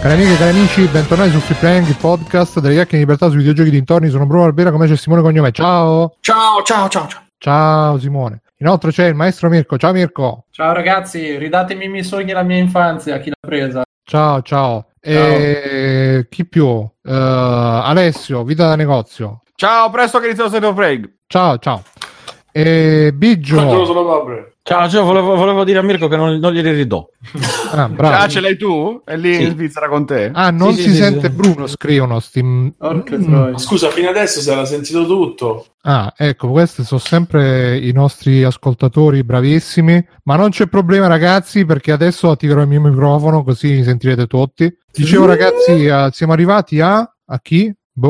Cari amiche e cari amici, bentornati su Free Playing, il podcast delle chiacchiere di libertà sui videogiochi dintorni. Sono Bruno Albera, come c'è Simone Cognome. Ciao! Ciao Simone. Inoltre c'è il maestro Mirko. Ciao Mirko! Ciao ragazzi, ridatemi i miei sogni e la mia infanzia, chi l'ha presa. Ciao. E chi più? Alessio, vita da negozio. Ciao, presto che inizia lo State of Play. Ciao. E Biggio. Ciao, volevo dire a Mirko che non glieli ridò. Bravo. Ah, ce l'hai tu? È lì in Svizzera con te? Non Sì, si sì, sente sì. Bruno, scrivono Scusa, fino adesso si era sentito tutto. Ecco, questi sono sempre i nostri ascoltatori bravissimi, ma non c'è problema ragazzi, perché adesso attiverò il mio microfono così mi sentirete tutti. Dicevo ragazzi, siamo arrivati a chi?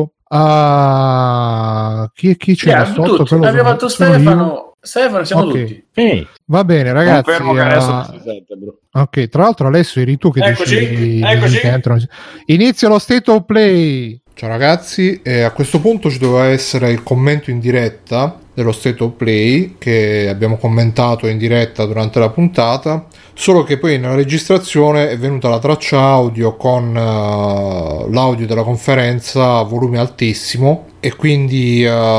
Chi c'è sotto? Abbiamo fatto Stefano, siamo Okay. tutti. Va bene ragazzi, Confermo che adesso non si sente, bro. ok, tra l'altro Alessio eri tu che Eccoci. che entrano. Inizia lo State of Play. Ciao ragazzi, a questo punto ci doveva essere il commento in diretta dello State of Play che abbiamo commentato in diretta durante la puntata, solo che poi nella registrazione è venuta la traccia audio con l'audio della conferenza a volume altissimo e quindi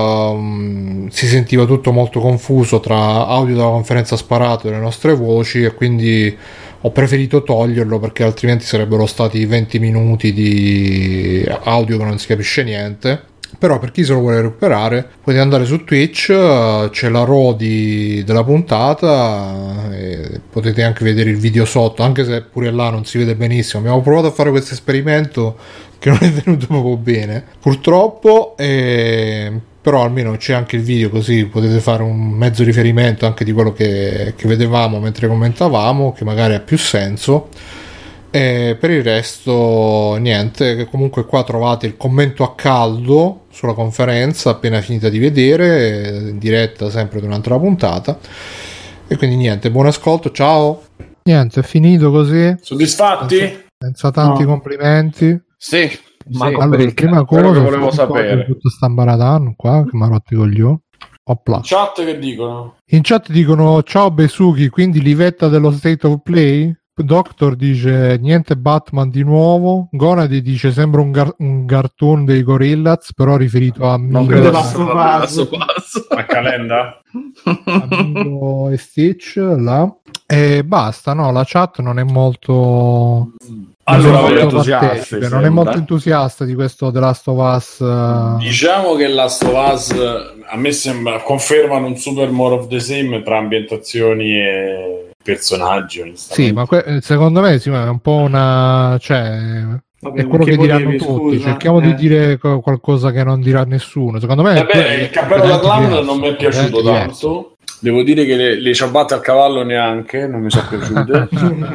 si sentiva tutto molto confuso tra audio della conferenza sparato e le nostre voci, e quindi ho preferito toglierlo perché altrimenti sarebbero stati 20 minuti di audio che non si capisce niente. Però per chi se lo vuole recuperare potete andare su Twitch, c'è la RAW della puntata e potete anche vedere il video sotto, anche se pure là non si vede benissimo. Abbiamo provato a fare questo esperimento che non è venuto proprio bene purtroppo, però almeno c'è anche il video, così potete fare un mezzo riferimento anche di quello che vedevamo mentre commentavamo, che magari ha più senso. E per il resto niente, che comunque qua trovate il commento a caldo sulla conferenza appena finita di vedere, in diretta sempre durante la puntata. E quindi niente, buon ascolto, ciao. Niente, è finito così, Soddisfatti? senza tanti complimenti. Sì, Ma Allora, prima quello cosa che volevo sapere. tutto sta Mbaradan qua che mi ha rotto i coglioni. Opla. Chat che dicono? In chat dicono ciao Besuki, quindi livetta dello State of Play. Doctor dice niente Batman di nuovo. Gonadi dice sembra un cartoon dei Gorillaz, però riferito a non Amigo, credo Last A Calenda? Amigo e Stitch là. E basta, no, la chat non è molto Allora, non è molto entusiasti, partecipe, non è sembra. molto entusiasta di questo The Last of Us. Diciamo che Last of Us a me sembra confermano un super more of the same tra ambientazioni e personaggi, onestamente. Sì, ma secondo me sì, è un po' una, cioè Vabbè, è quello che che diranno volevi, tutti. scusa? Cerchiamo di dire qualcosa che non dirà nessuno. Secondo me Vabbè, il cappello da clown diverso, non mi è piaciuto completamente diverso. tanto. Devo dire che le ciabatte al cavallo neanche, non mi sono piaciute.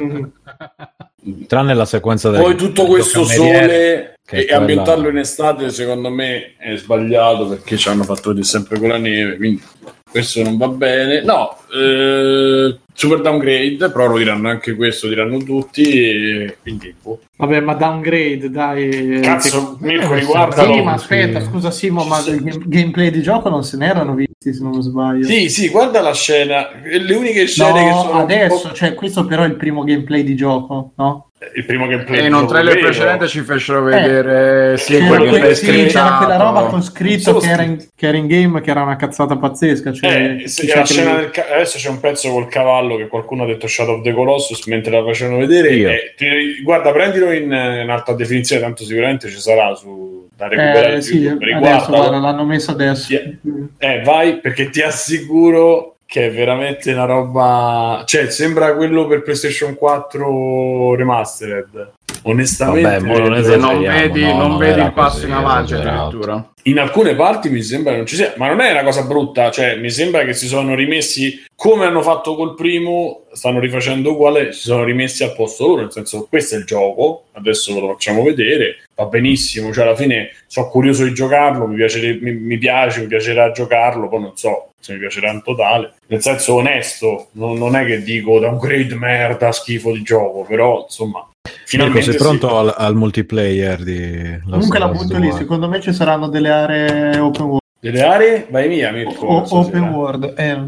tranne la sequenza del Poi tutto questo cameriere, sole che è e quella- ambientarlo in estate secondo me è sbagliato, perché ci hanno fatto vedere sempre con la neve, quindi questo non va bene. No, super downgrade, però lo diranno anche questo, diranno tutti, e quindi Vabbè, ma downgrade, dai. cazzo, Mirko, Sì, riguardalo. ma aspetta, scusa Simo, ma il gameplay di gioco non se ne erano visti, se non sbaglio. Sì, guarda la scena, le uniche scene che No, sono un adesso, po'... cioè questo però è il primo gameplay di gioco, no? il primo gameplay E in un gioco trailer vero. precedente ci fecero vedere sì, C'era, quello che quella, stai sì, c'era quella roba scrittato. con scritto Solo che era in game, che era una cazzata pazzesca. Cioè, Sì, cioè la che scena le- adesso c'è un pezzo col cavallo che qualcuno ha detto Shadow of the Colossus mentre la facevano vedere. Io. Guarda, prendilo in alta definizione, tanto sicuramente ci sarà da recuperare su sì, YouTube. adesso Riguardalo. guarda, l'hanno messo adesso. Vai, perché ti assicuro che è veramente una roba, cioè sembra quello per PlayStation 4 Remastered. Onestamente, Vabbè, mo non Se non esageriamo, vedi, no, non vedi era il passo così, in avanti esagerato. addirittura. in alcune parti mi sembra che non ci sia, ma non è una cosa brutta, cioè mi sembra che si sono rimessi come hanno fatto col primo, stanno rifacendo uguale, si sono rimessi al posto loro, nel senso questo è il gioco, adesso lo facciamo vedere, va benissimo, cioè alla fine sono curioso di giocarlo, mi piacerà giocarlo, poi non so se mi piacerà in totale, nel senso onesto, non è che dico downgrade merda, schifo di gioco, però insomma Mirko, sei pronto sì. al multiplayer di Comunque la butto lì, secondo me ci saranno delle aree open world. Delle aree? Vai via Mirko. Open world.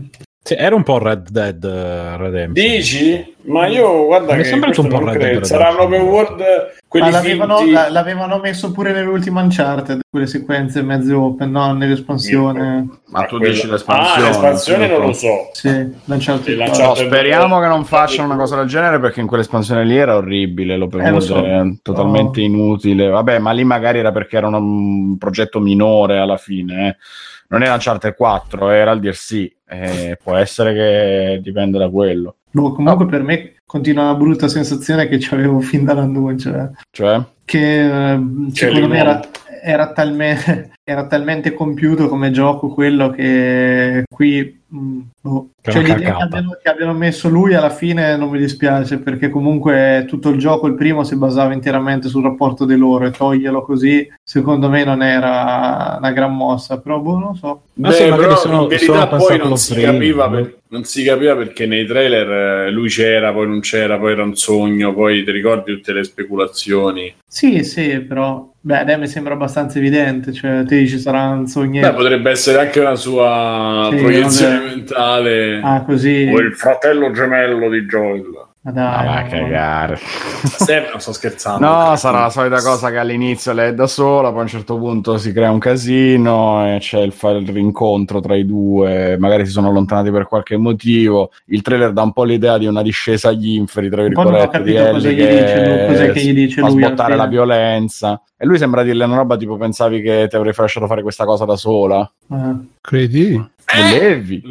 Sì, era un po' Red Dead Redemption. Dici? Ma io guarda Mi che sembra questo un po' non Red credo. Dead Saranno open world quelli finti. l'avevano messo pure nell'ultimo Uncharted, quelle sequenze mezze open, no? Nell'espansione. Ma tu dici l'espansione? L'espansione non lo so. Sì, l'Uncharted. No, speriamo che non facciano una cosa del genere, perché in quell'espansione lì era orribile, l'open world era totalmente inutile. Vabbè, ma lì magari era perché era un progetto minore alla fine, Non era Uncharted 4, era il DLC. Può essere che dipende da quello. Comunque per me continua una brutta sensazione che c'avevo fin dall'annuncio. Cioè? Che secondo me era talmente compiuto come gioco quello che qui cioè l'idea che abbiano messo lui alla fine non mi dispiace, perché comunque tutto il gioco, il primo, si basava interamente sul rapporto di loro, e toglierlo così secondo me non era una gran mossa, però non so. Però in verità poi non si capiva perché nei trailer lui c'era, poi non c'era, poi era un sogno, poi ti ricordi tutte le speculazioni. Sì, però a me sembra abbastanza evidente, cioè ti dici sarà un sogno. Potrebbe essere anche una sua proiezione mentale. Così. O il fratello gemello di Joel. Ma dai, va a cagare. Non sto scherzando. No, sarà la solita cosa che all'inizio lei è da sola, poi a un certo punto si crea un casino e c'è il rincontro tra i due, magari si sono allontanati per qualche motivo. Il trailer dà un po' l'idea di una discesa agli inferi, tra virgolette, di Ellie che gli dice fa lui sbottare la violenza. E lui sembra dirle una roba tipo: pensavi che ti avrei lasciato fare questa cosa da sola? Credi? Volevi?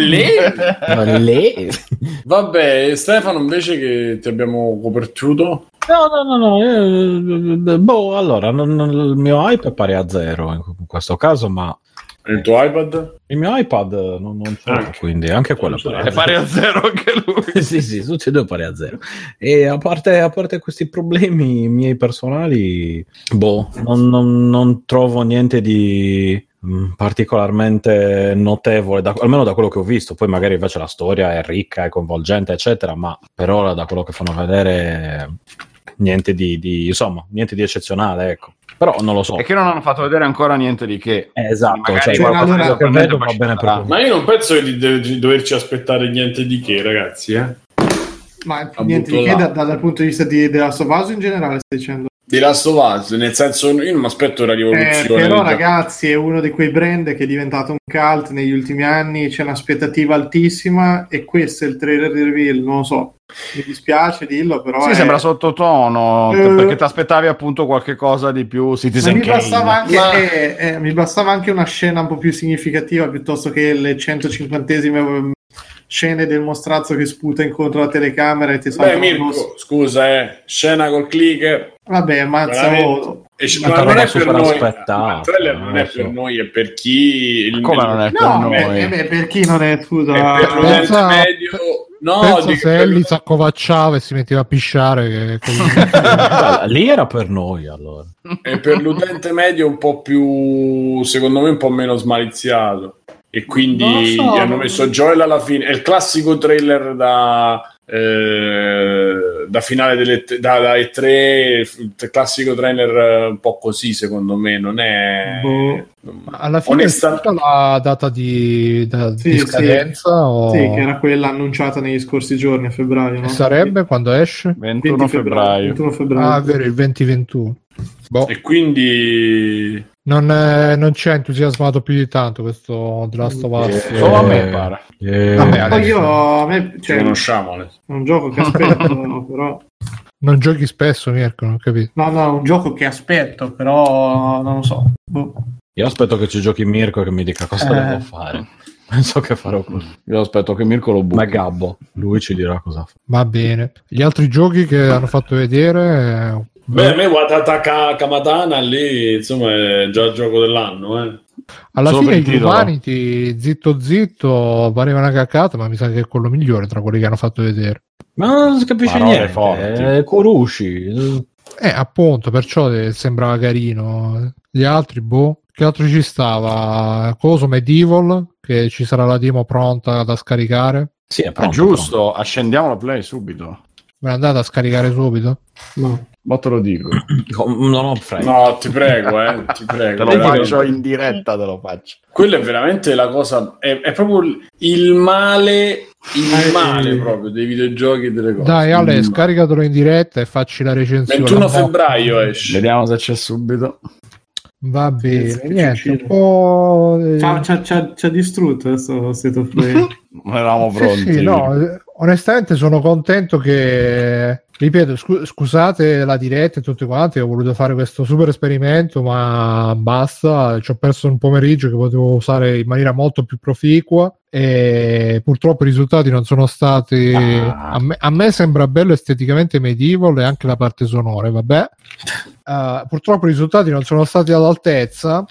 Vabbè, Stefano, invece, che ti abbiamo copertuto? No. Allora, il mio hype è pari a 0 in questo caso, ma il tuo iPad? Il mio iPad non c'è, quindi anche quello è pari a 0 anche lui. sì, tutti e due pari a 0. E a parte questi problemi miei personali, non trovo niente di particolarmente notevole, almeno da quello che ho visto. Poi magari invece la storia è ricca, è coinvolgente, eccetera, ma per ora, da quello che fanno vedere, niente di eccezionale, ecco. Però non lo so. E che non hanno fatto vedere ancora niente di che. Esatto, che vedo va bene per ma io non penso di doverci aspettare niente di che, ragazzi, Ma niente di che dal punto di vista di Last of Us in generale, stai dicendo? Di Last of Us, nel senso, io non mi aspetto una rivoluzione. Però ragazzi, è uno di quei brand che è diventato un cult negli ultimi anni, c'è un'aspettativa altissima e questo è il trailer di reveal, non lo so. Mi dispiace dirlo, però sì, sembra sottotono, perché ti aspettavi appunto qualche cosa di più Citizen Kane. Mi bastava anche una scena un po' più significativa piuttosto che le 150esime scene del mostrazzo che sputa incontro alla telecamera e ti salta. Mirko, scusa, scena col clicker. Vabbè, ammazza. Ma non è per noi. Il trailer non è per noi, è per chi. Come non è per noi? Per chi non è, scusa. È per l'utente medio. Penso se Ellie si accovacciava e si metteva a pisciare lì era per noi, allora. È per l'utente medio un po' più, secondo me, un po' meno smaliziato, e quindi gli hanno messo Joel alla fine. È il classico trailer da finale da E3, il classico trailer un po' così, secondo me. Non è alla fine è stata la data di scadenza che era quella annunciata negli scorsi giorni, a febbraio, no? Sarebbe quando esce? 21 febbraio. Vero, il 2021. E quindi non ci ha entusiasmato più di tanto questo The Last of Us. Solo a me pare. Conosciamo, è un gioco che aspetto, però non giochi spesso, Mirko, non ho capito. No, è un gioco che aspetto, però non lo so. Io aspetto che ci giochi Mirko e che mi dica cosa devo fare. Penso che farò così. Io aspetto che Mirko lo buchi. Ma Gabbo, lui ci dirà cosa fa. Va bene. Gli altri giochi che hanno fatto vedere... a me Watataka Kamatana lì, insomma, è già il gioco dell'anno, Alla fine gli Humanity, zitto pareva una cacata, ma mi sa che è quello migliore tra quelli che hanno fatto vedere. Ma non si capisce niente, è Kurushi. Appunto, perciò sembrava carino. Gli altri, che altro ci stava? Coso Medieval, che ci sarà la demo pronta da scaricare. Sì, è pronto, giusto, pronto. Accendiamo la play subito. Me l'andate a scaricare subito? No. Ma te lo dico. Non ho fretta. No, ti prego, ti prego. Te lo faccio in diretta, te lo faccio. Quello è veramente la cosa, è proprio il male proprio dei videogiochi e delle cose. Dai Ale, scaricatelo in diretta e facci la recensione. 21 febbraio esce. Vediamo se c'è subito. Va bene, niente, un po'... Ci ha distrutto questo State of Play. Non eravamo pronti. Sì, no, onestamente sono contento che, ripeto, scusate la diretta e tutti quanti, ho voluto fare questo super esperimento, ma basta, ci ho perso un pomeriggio che potevo usare in maniera molto più proficua e purtroppo i risultati non sono stati... A me sembra bello esteticamente Medieval e anche la parte sonora, vabbè. Purtroppo i risultati non sono stati all'altezza,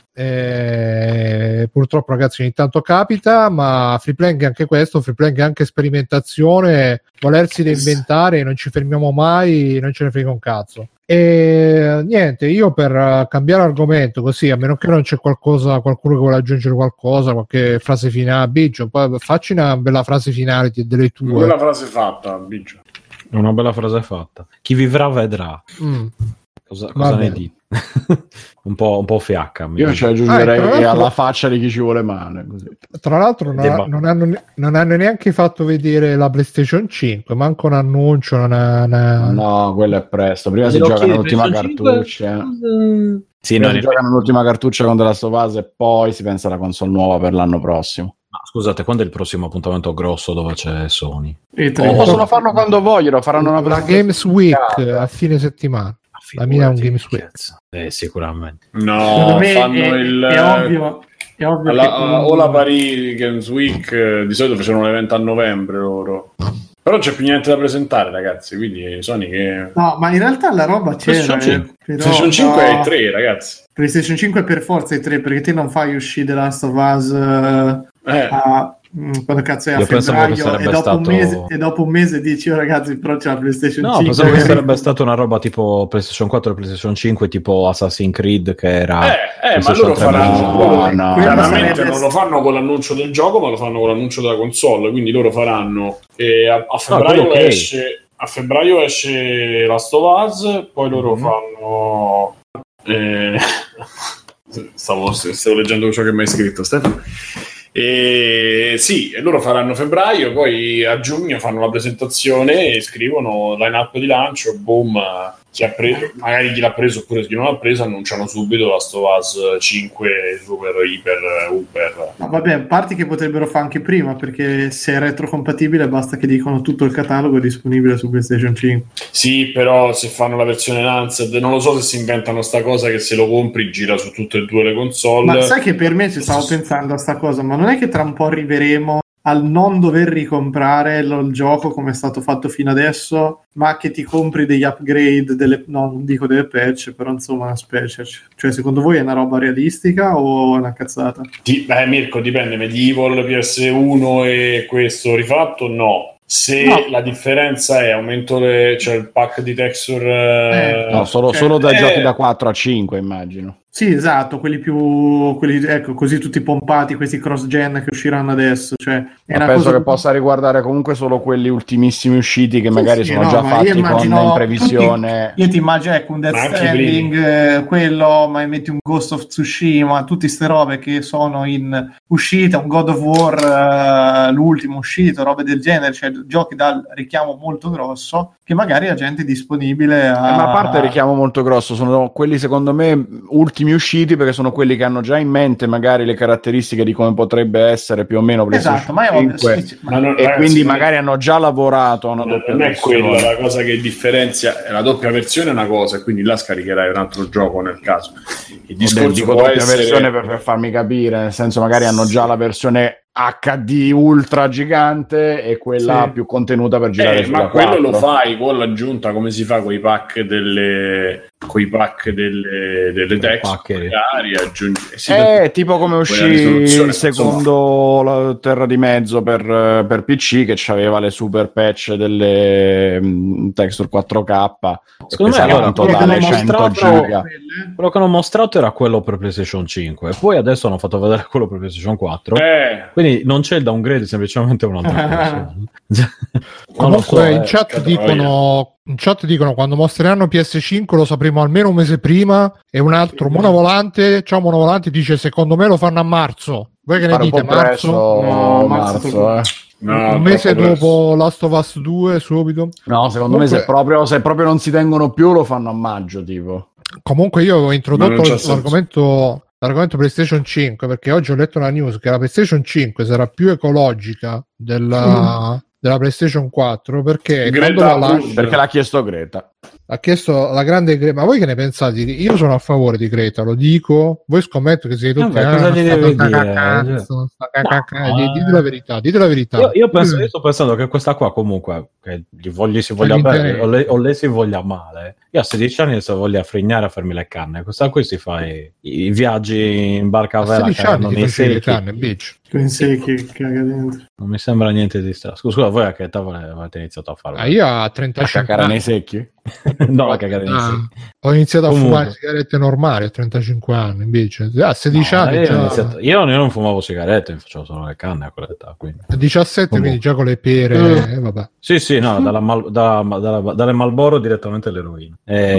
purtroppo ragazzi ogni tanto capita, ma free playing è anche questo, free playing è anche sperimentazione, volersi reinventare, non ci fermiamo mai, non ce ne frega un cazzo. E niente, io per cambiare argomento così, a meno che non c'è qualcuno che vuole aggiungere qualcosa, qualche frase finale, Biggio, poi facci una bella frase finale delle tue. Una bella frase fatta, Biggio. Una bella frase fatta. Chi vivrà vedrà. Cosa ne dici? un po' fiacca. Io ci aggiungerei alla faccia di chi ci vuole male. Così. Tra l'altro non hanno neanche fatto vedere la PlayStation 5, manco un annuncio. No, quello è presto. Prima si gioca l'ultima cartuccia. Si giocano l'ultima cartuccia con The Last of Us e poi si pensa alla console nuova per l'anno prossimo. Ma scusate, quando è il prossimo appuntamento grosso dove c'è Sony? Possono farlo quando vogliono, faranno una Games Week a fine settimana. La mia è un Games Week. Sicuramente. No, fanno è ovvio o la Paris Games Week, di solito facevano un evento a novembre loro. Però c'è più niente da presentare, ragazzi, quindi Sony che... No, ma in realtà la roba c'era. PlayStation 5 è 3, ragazzi. PlayStation 5 per forza è 3, perché te non fai uscire The Last of Us quando cazzo è a febbraio e dopo un mese dici ragazzi però c'è la PlayStation 5. Pensavo che sarebbe stata una roba tipo PlayStation 4 e PlayStation 5 tipo Assassin's Creed che era ma loro faranno chiaramente non lo fanno con l'annuncio del gioco ma lo fanno con l'annuncio della console, quindi loro faranno a febbraio a febbraio esce Last of Us, poi loro fanno stavo leggendo ciò che mi hai scritto Stefano. Sì, e loro faranno febbraio, poi a giugno fanno la presentazione e scrivono line-up di lancio, boom, chi ha preso, magari chi l'ha preso oppure chi non l'ha preso, annunciano subito Last of Us 5 super iper. Ma vabbè, a parte che potrebbero fare anche prima, perché se è retrocompatibile basta che dicono tutto il catalogo è disponibile su PlayStation 5. Sì, però se fanno la versione Enhanced non lo so se si inventano sta cosa che se lo compri gira su tutte e due le console. Ma sai che per me ci stavo pensando a sta cosa, ma non è che tra un po' arriveremo al non dover ricomprare il gioco come è stato fatto fino adesso, ma che ti compri degli upgrade, non dico delle patch, però insomma una specie. Cioè secondo voi è una roba realistica o è una cazzata? Mirko, dipende, Medieval, PS1 e questo rifatto no. Se la differenza è aumento cioè il pack di texture no, solo da giochi da 4 a 5 immagino. Sì, esatto, quelli ecco, così tutti pompati, questi cross-gen che usciranno adesso. Cioè, penso che possa riguardare comunque solo quelli ultimissimi usciti che magari sono già fatti in previsione. Io ti immagino un Death Stranding, quello, ma metti un Ghost of Tsushima, tutte ste robe che sono in uscita, un God of War, l'ultimo uscito, robe del genere, cioè giochi dal richiamo molto grosso che magari la gente è disponibile ma a parte il richiamo molto grosso, sono quelli secondo me ultimi usciti perché sono quelli che hanno già in mente magari le caratteristiche di come potrebbe essere più o meno PlayStation 5 e quindi magari hanno già lavorato a una doppia versione. Non è quella la cosa che differenzia, è la doppia versione è una cosa e quindi là scaricherai un altro gioco nel caso. Il discorso dico doppia versione per farmi capire, nel senso magari hanno già la versione HD ultra gigante e quella più contenuta per girare sulla ma quello 4. lo fai con l'aggiunta come si fa con i pack coi pack delle text magari aggiungi tipo come uscì il secondo la Terra di Mezzo per PC che c'aveva le super patch delle texture 4K. Secondo me allora, quello che hanno mostrato era quello per PlayStation 5 e poi adesso hanno fatto vedere quello per PlayStation 4 quindi non c'è il downgrade, semplicemente un'altra comunque in chat dicono quando mostreranno PS5 lo sapremo almeno un mese prima, e un altro Monovolante dice secondo me lo fanno a marzo. Voi che ne dite? Marzo? No, marzo. No, un mese dopo Last of Us 2 subito? No, secondo me se proprio non si tengono più lo fanno a maggio tipo. Comunque io ho introdotto l'argomento PlayStation 5 perché oggi ho letto una news che la PlayStation 5 sarà più ecologica della PlayStation 4 perché perché l'ha chiesto Greta. Ha chiesto la grande Greta. Ma voi che ne pensate? Io sono a favore di Greta, lo dico. Voi scommetto che siete tutti cosa gli devi dire? Dite la verità, dite la verità. Io sto pensando che questa qua comunque che si voglia bene o lei si voglia male. Io a 16 anni se voglia frignare a farmi le canne. Questa qui si fa i viaggi in barca a vela. A 16 anni ti le canne, bitch. Che caga dentro. Non mi sembra niente di strano. Scusa, voi a che età avete iniziato a farlo? Io a 35 anni. Nei secchi? No, la cagare nei secchi. Ho iniziato a fumare sigarette normali a 35 anni invece. A 16 anni io non fumavo sigarette, mi facevo solo le canne a quell'età. Quindi. A 17 quindi già con le pere vabbè. Sì, no, dalle Marlboro direttamente all'eroina.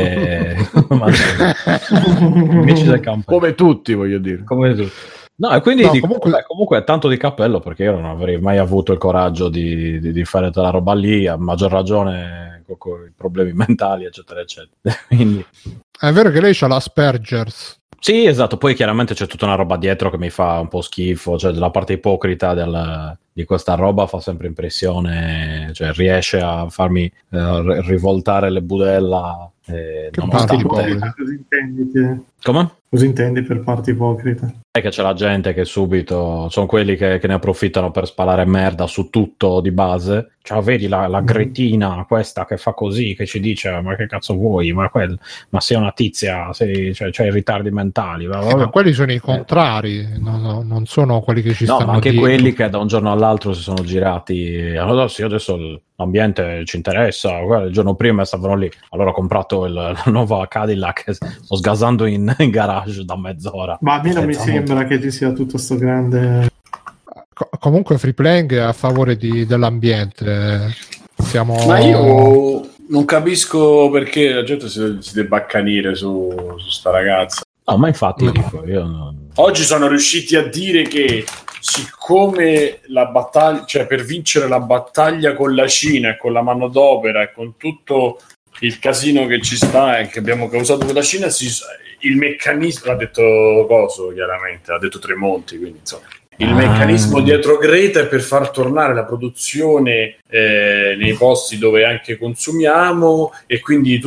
Amici del campo. Come tutti, voglio dire. Come tutti. No, e quindi comunque è tanto di cappello perché io non avrei mai avuto il coraggio di fare quella roba lì, a maggior ragione con i problemi mentali, eccetera, eccetera. Quindi... È vero che lei c'ha l'Asperger's. Sì, esatto, poi chiaramente c'è tutta una roba dietro che mi fa un po' schifo, cioè la parte ipocrita di questa roba fa sempre impressione, cioè riesce a farmi rivoltare le budella. Cosa intendi te? Come? Cosa intendi per parte ipocrita? È che c'è la gente che subito sono quelli che ne approfittano per spalare merda su tutto di base. Cioè, vedi la Gretina, questa che fa così, che ci dice ma che cazzo vuoi? Ma sei una tizia, c'hai i ritardi mentali. Ma quelli sono i contrari, no, non sono quelli che ci stanno ma anche dietro. Quelli che da un giorno all'altro si sono girati. Allora sì, adesso l'ambiente ci interessa. Guarda, il giorno prima stavano lì. Allora ho comprato la nuova Cadillac che sto sgasando in garage da mezz'ora. Ma a me non mi sembra che ci sia tutto sto grande... Comunque Free Playing è a favore dell'ambiente. Ma io non capisco perché la gente si debba accanire su sta ragazza. No, ma infatti dico, io non... Oggi sono riusciti a dire che siccome la battaglia, cioè per vincere la battaglia con la Cina e con la manodopera e con tutto il casino che ci sta e che abbiamo causato con la Cina, il meccanismo, l'ha detto Coso chiaramente, l'ha detto Tremonti, quindi insomma il meccanismo dietro Greta è per far tornare la produzione nei posti dove anche consumiamo e quindi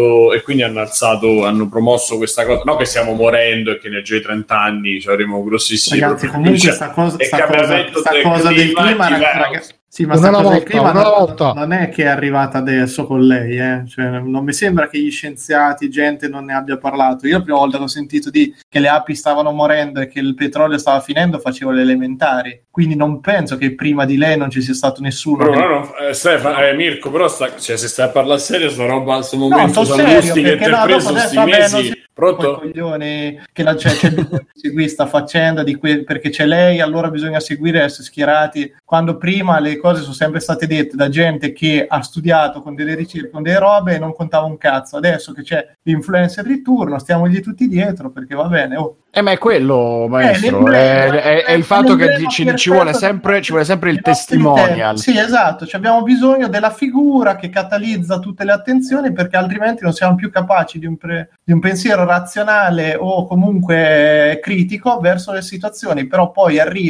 hanno promosso questa cosa, no che stiamo morendo e che nel giro di 30 anni avremo grossissimi ragazzi, comunque sta cosa del clima, ragazzi. Sì, ma una volta. Non è che è arrivata adesso con lei, cioè, non mi sembra che gli scienziati, gente non ne abbia parlato. Io la prima volta che ho sentito che le api stavano morendo e che il petrolio stava finendo facevo le elementari, quindi non penso che prima di lei non ci sia stato nessuno. Mirko, però se stai a parlare serio, sta roba, sto momento Sallusti che ti ha preso questi mesi. Pronto? Coglioni che c'è il sta facendo perché c'è lei, allora bisogna seguire e essere schierati, quando prima le cose sono sempre state dette da gente che ha studiato con delle ricerche, con delle robe e non contava un cazzo. Adesso che c'è l'influencer di turno stiamogli tutti dietro perché va bene. Ma è quello, maestro, è il fatto che ci vuole sempre il testimonial. Sì, esatto, abbiamo bisogno della figura che catalizza tutte le attenzioni, perché altrimenti non siamo più capaci di un pensiero razionale o comunque critico verso le situazioni. Però poi arriva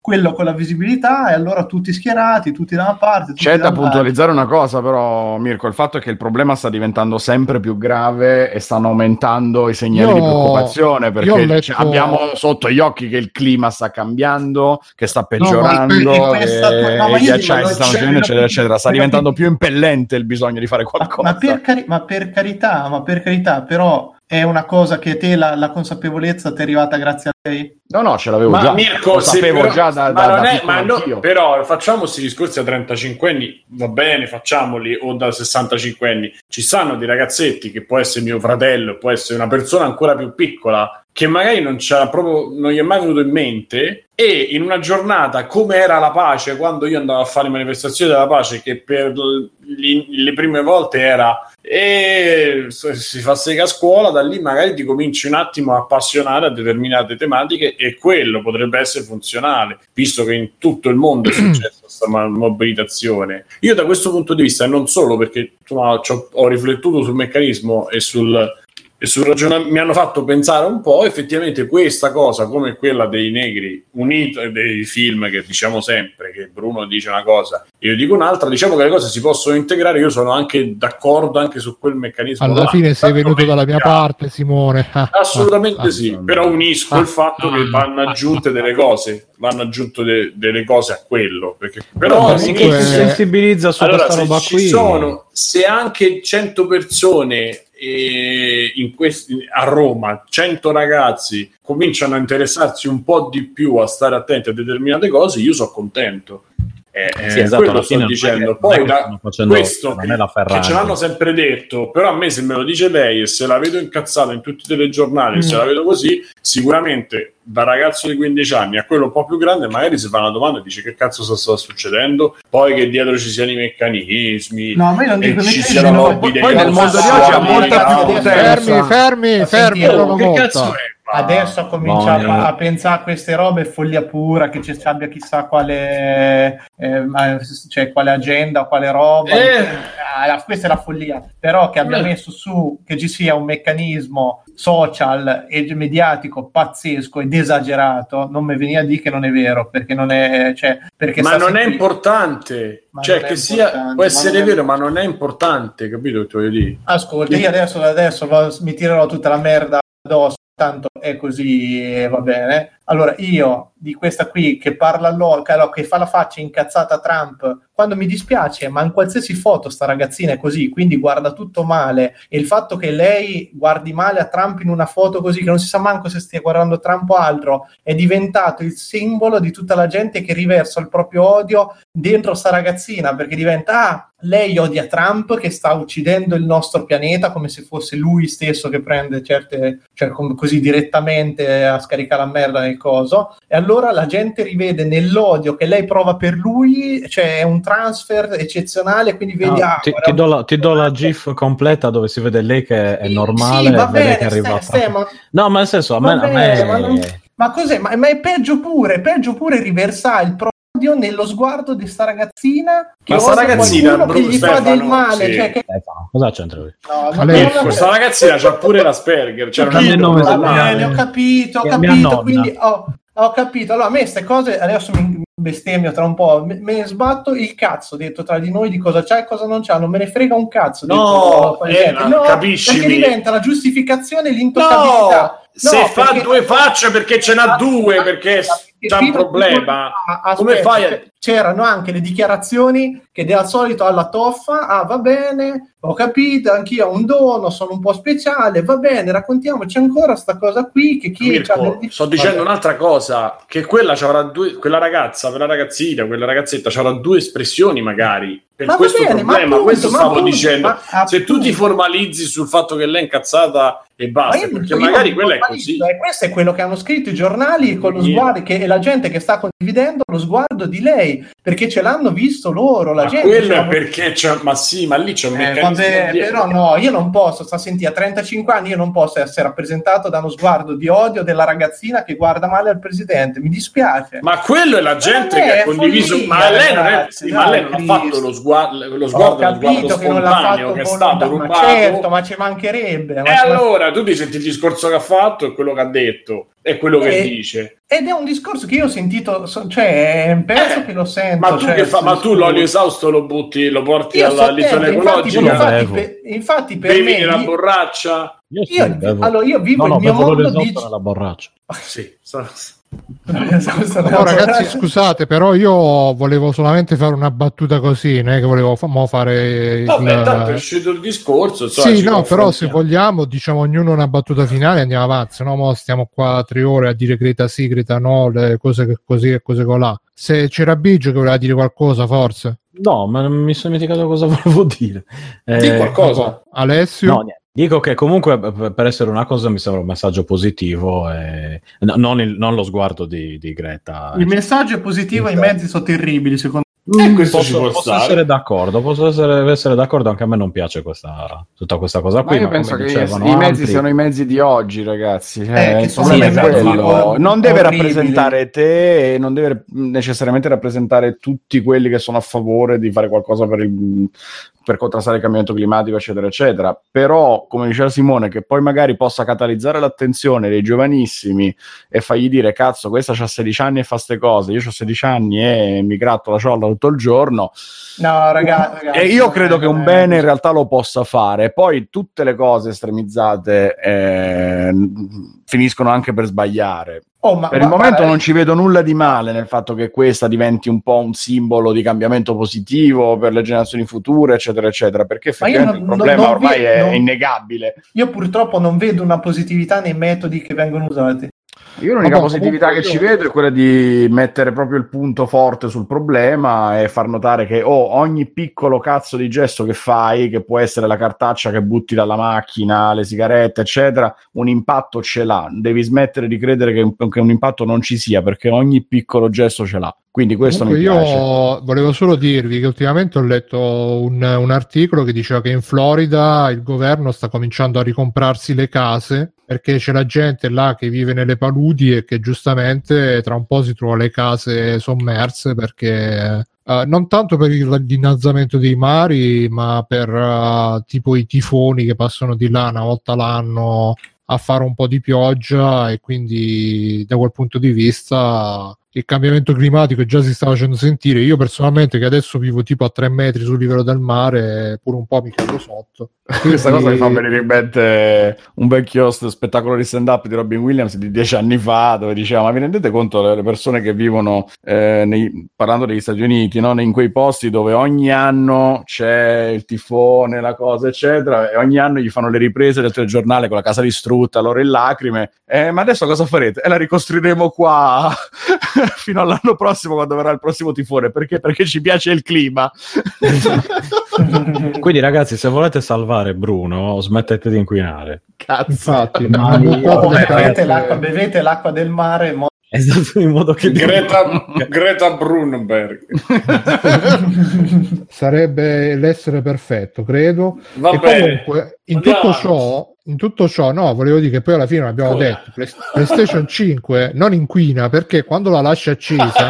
quello con la visibilità, e allora tutti schierati, tutti da una parte. C'è da puntualizzare una cosa però, Mirko, il fatto è che il problema sta diventando sempre più grave e stanno aumentando i segnali di preoccupazione, perché abbiamo sotto gli occhi che il clima sta cambiando, che sta peggiorando, eccetera. Sta diventando più impellente il bisogno di fare qualcosa. Ma per carità, però è una cosa che te la consapevolezza ti è arrivata grazie a lei? No, ce l'avevo già. Mirko, lo sapevo già però facciamo questi discorsi a 35 anni, va bene, facciamoli, o da 65 anni. Ci stanno dei ragazzetti, che può essere mio fratello, può essere una persona ancora più piccola, che magari non gli è mai venuto in mente, e in una giornata come era la pace, quando io andavo a fare manifestazioni della pace, che per le prime volte era si fa sega a scuola, da lì magari ti cominci un attimo a appassionare a determinate tematiche, e quello potrebbe essere funzionale, visto che in tutto il mondo è successa questa mobilitazione. Io da questo punto di vista, e non solo perché ho riflettuto sul meccanismo e sul ragionamento, mi hanno fatto pensare un po', effettivamente questa cosa, come quella dei negri uniti, dei film che diciamo sempre, che Bruno dice una cosa, io dico un'altra, diciamo che le cose si possono integrare. Io sono anche d'accordo anche su quel meccanismo. Alla fine sei venuto dalla mia parte, Simone. Assolutamente sì, però unisco il fatto che vanno aggiunte delle cose, delle cose a quello, perché però si sensibilizza su questa roba qui. Se anche 100 persone a Roma, 100 ragazzi cominciano a interessarsi un po' di più, a stare attenti a determinate cose, io sono contento. Sì, esatto, alla fine sto dicendo. Poi questo che ce l'hanno sempre detto, però a me se me lo dice lei, e se la vedo incazzata in tutti i telegiornali, se la vedo così, sicuramente da ragazzo di 15 anni a quello un po' più grande magari si fa una domanda e dice: che cazzo sta succedendo? Poi che dietro ci siano i meccanismi, no, ma io non dico ci sia la lobby dei poi nel mondo di oggi ha molta più potenza. Fermi, che cazzo è? Adesso comincia a pensare a queste robe, follia pura, che ci abbia chissà quale quale agenda, quale roba. Questa è la follia. Però che abbia messo su, che ci sia un meccanismo social e mediatico pazzesco ed esagerato, non mi veniva a dire che non è vero, perché non è, ma non è importante, che sia, può essere vero, ma non è importante, capito che ti voglio dire? Ascolta, io adesso mi tirerò tutta la merda addosso, tanto è così, va bene. Allora, io di questa qui che parla che fa la faccia incazzata a Trump, quando mi dispiace, ma in qualsiasi foto sta ragazzina è così, quindi guarda tutto male, e il fatto che lei guardi male a Trump in una foto così, che non si sa manco se stia guardando Trump o altro, è diventato il simbolo di tutta la gente che riversa il proprio odio dentro sta ragazzina, perché diventa lei odia Trump che sta uccidendo il nostro pianeta, come se fosse lui stesso che prende così direttamente a scaricare la merda nel coso, e allora la gente rivede nell'odio che lei prova per lui, è un transfer eccezionale, quindi vedi ti do la GIF completa dove si vede lei che è normale, sì, va vede bene, che è arrivata. No, ma nel senso, a me ma cos'è? Ma è peggio pure riversare il odio nello sguardo di sta ragazzina, che sta ragazzina che gli fa del male, sì. Cosa c'entra lui? Questa ragazzina c'ha pure l'Asperger, ho capito, quindi ho capito. Allora a me queste cose, adesso mi bestemmio tra un po', me ne sbatto il cazzo detto tra di noi di cosa c'è e cosa non c'è, non me ne frega un cazzo. Capisci? Perché diventa la giustificazione l'intoccabilità. Se fa due facce perché ce n'ha due, perché c'è un problema. Come fai? C'erano anche le dichiarazioni che al solito alla toffa, va bene, ho capito, anch'io ho un dono, sono un po' speciale, va bene, raccontiamoci ancora sta cosa qui, che chi Mirko, sto dicendo un'altra cosa, che quella ragazzetta avrà due espressioni magari per questo problema, questo stavo dicendo. Se tu ti formalizzi sul fatto che lei è incazzata e basta, perché magari quella è così. Questo è quello che hanno scritto i giornali con lo sguardo, e la gente che sta condividendo lo sguardo di lei, perché ce l'hanno visto loro, la gente. Quello è perché ma lì c'è un meccanismo. Però no, io non posso, a 35 anni io non posso essere rappresentato da uno sguardo di odio della ragazzina che guarda male al presidente, mi dispiace. Ma quello è la gente che ha condiviso, ma lei non ha fatto lo sguardo sguardo ho capito che non l'ha fatto che è stato rubato. Ma certo, ma ci mancherebbe. E allora tu ti senti il discorso che ha fatto e quello che ha detto e quello che dice. Ed è un discorso che io ho sentito, cioè è un pezzo che lo sento. Ma tu, ma tu l'olio esausto lo butti, lo porti all'isola ecologica? Infatti per bevi me nella borraccia? Io vivo il mio mondo nella borraccia. Sì. No, ragazzi, scusate, però io volevo solamente fare una battuta così, non è che volevo fare tanto è uscito il discorso, sì, no, però se vogliamo diciamo ognuno una battuta finale e andiamo avanti, se no mo stiamo qua 3 ore a dire Greta sì, Greta no, le cose che così e cose colà. Se c'era Biggio che voleva dire qualcosa, forse no, ma mi sono dimenticato cosa volevo dire. Di qualcosa, Alessio? No, niente. Dico che comunque per essere una cosa mi sembra un messaggio positivo e non lo sguardo di Greta. Il messaggio è positivo e i mezzi sono terribili secondo me. Posso essere d'accordo, essere d'accordo, anche a me non piace tutta questa cosa qui. Ma io penso che i mezzi siano i mezzi di oggi, ragazzi. Il problema è quello. Non deve rappresentare te e non deve necessariamente rappresentare tutti quelli che sono a favore di fare qualcosa per contrastare il cambiamento climatico, eccetera, eccetera. Però, come diceva Simone, che poi magari possa catalizzare l'attenzione dei giovanissimi e fargli dire, cazzo, questa c'ha 16 anni e fa ste cose, io c'ho 16 anni e mi gratto la ciolla tutto il giorno. No, ragazzi, e io credo che un bene in realtà lo possa fare. Poi tutte le cose estremizzate finiscono anche per sbagliare. Per il momento non ci vedo nulla di male nel fatto che questa diventi un po' un simbolo di cambiamento positivo per le generazioni future, eccetera, eccetera, perché effettivamente il problema ormai è innegabile. Io purtroppo non vedo una positività nei metodi che vengono usati. Io l'unica positività che ci vedo è quella di mettere proprio il punto forte sul problema e far notare che ogni piccolo cazzo di gesto che fai, che può essere la cartaccia che butti dalla macchina, le sigarette, eccetera, un impatto ce l'ha. Devi smettere di credere che un impatto non ci sia, perché ogni piccolo gesto ce l'ha. Quindi questo mi piace. Io volevo solo dirvi che ultimamente ho letto un articolo che diceva che in Florida il governo sta cominciando a ricomprarsi le case perché c'è la gente là che vive nelle paludi e che giustamente tra un po' si trova le case sommerse perché non tanto per l'innalzamento dei mari, ma per tipo i tifoni che passano di là una volta l'anno a fare un po' di pioggia, e quindi da quel punto di vista il cambiamento climatico già si sta facendo sentire. Io personalmente, che adesso vivo tipo a 3 metri sul livello del mare, pure un po' mi cado sotto. Questa cosa mi fa venire in mente un vecchio spettacolo di stand-up di Robin Williams di 10 anni fa, dove diceva: ma vi rendete conto le persone che vivono parlando degli Stati Uniti, no? In quei posti dove ogni anno c'è il tifone, la cosa eccetera, e ogni anno gli fanno le riprese del telegiornale con la casa distrutta, loro in lacrime, ma adesso cosa farete? La ricostruiremo qua fino all'anno prossimo, quando verrà il prossimo tifone, perché ci piace il clima. Quindi ragazzi, se volete salvare Bruno, smettete di inquinare. Cazzo, infatti, bevete l'acqua del mare. Esatto, in modo che Greta Brunberg sarebbe l'essere perfetto, credo. Va e bene. Comunque in tutto ciò no, volevo dire che poi alla fine abbiamo detto PlayStation 5 non inquina, perché quando la lascia accesa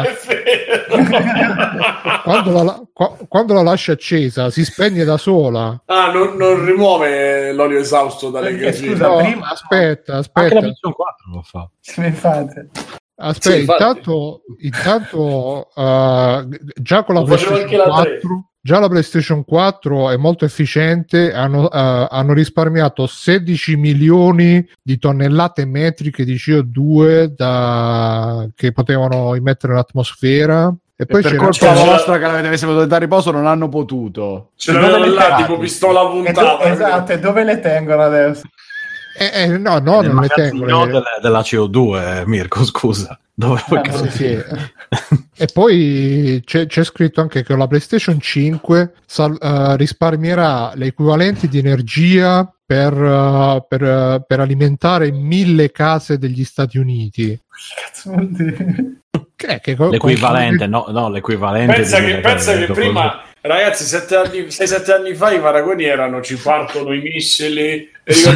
quando la lascia accesa si spegne da sola. Non rimuove l'olio esausto dalle gasine. No, prima aspetta anche la PlayStation 4 lo fa. Aspetta, intanto già con la PlayStation 4, già la PlayStation 4 è molto efficiente, hanno risparmiato 16 milioni di tonnellate metriche di CO2 che potevano immettere nell'atmosfera. E poi per colpa vostra che l'avete messo a riposo non hanno potuto. Ce l'avevano là tipo pistola puntata. Esatto, e dove le tengono adesso? No, non le tengo della CO2, Mirko, scusa. Sì. E poi c'è scritto anche che la PlayStation 5 risparmierà le equivalenti di energia per alimentare 1000 case degli Stati Uniti. Che cazzo vuol dire? L'equivalente, no, l'equivalente. Pensa che prima ragazzi, 6-7 anni fa i paragoni erano ci partono i missili.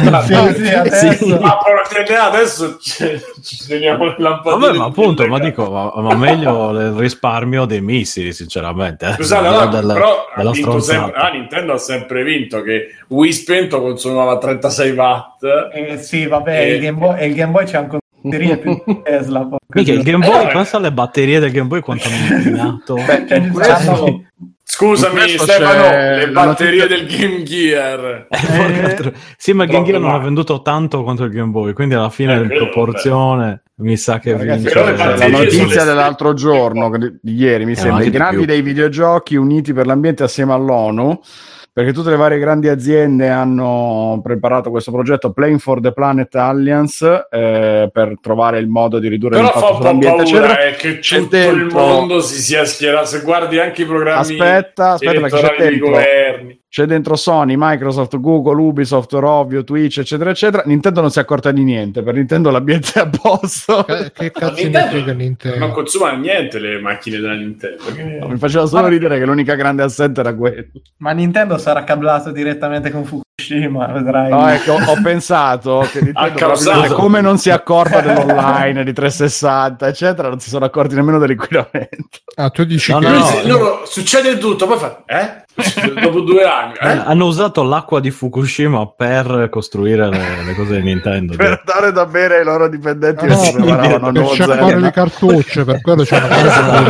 Adesso ci teniamo le lampadine. Vabbè, ma appunto, ma dico, ma meglio il risparmio dei missili, sinceramente. Scusate, però Nintendo ha sempre vinto che Wii spento consumava 36 watt. Sì, vabbè, il Game Boy c'è ancora batterie più di Tesla. Mica, il Game Boy, pensa alle batterie del Game Boy quanto hanno inquinato. Scusami Stefano, le batterie del Game Gear. Sì, ma il Game Gear non ha venduto tanto quanto il Game Boy, quindi alla fine in proporzione mi sa che vince. La notizia dell'altro giorno, di ieri mi sembra, i grandi dei videogiochi uniti per l'ambiente assieme all'ONU, perché tutte le varie grandi aziende hanno preparato questo progetto Playing for the Planet Alliance per trovare il modo di ridurre l'impatto sull'ambiente. Però fa paura che tutto il mondo si sia schierato. Se guardi anche i programmi elettorali di governi. C'è dentro Sony, Microsoft, Google, Ubisoft, Rovio, Twitch, eccetera, eccetera. Nintendo non si è accorta di niente. Per Nintendo l'ambiente è a posto. Che cazzo Nintendo? Non consuma niente le macchine della Nintendo. Mi faceva solo ridere che l'unica grande assente era quello. Ma Nintendo sarà cablato direttamente con Fukushima, vedrai. No, è che ho pensato che Nintendo, come non si accorta dell'online, di 360, eccetera, non si sono accorti nemmeno dell'inquinamento. Tu dici loro succede tutto, poi fa dopo 2 anni. Hanno usato l'acqua di Fukushima per costruire le cose di Nintendo. Per dare da bere ai loro dipendenti per sciacquare le cartucce, per quello c'è una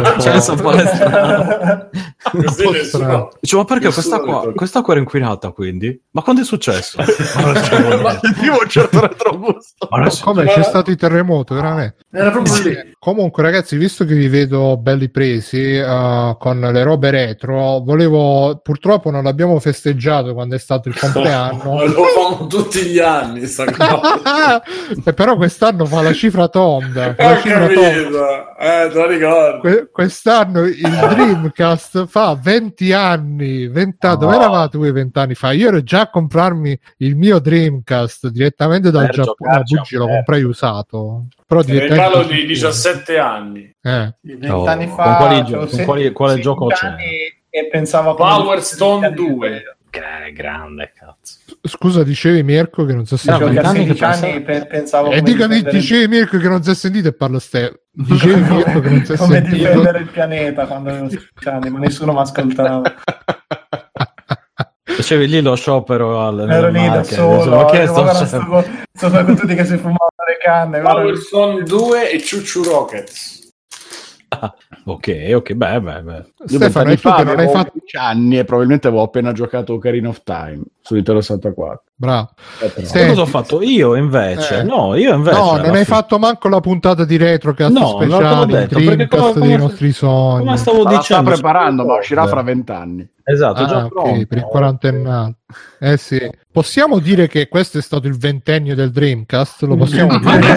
ma perché questa acqua era inquinata, quindi? Ma quando è successo? Ma un certo retrogusto. Come c'è stato il terremoto, veramente? Era proprio lì. Comunque, ragazzi, visto che vi vedo belli presi con le robe retro, purtroppo non l'abbiamo festeggiato quando è stato il compleanno. Lo fanno tutti gli anni, però quest'anno fa la cifra tonda. Te lo ricordo. Quest'anno il Dreamcast fa 20 anni. Dove eravate voi 20 anni fa? Io ero già a comprarmi il mio Dreamcast direttamente dal Giappone. Lo comprai usato. Però regalo di 17 anni. 20 anni fa. Quale gioco c'è? E pensavo a Power Stone 2. Grande cazzo. Scusa, dicevi Mirko che non si è sentito. A 16 anni pensavo dicevi Mirko che non si è sentito e parlo dicevi Mirko che non si è come sentito difendere il pianeta quando avevo 16 anni, ma nessuno mi ascoltava. Facevi lì lo sciopero ero lì da solo, sto con tutti che si fumavano le canne. Power Stone 2 e Ciucciu Rockets. Ok, beh. Stefano, tu che non hai fatto 10 anni e probabilmente avevo appena giocato Ocarina of Time su Nintendo 64. Bravo. Cosa ho fatto io invece? No, non hai fatto manco la puntata di Retrocast speciale, Dreamcast dei nostri sogni. Come stavo dicendo, sta preparando, ma uscirà fra 20 anni. Esatto, già okay, per il 40ennale. Sì. Possiamo dire che questo è stato il ventennio del Dreamcast? Lo possiamo dire?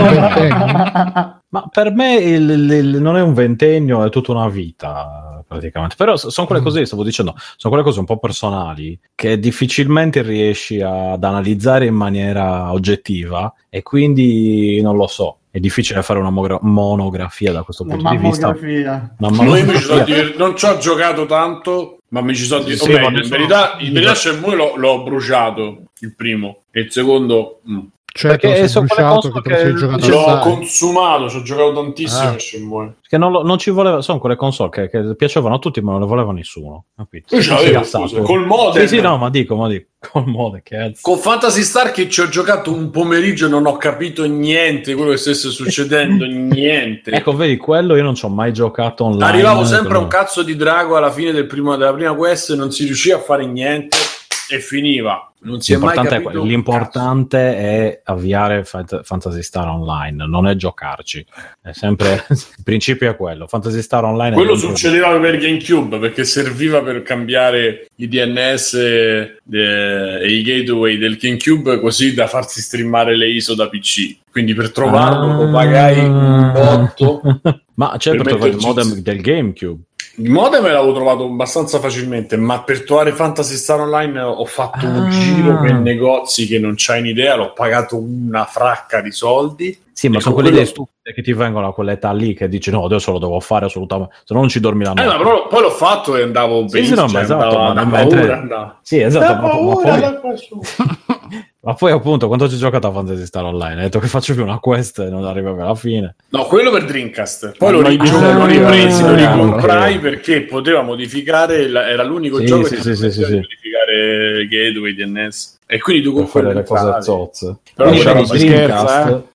Ma per me non è un ventennio, è tutta una vita praticamente. Però sono quelle cose, stavo dicendo, sono quelle cose un po' personali che difficilmente riesci ad analizzare in maniera oggettiva e quindi non lo so. È difficile fare una monografia da questo punto di vista. Non ci ho giocato tanto, ma mi ci sono sì, in verità Shenmue l'ho bruciato il primo e il secondo perché sono bruciato che l'ho consumato, ci ho giocato tantissimo Shenmue. Perché non ci voleva, sono quelle console che piacevano a tutti ma non le voleva nessuno, capito? Io ce l'avevo col modem. Sì, no, ma dico col modem, cazzo. Con Phantasy Star che ci ho giocato un pomeriggio e non ho capito niente di quello che stesse succedendo, niente. Ecco, vedi, quello io non ci ho mai giocato online. Arrivavo sempre a un cazzo di drago alla fine della prima quest e non si riusciva a fare niente e finiva. Non si è mai capito. L'importante è avviare Phantasy Star Online, non è giocarci. È sempre il principio è quello. Phantasy Star Online quello succedeva per GameCube perché serviva per cambiare i DNS e i gateway del GameCube così da farsi streamare le ISO da PC. Quindi per trovarlo lo pagai un botto. Ma c'è per trovare il modem del GameCube. Il modem l'avevo trovato abbastanza facilmente, ma per trovare Phantasy Star Online ho fatto un giro per negozi che non c'hai un'idea, l'ho pagato una fracca di soldi. Sì, ma sono quelle idee stupide che ti vengono a quell'età lì che dici no, adesso lo devo fare assolutamente, se no non ci dormi la notte. Ma però poi l'ho fatto e andavo benissimo. Sì, no, esatto, sì, esatto, ma poi appunto quando ci giocato a Phantasy Star Online hai detto che faccio più una quest e non arriva alla fine. No, quello per Dreamcast, poi lo ricomprai perché poteva modificare, era l'unico gioco che poteva modificare il gateway DNS e quindi tu con quelle le cose zozze. Però Dreamcast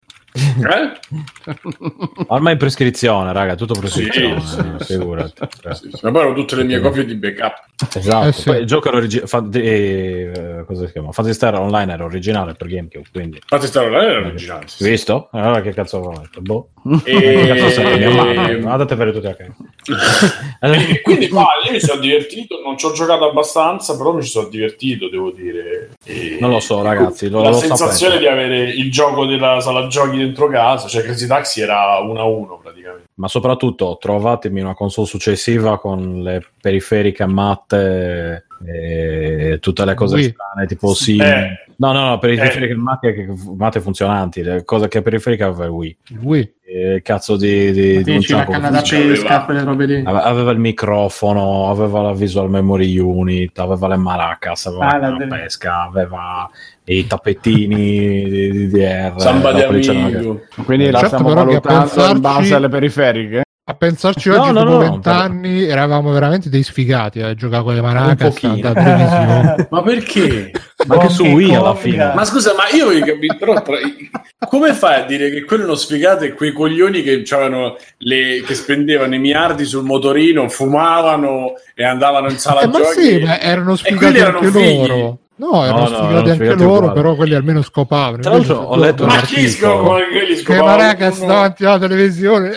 ormai in prescrizione, raga, tutto prescrizione, figurati. Ma poi erano tutte le mie copie di backup. Esatto, poi il gioco cosa si chiama? Phantasy Star Online era originale per GameCube, quindi Phantasy Star Online era originale. Visto? Allora che cazzo avevo detto? Boh. Andate per tutti a casa. Quindi io mi sono divertito, non ci ho giocato abbastanza, però mi ci sono divertito, devo dire. Non lo so, ragazzi, la sensazione di avere il gioco della sala giochi dentro casa, cioè Crazy Taxi era 1-1 praticamente. Ma soprattutto trovatemi una console successiva con le periferiche matte e tutte le cose strane tipo no periferiche matte funzionanti, le cose che periferiche aveva il Wii. Cazzo di la canna da pesca, quelle robe lì. Aveva il microfono, aveva la visual memory unit, aveva le maracas, aveva la pesca, aveva i tappetini di DDR, samba di amico. Quindi la stiamo valutando in base alle periferiche. A pensarci oggi, dopo 20 anni, eravamo veramente dei sfigati a giocare con le maracas da televisione. Ma perché? Ma che su Wii alla fine. Ma scusa, ma io voglio capire, però, come fai a dire che quello è uno sfigato e quei coglioni che c'avevano che spendevano i miliardi sul motorino, fumavano e andavano in sala giochi? Ma sì, ma erano sfigati anche loro. No, erano sfigati anche loro, uguale. Però quelli almeno scopavano. Tra l'altro ho letto un articolo che maracas davanti alla televisione.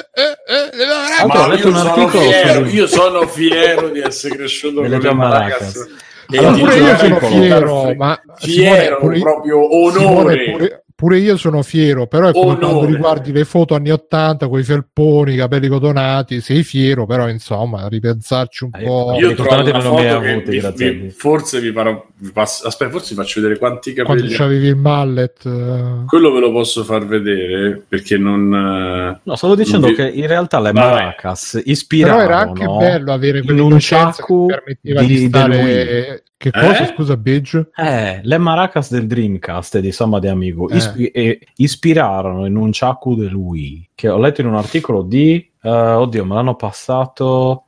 Ma io sono fiero di essere cresciuto con le maracas. Pure io sono fiero, ma fiero, proprio onore. Pure io sono fiero, però è come quando riguardi le foto anni 80 con i felponi, i capelli cotonati, sei fiero, però insomma ripensarci un po'. Io trovo una foto che forse vi aspetta, forse vi faccio vedere quanti capelli. Quando c'avevi il mallet, quello ve lo posso far vedere perché non. No, stavo dicendo che in realtà le maracas ispiravano. Però era anche bello avere quell'innocenza che permetteva di stare. Che cosa, scusa, Beige? Le maracas del Dreamcast di Samba di Amigo ispirarono in un ciacco del Wii, che ho letto in un articolo di oddio, me l'hanno passato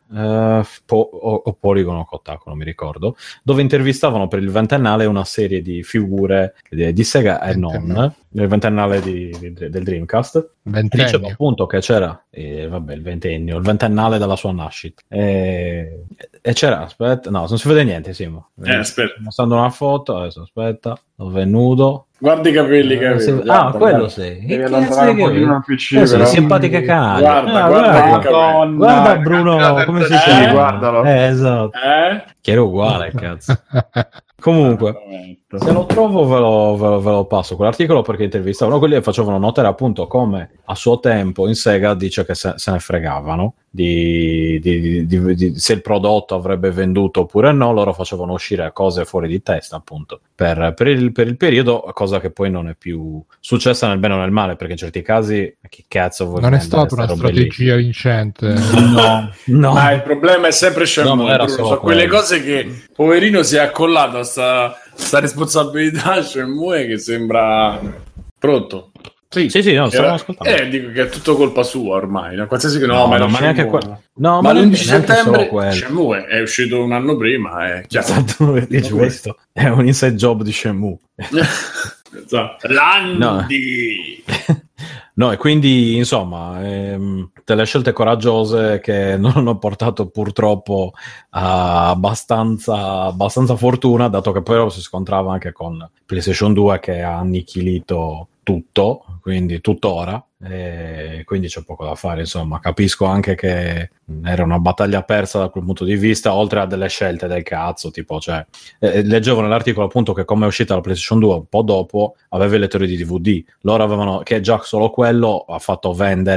o Polygon o Kotaku, non mi ricordo, dove intervistavano per il ventennale una serie di figure di Sega e non, il ventennale del Dreamcast. Dicevo appunto che c'era il ventennale della sua nascita e c'era, aspetta, no, non si vede niente, Simo. Aspetta, mostrando una foto, adesso aspetta, dove è nudo. Guarda i capelli che avevo. Quello sei. Devi allontanare un pochino il PC. Sei simpatica cane. Guarda Bruno, come si chiama? Guardalo. Esatto. Che era uguale, cazzo. Comunque, se lo trovo ve lo passo quell'articolo, perché intervistavano quelli e facevano notare appunto come a suo tempo in Sega dice che se ne fregavano di se il prodotto avrebbe venduto oppure no, loro facevano uscire cose fuori di testa appunto per il periodo, cosa che poi non è più successa nel bene o nel male, perché in certi casi che cazzo vuoi, non è stata una strategia vincente. No. Ma il problema è sempre Shenmue, sono quelle cose che poverino si è accollato a sta responsabilità Shenmue che sembra pronto. Sì, no, stiamo ascoltando. Dico che è tutto colpa sua ormai, no? Qualsiasi ma neanche quello. No, ma l'11 settembre Shenmue è uscito un anno prima, è chiaro. Esatto, dici questo è un inside job di Shenmue. Esatto. Landi. No, e quindi insomma delle scelte coraggiose che non hanno portato purtroppo a abbastanza fortuna, dato che poi si scontrava anche con PlayStation 2 che ha annichilito tutto, quindi tuttora, e quindi c'è poco da fare, insomma. Capisco anche che era una battaglia persa da quel punto di vista, oltre a delle scelte del cazzo, tipo, cioè, leggevo nell'articolo appunto che come è uscita la PlayStation 2 un po' dopo aveva i lettori di DVD, loro avevano, che già solo quello ha fatto vendere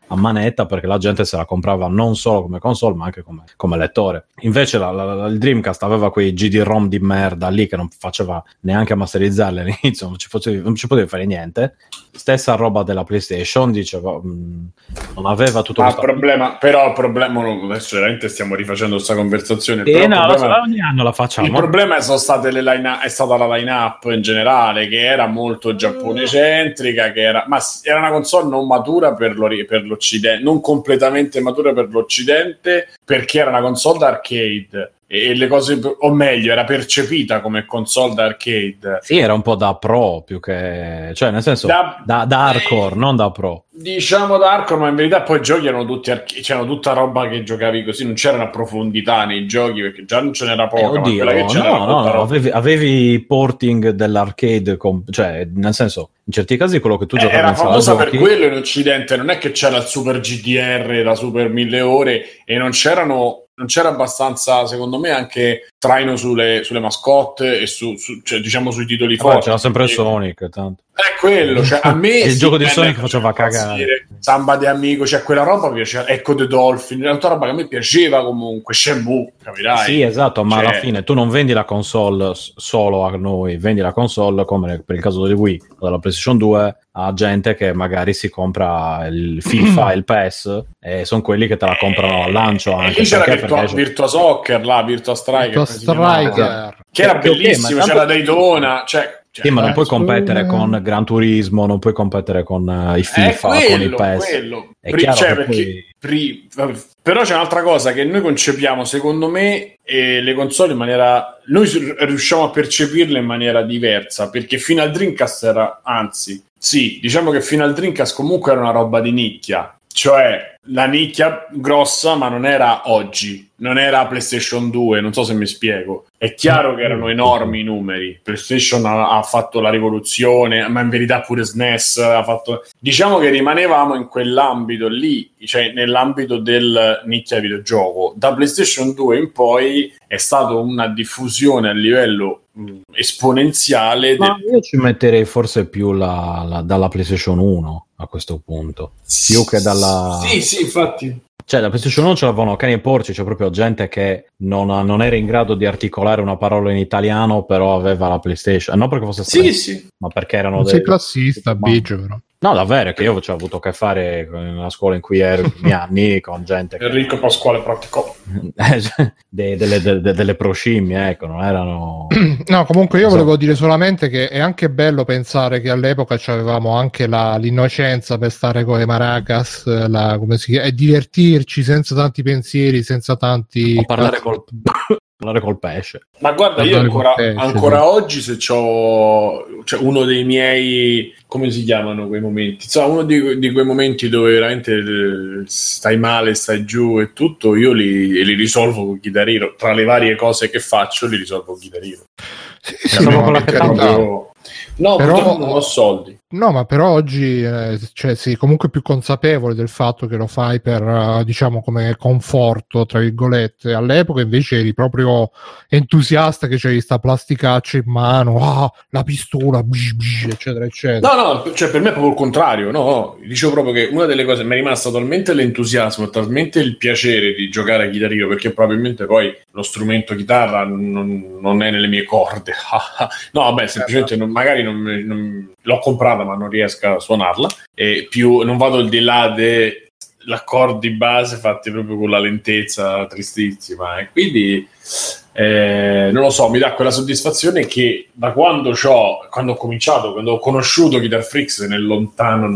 a manetta, perché la gente se la comprava non solo come console ma anche come lettore. Invece il Dreamcast aveva quei GD-ROM di merda lì che non faceva neanche masterizzarli all'inizio, non ci potevi fare niente. Stessa roba della PlayStation, dicevo, non aveva tutto questo. Però il problema, adesso veramente stiamo rifacendo questa conversazione. Ogni anno la facciamo. Il problema è stata la line-up in generale, che era molto giapponecentrica, ma era una console non matura per l'Occidente, non completamente matura per l'Occidente, perché era una console d'arcade. E le cose, o meglio, era percepita come console d'arcade. Sì, era un po' da pro più che, cioè nel senso da hardcore, non da pro. Diciamo da hardcore, ma in verità poi i giochi erano tutti c'erano tutta roba che giocavi così, non c'era una profondità nei giochi, perché già non ce n'era poca, ma quella che c'era avevi porting dell'arcade, cioè nel senso in certi casi quello che tu giocavi era famosa per quello in Occidente, non è che c'era il Super GDR, la Super 1000 ore, e non c'era abbastanza, secondo me, anche traino sulle mascotte e cioè, diciamo sui titoli forti. C'era sempre Sonic, tanto. È quello, cioè a me il gioco di Sonic faceva cagare. Samba de Amico, cioè quella roba piaceva, Echo the Dolphin, era tutta roba che a me piaceva comunque, Shenmue, capirai? Sì, esatto, ma alla fine tu non vendi la console solo a noi, vendi la console come per il caso del Wii o della PlayStation 2 a gente che magari si compra il FIFA e il PES, e sono quelli che te la comprano al lancio anche. Lì c'era Virtua Soccer, Virtua Striker, che era bellissimo, c'era Daytona, sì, ma non puoi competere con Gran Turismo, non puoi competere con i FIFA, con i PES. Però c'è un'altra cosa che noi concepiamo, secondo me, le console in maniera... Noi riusciamo a percepirle in maniera diversa, perché fino al Dreamcast era... Anzi, sì, diciamo che fino al Dreamcast comunque era una roba di nicchia. Cioè, la nicchia grossa, ma non era oggi, non era PlayStation 2, non so se mi spiego. È chiaro che erano enormi i numeri. PlayStation ha fatto la rivoluzione, ma in verità pure SNES ha fatto... Diciamo che rimanevamo in quell'ambito lì, cioè nell'ambito del nicchia videogioco. Da PlayStation 2 in poi è stata una diffusione a livello esponenziale. Ma io ci metterei forse più dalla PlayStation 1 a questo punto, più che dalla... Sì, infatti. Cioè, la PlayStation 1 ce l'avevano cani e porci, c'è proprio gente che non era in grado di articolare una parola in italiano, però aveva la PlayStation. Non perché fosse sì, ma perché erano sei classista, Biggio, però. No, davvero, che io ci ho avuto a che fare nella scuola in cui ero i primi anni con gente Enrico Pasquale praticò delle proscimmie, ecco, non erano... No, comunque io volevo dire solamente che è anche bello pensare che all'epoca avevamo anche l'innocenza per stare con le maracas, e divertirci senza tanti pensieri, senza tanti... parlare col pesce. Ma guarda, io ancora oggi, se c'ho uno dei miei, come si chiamano quei momenti? Insomma, uno di quei momenti dove veramente stai male, stai giù e tutto, io li risolvo con Guitar Hero. Tra le varie cose che faccio, li risolvo con Guitar Hero. Sì, con la No, però non ho soldi. No, ma però oggi sei comunque più consapevole del fatto che lo fai per diciamo come conforto, tra virgolette. All'epoca invece eri proprio entusiasta che c'eri sta plasticaccia in mano, la pistola, eccetera eccetera. No, cioè per me è proprio il contrario. No, dicevo proprio che una delle cose mi è rimasta talmente l'entusiasmo, talmente il piacere di giocare a Guitar Hero, perché probabilmente poi lo strumento chitarra non è nelle mie corde. No, vabbè, semplicemente magari non l'ho comprata ma non riesco a suonarla, e più non vado al di là dell'accordi base fatti proprio con la lentezza tristissima, e quindi non lo so, mi dà quella soddisfazione che da quando ho conosciuto Guitar Freaks nel lontano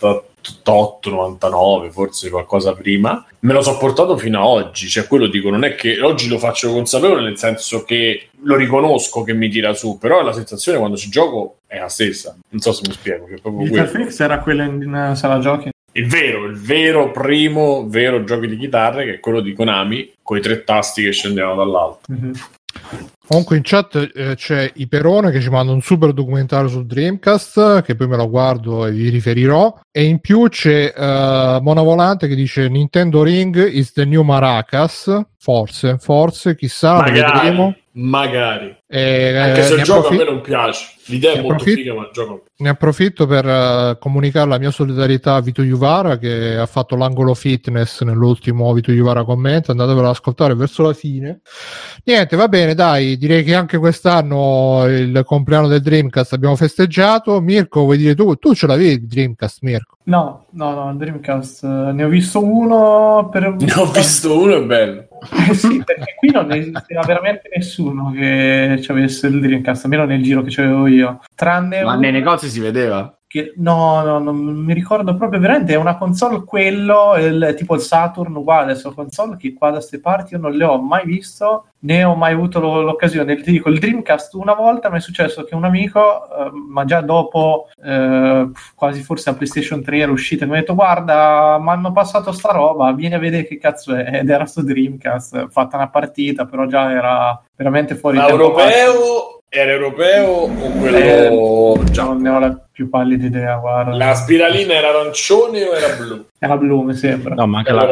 98-99, forse qualcosa prima, me lo so portato fino a oggi. Cioè, quello dico, non è che oggi lo faccio consapevole, nel senso che lo riconosco che mi tira su, però la sensazione quando ci gioco è la stessa. Non so se mi spiego, che è proprio Guitar Freaks era quello in sala giochi? Il vero primo gioco di chitarre, che è quello di Konami, con i 3 tasti che scendevano dall'alto. Mm-hmm. Comunque in chat c'è Iperone che ci manda un super documentario sul Dreamcast, che poi me lo guardo e vi riferirò, e in più c'è Mona Volante che dice Nintendo Ring is the new Maracas, forse chissà, lo vedremo. magari. Anche se il gioco a me non piace. L'idea è molto figa, ma il gioco... Ne approfitto per comunicare la mia solidarietà a Vito Juvara, che ha fatto l'angolo fitness nell'ultimo Vito Juvara commenta, andatevelo ad ascoltare verso la fine. Niente, va bene, dai, direi che anche quest'anno il compleanno del Dreamcast abbiamo festeggiato. Mirko, vuoi dire tu ce l'avevi il Dreamcast, Mirko? No, il Dreamcast ne ho visto uno Ne ho visto uno, è bello. Sì, perché qui non esisteva veramente nessuno che ci avesse il Dreamcast, almeno nel giro che c'avevo io. Tranne ma nei negozi si vedeva? Che, no, non mi ricordo proprio, veramente è una console tipo il Saturn uguale, sono console che qua da queste parti io non le ho mai visto, né ho mai avuto l'occasione. Ti dico, il Dreamcast una volta mi è successo che un amico, ma già dopo quasi forse la PlayStation 3 era uscita, mi ha detto guarda, mi hanno passato sta roba, vieni a vedere che cazzo è, ed era sto Dreamcast, fatta una partita, però già era veramente fuori tempo. Era europeo o quello già? Non ne ho la più pallida idea, guarda. La spiralina era arancione o era blu? Era blu, mi sembra. No, ma anche la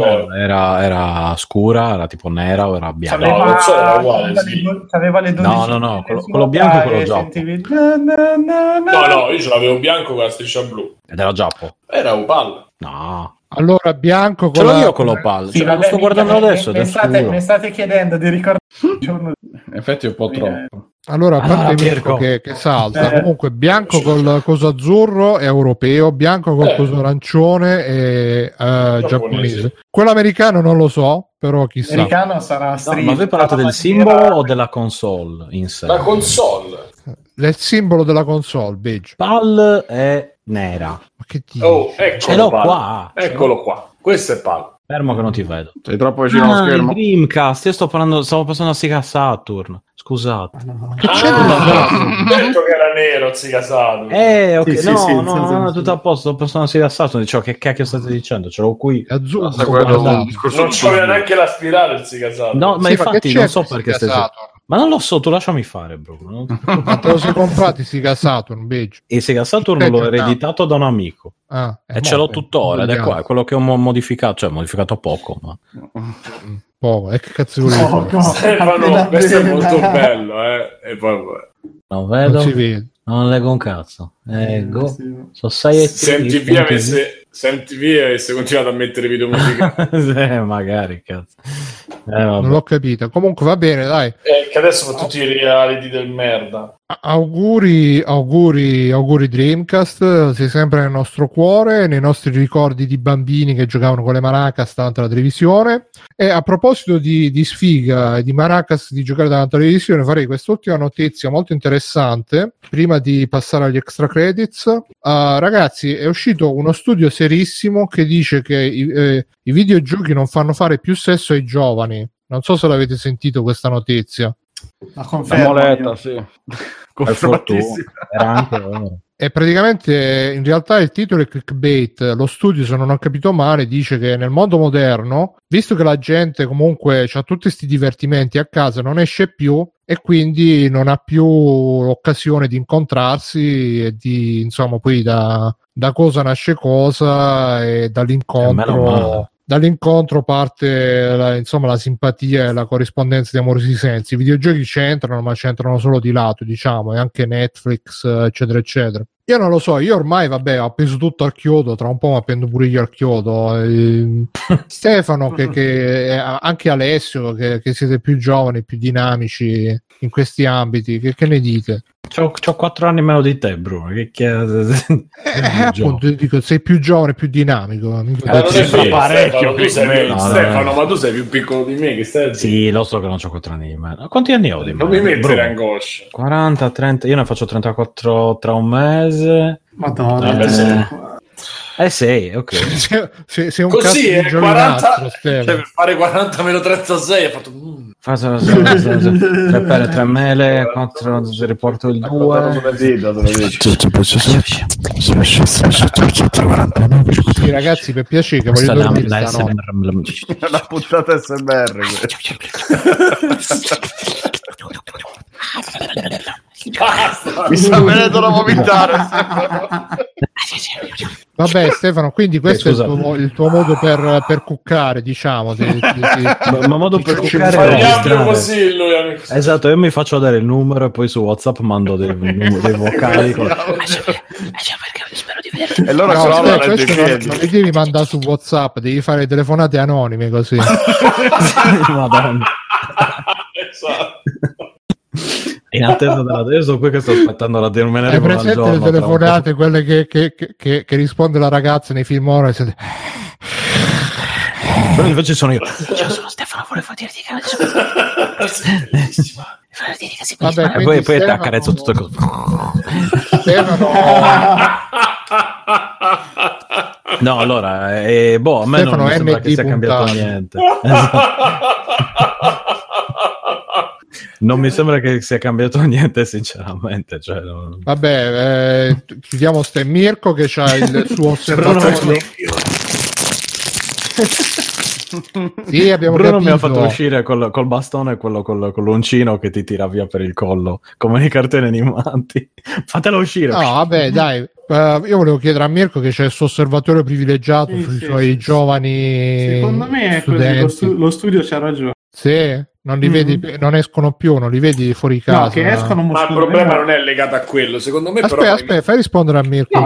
era scura, era tipo nera o era bianca? Era uguale, sì. Aveva le 12. No, quello bianco e quello giappo. No, io ce l'avevo bianco con la striscia blu. Ed era giappo? Era Opal. No. Allora bianco con io con l'Opal, sì, lo sto guardando adesso. Mi state chiedendo di ricordare il giorno. In effetti è un po' troppo. Allora, a parte Mirko che salta, comunque bianco col coso azzurro è europeo, bianco col coso arancione è giapponese. Quello americano non lo so, però chissà. L'americano sarà Street. No, ma voi parlate del simbolo o della console in sé? La console. Del simbolo della console, beige. PAL è nera. Ma che dici? Oh, eccolo qua. Eccolo qua. Questo è PAL. Fermo che non ti vedo. Sei troppo vicino allo schermo. Il Dreamcast, io stavo passando a Sega Saturn. Scusate. Che c'è? Detto che era nero, Sega Saturn. Ok, sì, no, tutto a posto, sto passando a Sega Saturn. Dicevo, che cacchio state dicendo? Ce l'ho qui. Azzurro. Non c'aveva neanche la spirale il Sega Saturn. No, ma infatti non so perché stai... Ma non lo so, tu lasciami fare, bro. Ma te lo sei comprato Sega Saturn, beige? E Sega Saturn l'ho ereditato da un amico. E ce l'ho tuttora, ed è qua, è quello che ho modificato, cioè modificato poco, ma... Poco, che cazzo vuoi dire? Stefano, questo è molto bello, e poi vabbè. Non vedo, non si vede. Non leggo un cazzo. Ecco, sono 6 e 3. Senti via e se continuate a mettere video musicali. Magari, cazzo. Non l'ho capito. Comunque va bene, dai. Che adesso fa tutti i reality del merda. Auguri Dreamcast, sei sempre nel nostro cuore, nei nostri ricordi di bambini che giocavano con le maracas davanti alla televisione. E a proposito di sfiga e di maracas di giocare davanti alla televisione, farei quest'ultima notizia molto interessante prima di passare agli extra credits. Ragazzi, è uscito uno studio serissimo che dice che i videogiochi non fanno fare più sesso ai giovani. Non so se l'avete sentito questa notizia. La confermo. Moletta, sì. Era anche vero. E praticamente in realtà il titolo è clickbait. Lo studio, se non ho capito male, dice che nel mondo moderno, visto che la gente comunque ha tutti questi divertimenti a casa, non esce più e quindi non ha più l'occasione di incontrarsi e di, insomma, poi da cosa nasce cosa, e dall'incontro parte la simpatia e la corrispondenza di amorosi sensi. I videogiochi c'entrano, ma c'entrano solo di lato, diciamo, e anche Netflix, eccetera eccetera. Io non lo so, io ormai vabbè ho appeso tutto al chiodo, tra un po' mi appendo pure io al chiodo. Stefano, che anche Alessio, che siete più giovani, più dinamici in questi ambiti, che ne dite? C'ho 4 anni meno di te, Bruno. Appunto, dico, sei più giovane, più dinamico. Non è parecchio. Stefano, ma tu sei più piccolo di me. Che stai sì, lo so che non c'ho 4 anni di meno. Quanti anni ho di meno? Non mi mettere angoscia. 40, 30, io ne faccio 34 tra un mese. Madonna. Sei, ok. Sei un così cazzo di 40, cioè, per fare 40 meno 36 ha fatto 3 mele, 4 riporto il 2. Sì, ragazzi, per piacere, che voglio dormire stanotte. La puntata SMR. Basta. Mi sta venendo da vomitare. Vabbè Stefano, quindi questo è il tuo modo per cuccare, diciamo. Ma modo per cuccare così lui, esatto, io mi faccio dare il numero e poi su WhatsApp mando dei vocali perché spero di vederti. E loro non li devi mandare su WhatsApp, devi fare telefonate anonime così. Madonna. In attesa della adesso qui che sto aspettando la me ne arrivo al giorno, le telefonate quelle che risponde la ragazza nei film horror. Però invece sono io. Ciao, sono Stefano, volevo dirti che vabbè, e poi ti accarezzo tutto così. Stefano. No, allora a me Stefano, non mi sembra che sia cambiato niente. Non mi sembra che sia cambiato niente, sinceramente. Cioè, vabbè, chiudiamo Mirko che c'ha il suo osservatorio. Sì, abbiamo Bruno capito. Mi ha fatto uscire col bastone, quello con l'uncino che ti tira via per il collo, come nei cartoni animati. Fatelo uscire. No, vabbè, dai. Io volevo chiedere a Mirko che c'è il suo osservatorio privilegiato sui suoi giovani. Secondo me è così, lo studio c'ha ragione. Sì, non li vedi, non escono più, non li vedi fuori casa. No, che escono. Ma il problema non è legato a quello, secondo me. Aspetta, fai rispondere a Mirko.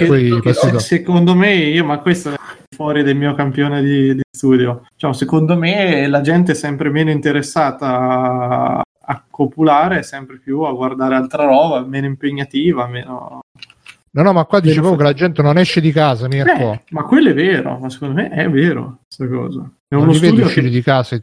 Secondo me, ma questo è fuori del mio campione di studio. Cioè, secondo me la gente è sempre meno interessata a copulare, sempre più a guardare altra roba, meno impegnativa, meno. No, ma qua dicevo che la gente non esce di casa, Mirko. Ma quello è vero, ma secondo me è vero questa cosa. È non li vedi uscire di casa i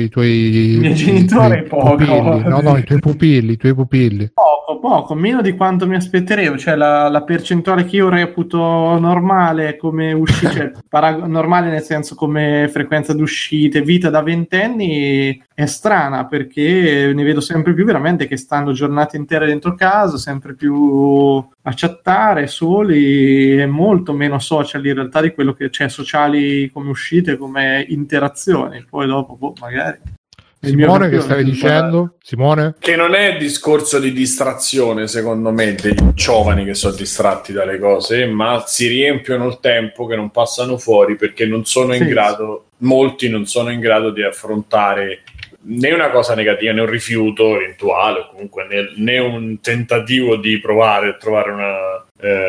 miei genitori poco. Pupilli. No, i tuoi pupilli. Poco, meno di quanto mi aspetterei. Cioè la percentuale che io reputo normale come uscite, normale nel senso come frequenza d'uscite, vita da 20 anni è strana, perché ne vedo sempre più veramente che stanno giornate intere dentro casa, sempre più a chattare soli, e molto meno social in realtà di quello che c'è, sociali come uscite, come interazioni. Poi dopo magari Simone, che stavi dicendo? Simone? Che non è discorso di distrazione, secondo me, dei giovani che sono distratti dalle cose, ma si riempiono il tempo che non passano fuori perché non sono in grado, molti non sono in grado di affrontare né una cosa negativa, né un rifiuto eventuale, o comunque né un tentativo di provare a trovare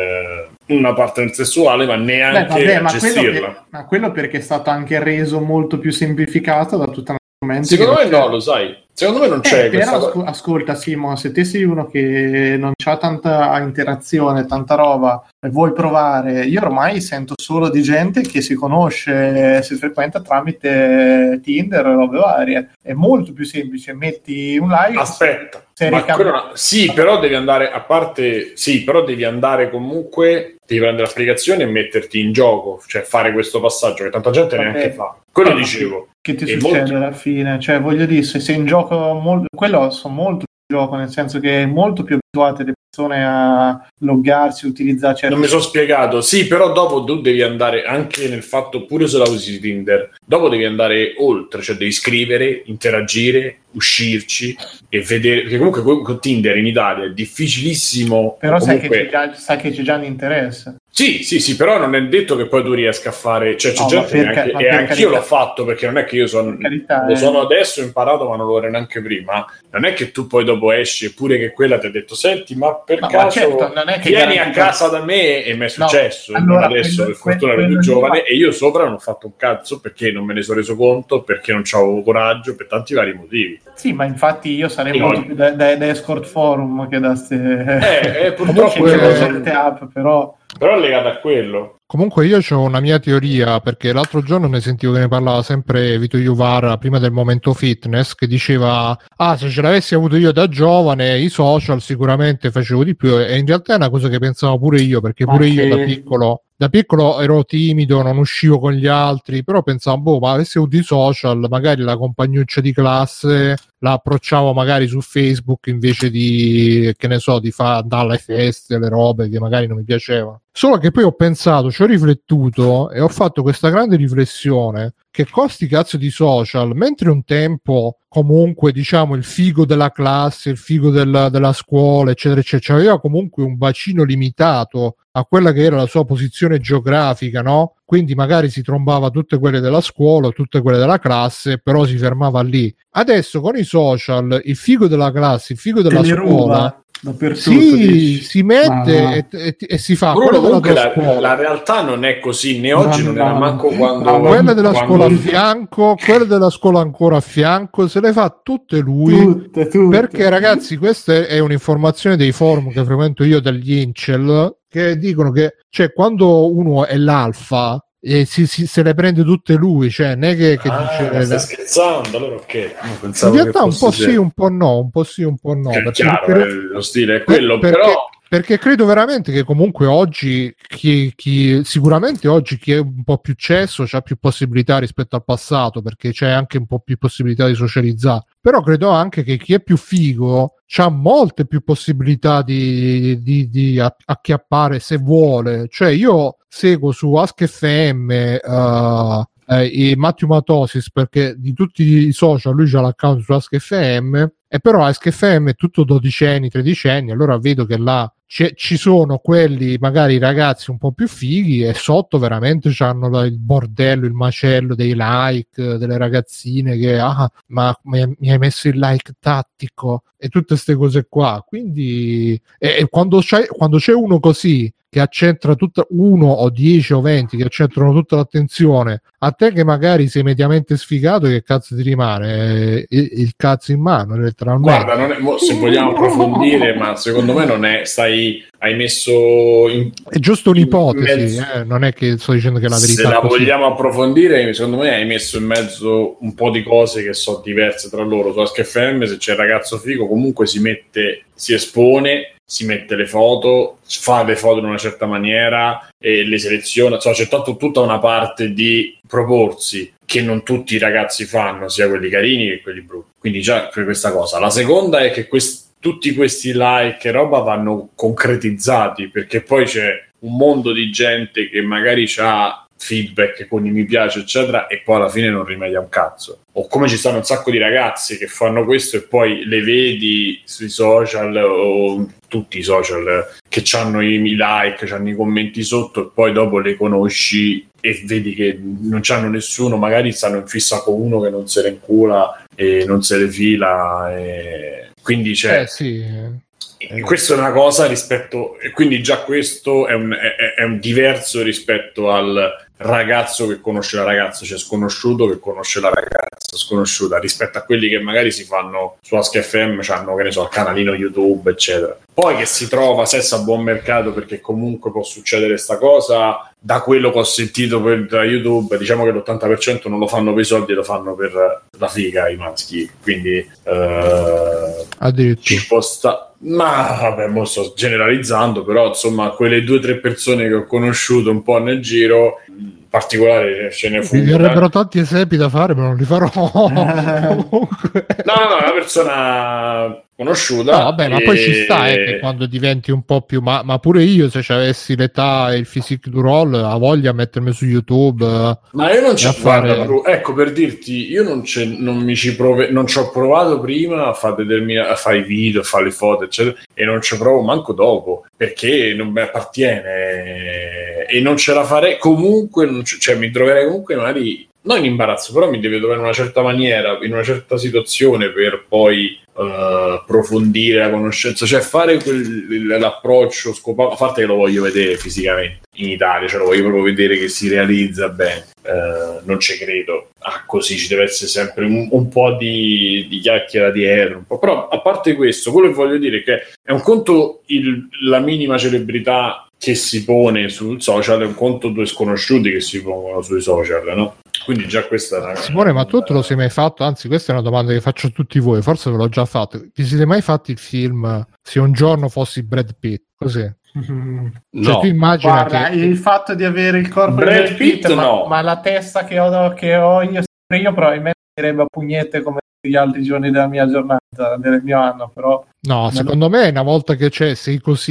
una partner sessuale, ma neanche a gestirla. Ma quello perché è stato anche reso molto più semplificato da tutta una. Secondo me no, lo sai. Secondo me non c'è però ascolta Simo, se te sei uno che non c'ha tanta interazione, tanta roba e vuoi provare, io ormai sento solo di gente che si conosce, si frequenta tramite Tinder e robe varie. È molto più semplice, metti un like. Aspetta, sì, però devi andare a parte, sì, però devi andare comunque, devi prendere l'applicazione e metterti in gioco, cioè fare questo passaggio che tanta gente neanche fa. Quello dicevo. Che ti succede alla fine? Cioè, voglio dire, se sei in gioco quello sono molto in gioco, nel senso che è molto più abituate le persone a loggarsi, utilizzare. Non mi sono spiegato. Sì, però dopo tu devi andare anche nel fatto, pure se la usi Tinder, dopo devi andare oltre, cioè devi scrivere, interagire, uscirci e vedere, perché comunque con Tinder in Italia è difficilissimo. Però comunque sai che c'è già un interesse. Sì, però non è detto che poi tu riesca a fare, cioè c'è gente e anch'io l'ho fatto, perché non è che io sono adesso, ho imparato, ma non lo ero neanche prima. Non è che tu poi dopo esci eppure che quella ti ha detto senti, ma per caso non è che vieni a casa da me, e mi è successo. Allora, adesso per fortuna ero più giovane e io sopra non ho fatto un cazzo perché non me ne sono reso conto, perché non c'avevo coraggio, per tanti vari motivi. Sì, ma infatti io sarei molto più da escort forum che da purtroppo certe app, però è legato a quello. Comunque io ho una mia teoria, perché l'altro giorno ne sentivo che ne parlava sempre Vito Iuvara prima del momento fitness, che diceva se ce l'avessi avuto io da giovane i social sicuramente facevo di più, e in realtà è una cosa che pensavo pure io, perché pure io da piccolo ero timido, non uscivo con gli altri, però pensavo, ma avessi avuto i social, magari la compagnuccia di classe la approcciavo magari su Facebook invece di, che ne so, di andare alle feste, le robe che magari non mi piacevano. Solo che poi ho pensato, ci ho riflettuto e ho fatto questa grande riflessione che costi cazzo di social, mentre un tempo comunque diciamo il figo della classe, il figo della scuola eccetera eccetera aveva comunque un bacino limitato a quella che era la sua posizione geografica, no? Quindi magari si trombava tutte quelle della scuola, tutte quelle della classe, però si fermava lì. Adesso con i social il figo della classe, il figo della scuola si mette e si fa. Bruno, comunque la realtà non è così, né oggi non era manco quando quella della scuola a fianco, quella della scuola ancora a fianco, se le fa tutte lui. Tutte. Perché ragazzi, questa è un'informazione dei forum che frequento io degli incel, che dicono che cioè quando uno è l'alfa se le prende tutte lui, cioè non è che dice stai scherzando, allora ok. In realtà un po' sì, un po' no, un po' sì, un po' no, perché chiaro, lo stile è quello, perché credo veramente che comunque oggi sicuramente oggi chi è un po' più cesso c'ha più possibilità rispetto al passato, perché c'è anche un po' più possibilità di socializzare, però credo anche che chi è più figo c'ha molte più possibilità di acchiappare se vuole. Cioè io seguo su Ask.fm e Matteo Matosis, perché di tutti i social lui c'ha l'account su Ask.fm, e però Ask.fm è tutto dodicenni, tredicenni, allora vedo che là ci sono quelli magari ragazzi un po' più fighi e sotto veramente c'hanno il bordello, il macello dei like delle ragazzine che ma mi hai messo il like tattico e tutte queste cose qua. Quindi quando c'è uno così che accentra uno o 10 o 20 che accentrano tutta l'attenzione, a te che magari sei mediamente sfigato, che cazzo ti rimane? Il cazzo in mano letteralmente. Guarda, non è, se vogliamo approfondire, ma secondo me non è, hai messo è giusto un'ipotesi, non è che sto dicendo che è la verità. Se la vogliamo approfondire, secondo me hai messo in mezzo un po' di cose che sono diverse tra loro. Su Ask.fm, se c'è il ragazzo figo, comunque si espone, si mette le foto, fa le foto in una certa maniera e le seleziona, insomma c'è tutta una parte di proporsi che non tutti i ragazzi fanno, sia quelli carini che quelli brutti, quindi già questa cosa. La seconda è che tutti questi like e roba vanno concretizzati, perché poi c'è un mondo di gente che magari c'ha feedback con i mi piace eccetera e poi alla fine non rimedia un cazzo, o come ci stanno un sacco di ragazzi che fanno questo e poi le vedi sui social o tutti i social che hanno i like, hanno i commenti sotto e poi dopo le conosci e vedi che non c'hanno nessuno, magari stanno in fissa con uno che non se le incula e non se le fila e quindi c'è questo è una cosa rispetto, e quindi già questo è un diverso rispetto al ragazzo che conosce la ragazza, cioè sconosciuto che conosce la ragazza sconosciuta, rispetto a quelli che magari si fanno su Ask.fm, c'hanno, che ne so, il canalino YouTube eccetera. Poi che si trova sesso a buon mercato, perché comunque può succedere sta cosa, da quello che ho sentito da YouTube, diciamo che l'80% non lo fanno per i soldi, lo fanno per la figa i maschi, quindi ci può ma vabbè, mo sto generalizzando, però insomma quelle 2 o 3 persone che ho conosciuto un po' nel giro, in particolare ce ne fu. Mi verrebbero tanti esempi da fare, ma non li farò. No, una persona conosciuta. No, vabbè, ma poi ci sta che quando diventi un po' più ma pure io, se avessi l'età e il physique du role, ha voglia di mettermi su YouTube. Ma io non ci fare... ecco, per dirti, io non ci ho provato prima a fare i video, a fare le foto eccetera, e non ci provo manco dopo, perché non mi appartiene e non ce la farei comunque, cioè mi troverei comunque magari non in imbarazzo, però mi deve trovare in una certa maniera, in una certa situazione per poi approfondire la conoscenza, cioè fare l'approccio scopato, a parte che lo voglio vedere fisicamente in Italia, cioè lo voglio proprio vedere che si realizza bene, non ci credo così, ci deve essere sempre un po' di chiacchiera dietro, un po'. Però a parte questo, quello che voglio dire è che è un conto la minima celebrità che si pone sul social, è un conto 2 sconosciuti che si pongono sui social, no? Quindi già questa è una... Simone, ma tu te lo sei mai fatto? Anzi, questa è una domanda che faccio a tutti voi, forse ve l'ho già fatto. Vi siete mai fatti il film Se un giorno fossi Brad Pitt? Così? No. Cioè, tu immagina che il fatto di avere il corpo Brad di Brad Pitt, no. ma la testa che ho io probabilmente direbbe a pugnette come gli altri giorni della mia giornata, del mio anno, però no, secondo me una volta che sei così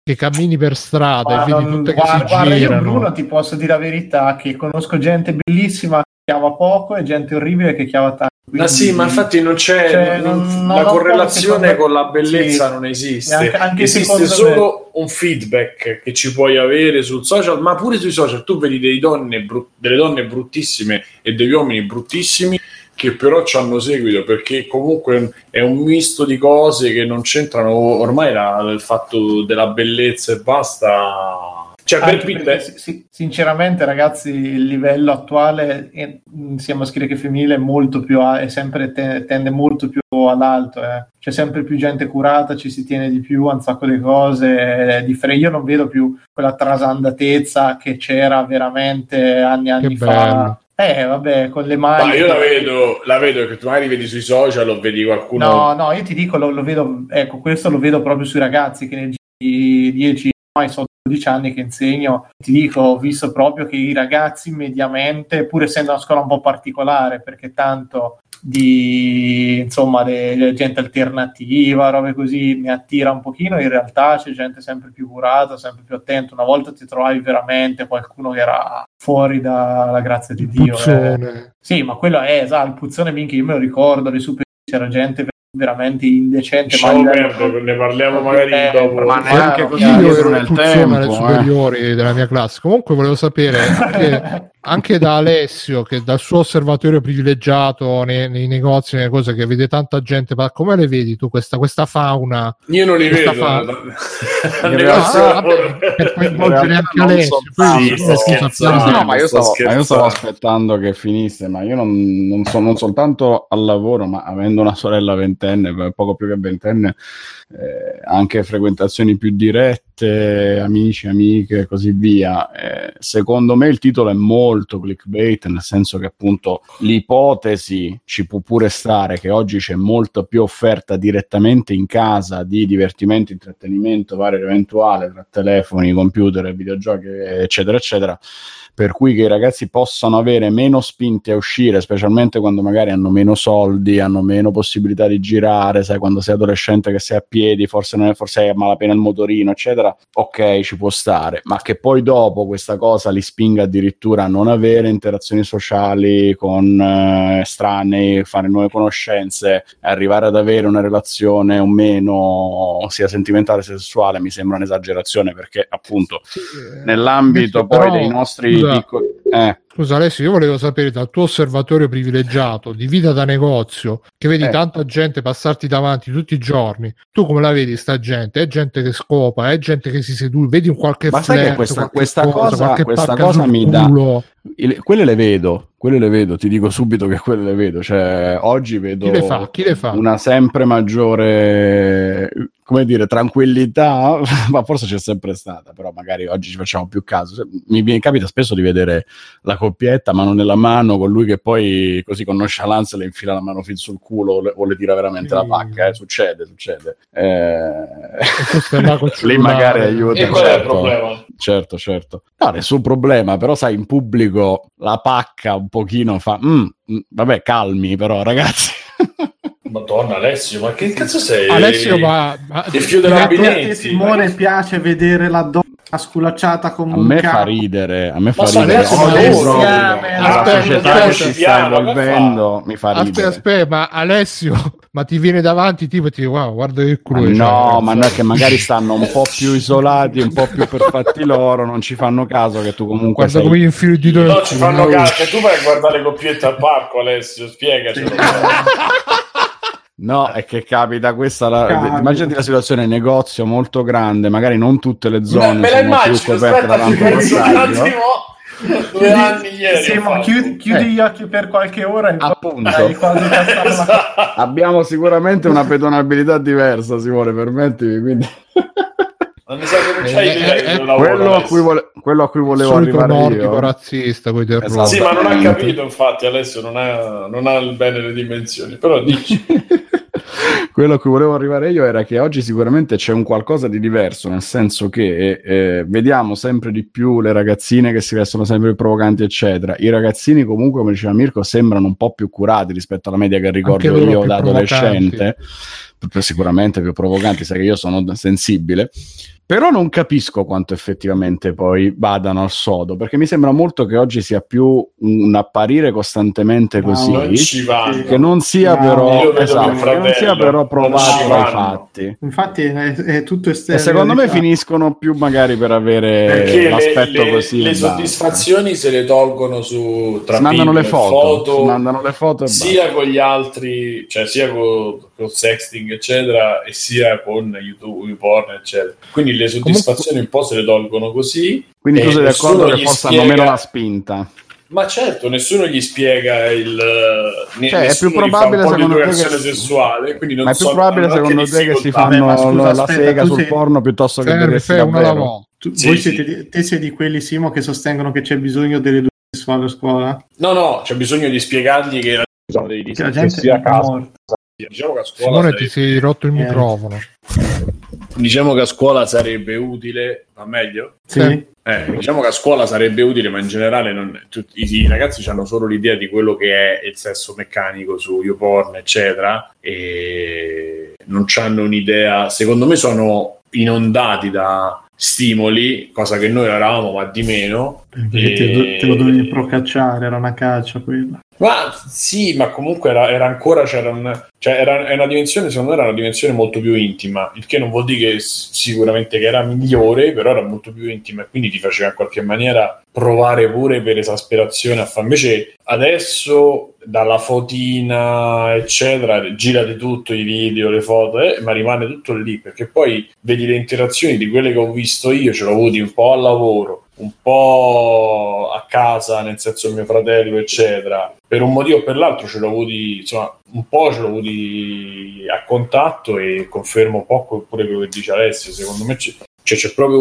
che cammini per strada e vedi tutte che si girano. Io Bruno ti posso dire la verità che conosco gente bellissima che chiava poco e gente orribile che chiava tanto. Ma sì, ma infatti non c'è, la correlazione con la bellezza non esiste. Anche esiste solo un feedback che ci puoi avere sul social, ma pure sui social tu vedi delle donne bruttissime e degli uomini bruttissimi che però hanno seguito, perché comunque è un misto di cose che non c'entrano ormai il fatto della bellezza e basta. Cioè, sinceramente, ragazzi, il livello attuale, sia maschile che femminile, è molto più tende molto più all'alto. C'è sempre più gente curata, ci si tiene di più a un sacco di cose. Io non vedo più quella trasandatezza che c'era veramente anni fa. Vabbè, con le mani. Ma io la vedo che tu magari vedi sui social o vedi qualcuno. No, io ti dico, lo vedo, ecco, questo lo vedo proprio sui ragazzi che nei 10 sono 12 anni che insegno, ti dico, ho visto proprio che i ragazzi mediamente, pur essendo una scuola un po' particolare, perché tanto di gente alternativa, robe così, mi attira un pochino, in realtà c'è gente sempre più curata, sempre più attenta. Una volta ti trovavi veramente qualcuno che era fuori dalla grazia di Dio. Sì, ma quello è esatto, il puzzone, minchia, io me lo ricordo, le superiori c'era gente veramente indecente, ne parliamo magari dopo, ma neanche così. Io ero nel tempo alle superiori della mia classe. Comunque volevo sapere anche da Alessio, che dal suo osservatorio privilegiato nei negozi, nelle cose, che vede tanta gente, come le vedi tu questa fauna? Io non li vedo per coinvolgere anche Alessio. Ma io stavo aspettando che finisse, ma io non soltanto al lavoro, ma avendo una sorella ventenne, poco più che ventenne, anche frequentazioni più dirette, amici, amiche e così via. Secondo me il titolo è molto clickbait, nel senso che appunto l'ipotesi ci può pure stare che oggi c'è molta più offerta direttamente in casa di divertimento, intrattenimento vario ed eventuale tra telefoni, computer e videogiochi eccetera eccetera, per cui che i ragazzi possano avere meno spinte a uscire, specialmente quando magari hanno meno soldi, hanno meno possibilità di girare, sai, quando sei adolescente che sei a piedi, forse hai a malapena il motorino, eccetera, ok, ci può stare, ma che poi dopo questa cosa li spinga addirittura a non avere interazioni sociali con estranei, fare nuove conoscenze, arrivare ad avere una relazione o meno, sia sentimentale sia sessuale, mi sembra un'esagerazione, perché appunto nell'ambito poi dei nostri Scusa Alessio, io volevo sapere dal tuo osservatorio privilegiato di vita da negozio, che vedi tanta gente passarti davanti tutti i giorni, tu come la vedi sta gente? È gente che scopa, è gente che si seduce, vedi un qualche ma flirt, sai che questa cosa mi dà quelle le vedo, ti dico subito che quelle le vedo, cioè oggi vedo chi le fa? Una sempre maggiore, come dire, tranquillità, ma forse c'è sempre stata, però magari oggi ci facciamo più caso. Mi capita spesso di vedere la coppietta mano nella mano con lui che poi così con nonchalance le infila la mano fin sul culo o le tira veramente la pacca, succede. Lì magari aiuta. E qual è il problema? Certo. No, nessun problema, però sai, in pubblico la pacca un pochino fa vabbè, calmi però ragazzi. Madonna Alessio, ma che cazzo sei? Alessio il fiuto della Binetti. Simone piace vedere la donna sculacciata come un capo. Fa ridere. La società che si sta evolvendo mi fa ridere. Aspetta, ma Alessio, ma ti viene davanti tipo ti wow, guarda che culo. No, ma noi che magari stanno un po' più isolati, un po' più per fatti loro, non ci fanno caso che tu comunque guarda come infili di no, ci fanno caso che tu vai a guardare le coppiette al parco, Alessio, spiegacelo. No, è che capita immaginati la situazione, negozio molto grande, magari non tutte le zone sono più coperte davanti. 2 anni ieri. Sì, ma chiudi gli occhi per qualche ora e appunto abbiamo sicuramente una pedonabilità diversa, Simone, permettimi, quindi non mi sa che non c'hai idea quello a cui volevo arrivare io. Razzista coi terrori. Esatto. Sì, ma non ha capito, infatti Alessio non ha il bene le dimensioni, però dici. Quello a cui volevo arrivare io era che oggi sicuramente c'è un qualcosa di diverso, nel senso che vediamo sempre di più le ragazzine che si vestono sempre più provocanti eccetera, i ragazzini comunque, come diceva Mirko, sembrano un po' più curati rispetto alla media che ricordo io da adolescente, sicuramente più provocanti, sai che io sono sensibile. Però non capisco quanto effettivamente poi vadano al sodo, perché mi sembra molto che oggi sia più un apparire costantemente così, che non sia però provato dai fatti. Infatti è tutto esterno. E secondo me finiscono più magari per avere perché l'aspetto così. Le soddisfazioni se le tolgono su tra mandano le foto sia con gli altri, cioè sia con sexting eccetera, e sia con YouTube, porn eccetera. Quindi le soddisfazioni un po' se le tolgono così. Quindi tu sei d'accordo che forse hanno meno la spinta? Ma certo, nessuno gli spiega cioè, è più probabile secondo te che sessuale, quindi non ma è più probabile secondo te che si fanno la sega sul porno piuttosto che vedersi davvero? Te sei di quelli, Simo, che sostengono che c'è bisogno dell'educazione sessuale a scuola? No, c'è bisogno di spiegargli che la gente sia a casa. Diciamo che a scuola Simone ti sei rotto il microfono. Diciamo che a scuola sarebbe utile, va meglio? Sì. Diciamo che a scuola sarebbe utile, ma in generale i ragazzi hanno solo l'idea di quello che è il sesso meccanico su YouPorn, eccetera, e non hanno un'idea. Secondo me sono inondati da stimoli, cosa che noi eravamo, ma di meno. Te lo dovevi procacciare, era una caccia quella. Ma sì, ma comunque era ancora è una dimensione, secondo me era una dimensione molto più intima, il che non vuol dire che sicuramente che era migliore, però era molto più intima e quindi ti faceva in qualche maniera provare pure per esasperazione a fare. Invece adesso dalla fotina eccetera girate tutto, i video, le foto, ma rimane tutto lì, perché poi vedi le interazioni di quelle che ho visto io, ce l'ho avuti un po' al lavoro, un po' a casa, nel senso mio fratello eccetera, per un motivo o per l'altro ce l'ho avuti, insomma un po' ce l'ho avuti a contatto, e confermo un po' pure quello che dice Alessio. Secondo me c'è proprio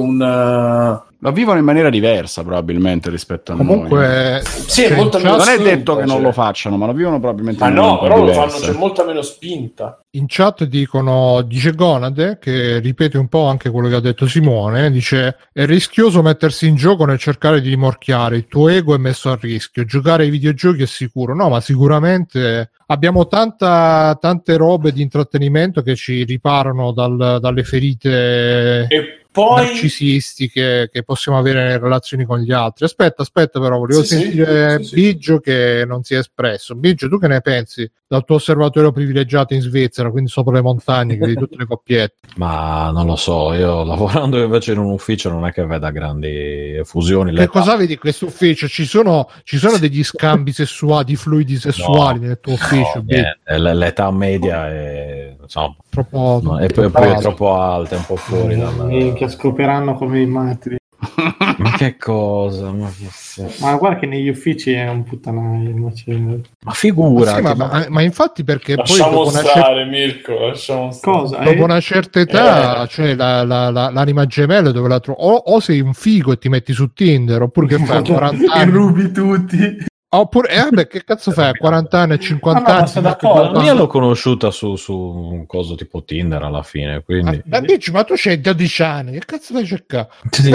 lo vivono in maniera diversa probabilmente rispetto a comunque, noi. Sì, è molto meno non è detto che non lo facciano, ma lo vivono probabilmente in maniera però diversa. Lo fanno, c'è molta meno spinta. In chat dice Gonade, che ripete un po' anche quello che ha detto Simone, dice: è rischioso mettersi in gioco nel cercare di rimorchiare, il tuo ego è messo a rischio, giocare ai videogiochi è sicuro. No, ma sicuramente abbiamo tante robe di intrattenimento che ci riparano dalle ferite narcisistiche che possiamo avere nelle relazioni con gli altri. Aspetta però volevo sentire Biggio che non si è espresso. Biggio, tu che ne pensi dal tuo osservatorio privilegiato in Svizzera, quindi sopra le montagne, che vedi tutte le coppiette? Ma non lo so, io lavorando invece in un ufficio non è che veda grandi fusioni. Che cosa vedi in questo ufficio? Ci sono degli scambi sessuali, di fluidi sessuali nel tuo ufficio? L'età media è troppo è troppo alta, è un po' fuori che scoperanno come i matti. Ma che cosa? Ma guarda che negli uffici è un puttanaio. Ma figura. Ma infatti, perché lasciamo poi stare, Mirko, lasciamo stare. Cosa? Dopo una certa età, cioè l'anima gemella dove la trovi? O sei un figo e ti metti su Tinder, oppure che fai a 40 anni? E rubi tutti. Oppure, che cazzo fai a 40 anni e 50 anni? Io l'ho conosciuta su un coso tipo Tinder alla fine, quindi... Ma tu c'hai 12 anni, che cazzo fai cercare?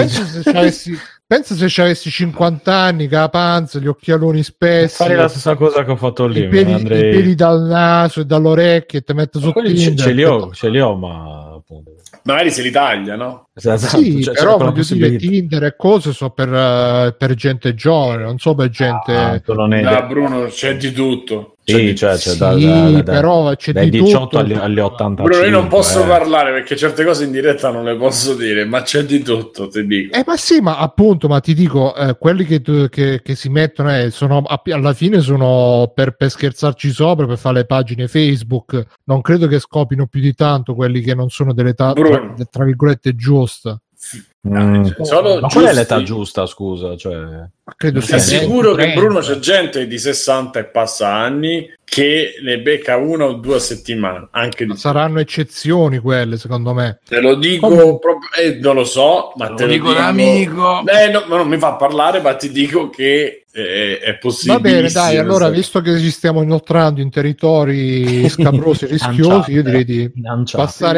Pensa se avessi 50 anni, con la panza, gli occhialoni spessi, fare la stessa cosa che ho fatto lì, i peli dal naso e dall'orecchio, e ti metto su Tinder. Ce li ho, ma appunto magari se li taglia, no? Esatto, sì, però voglio dire, Tinder e cose so per gente giovane, non so per gente... Bruno, c'è di tutto. Sì, però c'è dai di 18 tutto. agli 85. Bruno, io non posso parlare perché certe cose in diretta non le posso dire, ma c'è di tutto, ti dico. Ma sì, ma appunto, ma ti dico, quelli che si mettono sono alla fine sono per scherzarci sopra, per fare le pagine Facebook. Non credo che scopino più di tanto quelli che non sono dell'età tra virgolette giusta. Ma qual è l'età giusta, scusa? Credo sia sicuro che Bruno c'è gente di 60 e passa anni che ne becca 1 o 2 a settimana, anche di saranno eccezioni quelle, secondo me. Te lo dico proprio, non lo so, ma te lo dico da amico. No, non mi fa parlare, ma ti dico che è possibile. Va bene, dai, allora, visto che ci stiamo inoltrando in territori scabrosi, rischiosi, io direi di passare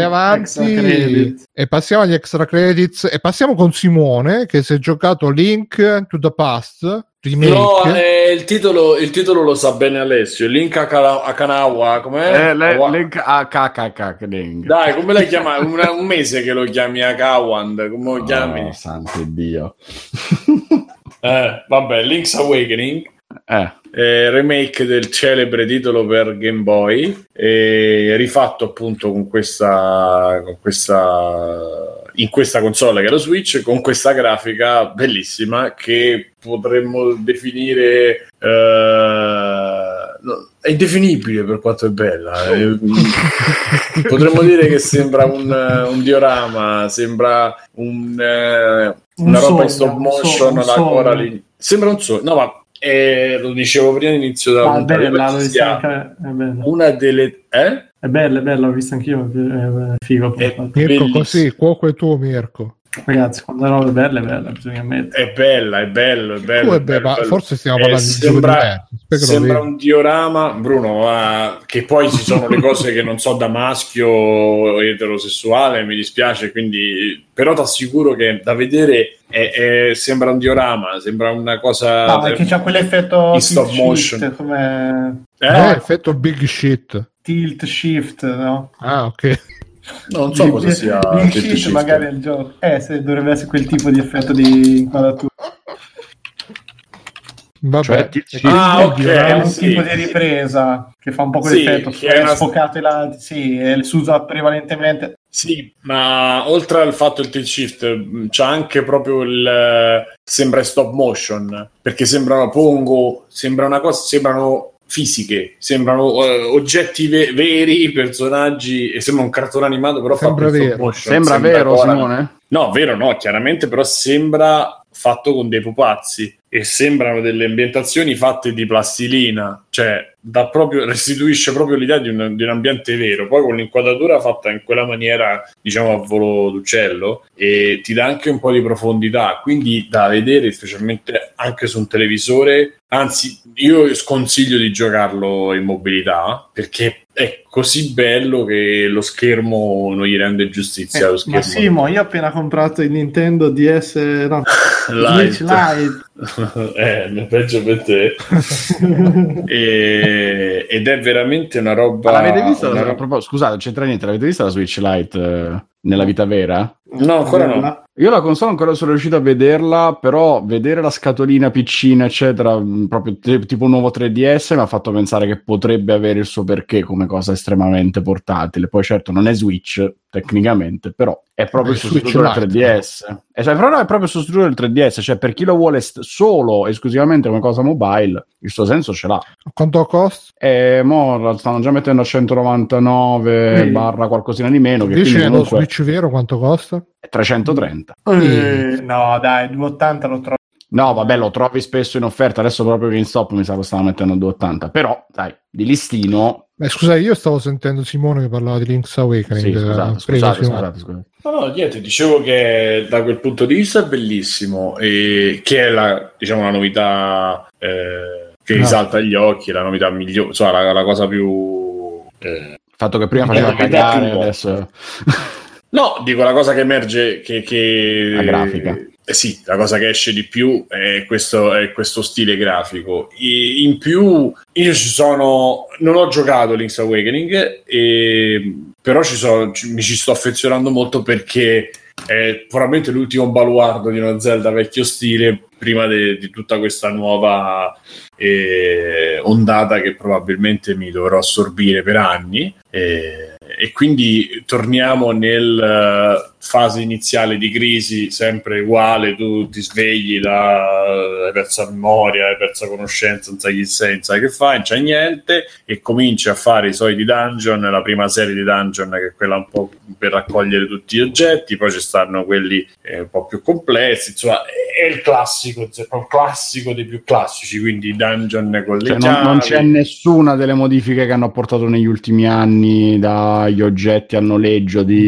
avanti e passiamo agli extra credits e passiamo con Simone, che si è giocato Link to the Past. Dust remake. No, il titolo lo sa bene Alessio. Link a Kanawa, com'è? Link a KKK. Dai, come la chiama? Un mese che lo chiami a Kawand, come lo chiami? Santo Dio. Vabbè, Link's Awakening. Remake del celebre titolo per Game Boy, rifatto appunto in questa console che è lo Switch, con questa grafica bellissima che potremmo definire è indefinibile per quanto è bella. Potremmo dire che sembra un diorama, sembra una roba in stop motion alla Coraline. Sembra un sogno, no, ma lo dicevo prima all'inizio della puntata, una delle è bella, l'ho vista anch'io, è figo. Mirko, così, cuoco è tuo, Mirko. Ragazzi, quando la roba è bella, bisogna ammettere. È bello. Ma forse stiamo parlando di sembra un diorama, Bruno, che poi ci sono le cose che non so da maschio eterosessuale, mi dispiace, quindi però ti assicuro che da vedere sembra un diorama, sembra una cosa. No, perché c'ha quell'effetto in stop motion, come effetto big shit, tilt shift, no? Ah, ok. Non so cosa sia Big shift, magari è il gioco. Se dovrebbe essere quel tipo di effetto di inquadratura. Vabbè, è un tipo di ripresa che fa un po' quell'effetto, che è sfocato in là, si usa prevalentemente. Sì, ma oltre al fatto del tilt shift c'è anche proprio sembra stop motion, perché sembrano fisiche, sembrano oggetti veri, personaggi, e sembra un cartone animato, però sembra fatto in vero. stop motion. Sembra vero, Simone? No, vero no, chiaramente, però sembra fatto con dei pupazzi e sembrano delle ambientazioni fatte di plastilina, cioè restituisce proprio l'idea di un ambiente vero, poi con l'inquadratura fatta in quella maniera, diciamo a volo d'uccello, e ti dà anche un po' di profondità, quindi da vedere specialmente anche su un televisore. Anzi, io sconsiglio di giocarlo in mobilità perché è così bello che lo schermo non gli rende giustizia allo schermo. Ma Simo, io ho appena comprato il Nintendo DS Lite. Peggio per te. Ed è veramente una roba. Ma l'avete vista? Scusate, non c'entra niente. L'avete vista la Switch Lite nella vita vera? No, ancora no. Io la console ancora sono riuscito a vederla, però vedere la scatolina piccina, eccetera, proprio tipo un nuovo 3DS mi ha fatto pensare che potrebbe avere il suo perché come cosa estremamente portatile. Poi certo non è Switch tecnicamente, però è proprio il sostituto del 3DS. È proprio il sostituto del 3DS, cioè per chi lo vuole solo esclusivamente come cosa mobile, il suo senso ce l'ha. Quanto costa? Mo stanno già mettendo a 199 barra qualcosina di meno. Che Dici comunque... lo Switch vero quanto costa? 330. No dai, 280 lo trovo. No vabbè, lo trovi spesso in offerta, adesso proprio GameStop mi sa che lo stanno mettendo a 280, però dai, di listino. Scusa, io stavo sentendo Simone che parlava di Link's Awakening. Sì, scusate. No, niente, dicevo che da quel punto di vista è bellissimo, e che è la novità che risalta agli occhi, la novità migliore, insomma la cosa più il fatto che prima faceva cagare, adesso no, dico la cosa che emerge, che la grafica. Sì, la cosa che esce di più è questo stile grafico. In più, io non ho giocato Link's Awakening, però mi ci sto affezionando molto perché è probabilmente l'ultimo baluardo di una Zelda vecchio stile prima di tutta questa nuova ondata che probabilmente mi dovrò assorbire per anni. E quindi torniamo nel fase iniziale di crisi, sempre uguale, tu ti svegli, hai perso la memoria, hai perso conoscenza, non sai chi sei, non sai che fai, non c'è niente, e cominci a fare i soliti dungeon, la prima serie di dungeon che è quella un po' per raccogliere tutti gli oggetti, poi ci stanno quelli un po' più complessi, insomma è il classico, è un classico dei più classici, quindi i dungeon con le chiavi. Non c'è nessuna delle modifiche che hanno apportato negli ultimi anni, dagli oggetti a noleggio di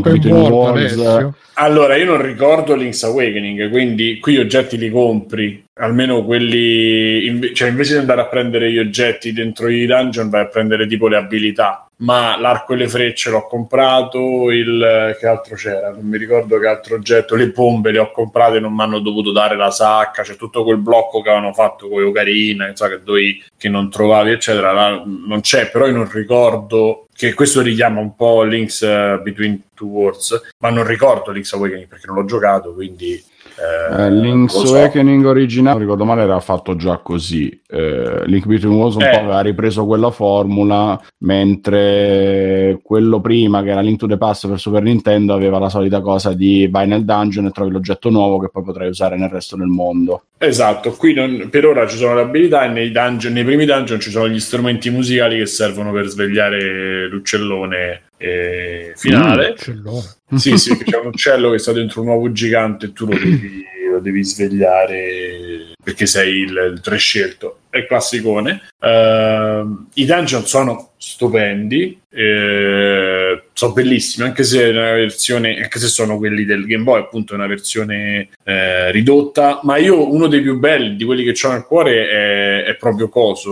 Allora, io non ricordo Link's Awakening, quindi qui gli oggetti li compri almeno quelli, cioè invece di andare a prendere gli oggetti dentro i dungeon vai a prendere tipo le abilità, ma l'arco e le frecce l'ho comprato, che altro c'era, non mi ricordo che altro oggetto, le bombe le ho comprate, non mi hanno dovuto dare la sacca, c'è tutto quel blocco che avevano fatto con le ocarine, che non trovavi eccetera, non c'è, però io non ricordo, che questo richiama un po' Link's Between Two Worlds, ma non ricordo Link's Awakening perché non l'ho giocato, quindi Link's Awakening originale, ricordo male, era fatto già così. Link Between Worlds un po' aveva ripreso quella formula, mentre quello prima, che era Link to the Past per Super Nintendo, aveva la solita cosa di vai nel dungeon e trovi l'oggetto nuovo che poi potrai usare nel resto del mondo. Esatto, qui per ora ci sono le abilità e nei primi dungeon ci sono gli strumenti musicali che servono per svegliare l'uccellone finale. Sì, che c'è un uccello che sta dentro un uovo gigante e tu lo devi svegliare perché sei il prescelto. È classicone. I dungeon sono stupendi, sono bellissimi, anche se sono quelli del Game Boy, appunto è una versione ridotta, ma io uno dei più belli di quelli che ho nel cuore è proprio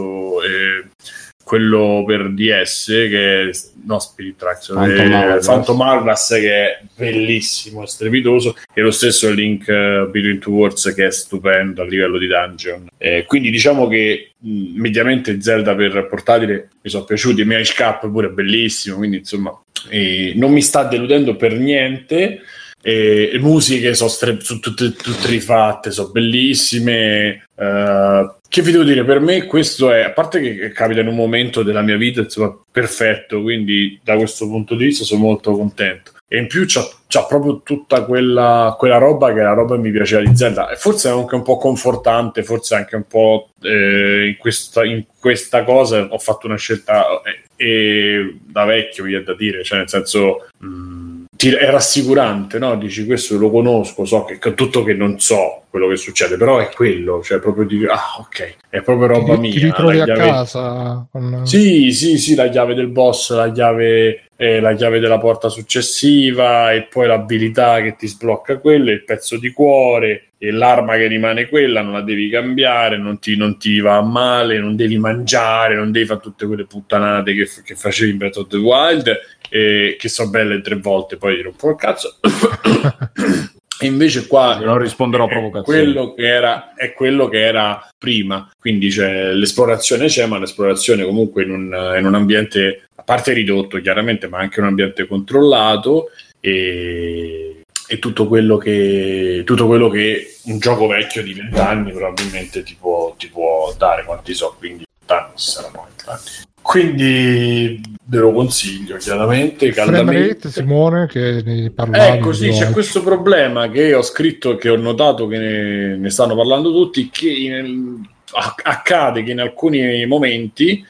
quello per DS, che è Spirit Tracks, Phantom Hourglass, che è bellissimo, è strepitoso, e lo stesso Link Between Two Worlds, che è stupendo a livello di dungeon. Quindi diciamo che mediamente Zelda per portatile mi sono piaciuti, Mage Cap pure è bellissimo, quindi insomma non mi sta deludendo per niente. Le musiche sono tutte rifatte, sono bellissime. Che vi devo dire, per me questo è, a parte che capita in un momento della mia vita insomma perfetto, quindi da questo punto di vista sono molto contento, e in più c'ha proprio tutta quella roba che è la roba che mi piaceva di Zelda, e forse è anche un po' confortante, forse anche un po' in questa cosa ho fatto una scelta e da vecchio, mi viene da dire, cioè nel senso è rassicurante, no? Dici, questo lo conosco, so che tutto, che non so quello che succede, però è quello, cioè proprio di ok, è proprio roba mia. Ti ritrovi a casa con... Sì, la chiave del boss, la chiave della porta successiva, e poi l'abilità che ti sblocca quello, il pezzo di cuore e l'arma che rimane quella, non la devi cambiare, non ti va a male, non devi mangiare, non devi fare tutte quelle puttanate che facevi in Breath of the Wild, che sono belle 3 volte, poi ti rompo il cazzo. E invece qua non risponderò a provocazioni. È quello che era prima, quindi l'esplorazione c'è, ma l'esplorazione comunque in un ambiente, a parte ridotto chiaramente, ma anche un ambiente controllato, e tutto quello che un gioco vecchio di 20 anni probabilmente ti può dare, quanti so, quindi 20 anni saranno 20 anni. Quindi ve lo consiglio chiaramente, caldamente. Simone, che ne parlavi. Ecco, sì, c'è questo problema che ho scritto, che ho notato che ne stanno parlando tutti, che accade che in alcuni momenti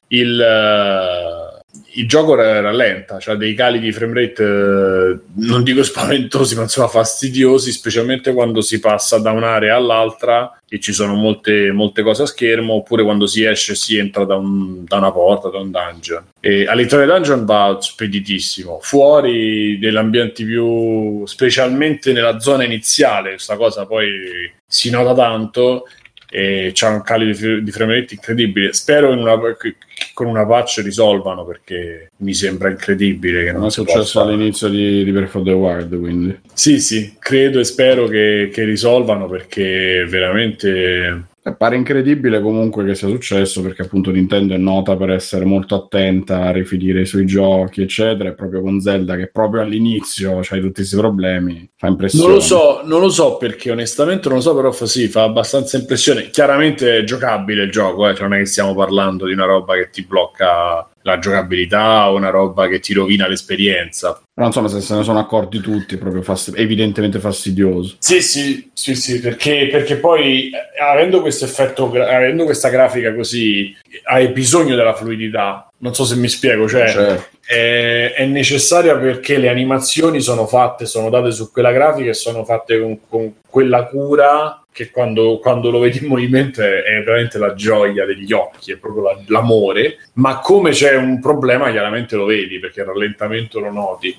il gioco rallenta, cioè dei cali di frame rate non dico spaventosi, ma insomma fastidiosi, specialmente quando si passa da un'area all'altra e ci sono molte cose a schermo, oppure quando si esce, si entra da una porta, da un dungeon, e all'interno del dungeon va speditissimo, fuori degli ambienti più, specialmente nella zona iniziale, questa cosa poi si nota tanto, e c'è un calo di frame rate incredibile. Spero che con una patch risolvano, perché mi sembra incredibile che non è successo all'inizio di Breath of the Wild, quindi sì, credo e spero che risolvano, perché veramente pare incredibile comunque che sia successo, perché appunto Nintendo è nota per essere molto attenta a rifinire i suoi giochi eccetera, e proprio con Zelda, che proprio all'inizio c'hai tutti questi problemi, fa impressione. Non lo so perché onestamente non lo so, però fa abbastanza impressione. Chiaramente è giocabile il gioco, cioè non è che stiamo parlando di una roba che ti blocca la giocabilità o una roba che ti rovina l'esperienza. Però insomma, se ne sono accorti tutti, è proprio evidentemente fastidioso. Sì, perché poi avendo questo effetto, avendo questa grafica così, hai bisogno della fluidità. Non so se mi spiego, cioè certo. È necessaria, perché le animazioni sono date su quella grafica e sono fatte con quella cura, che quando lo vedi in movimento è veramente la gioia degli occhi, è proprio l'amore. Ma come c'è un problema, chiaramente lo vedi, perché il rallentamento lo noti.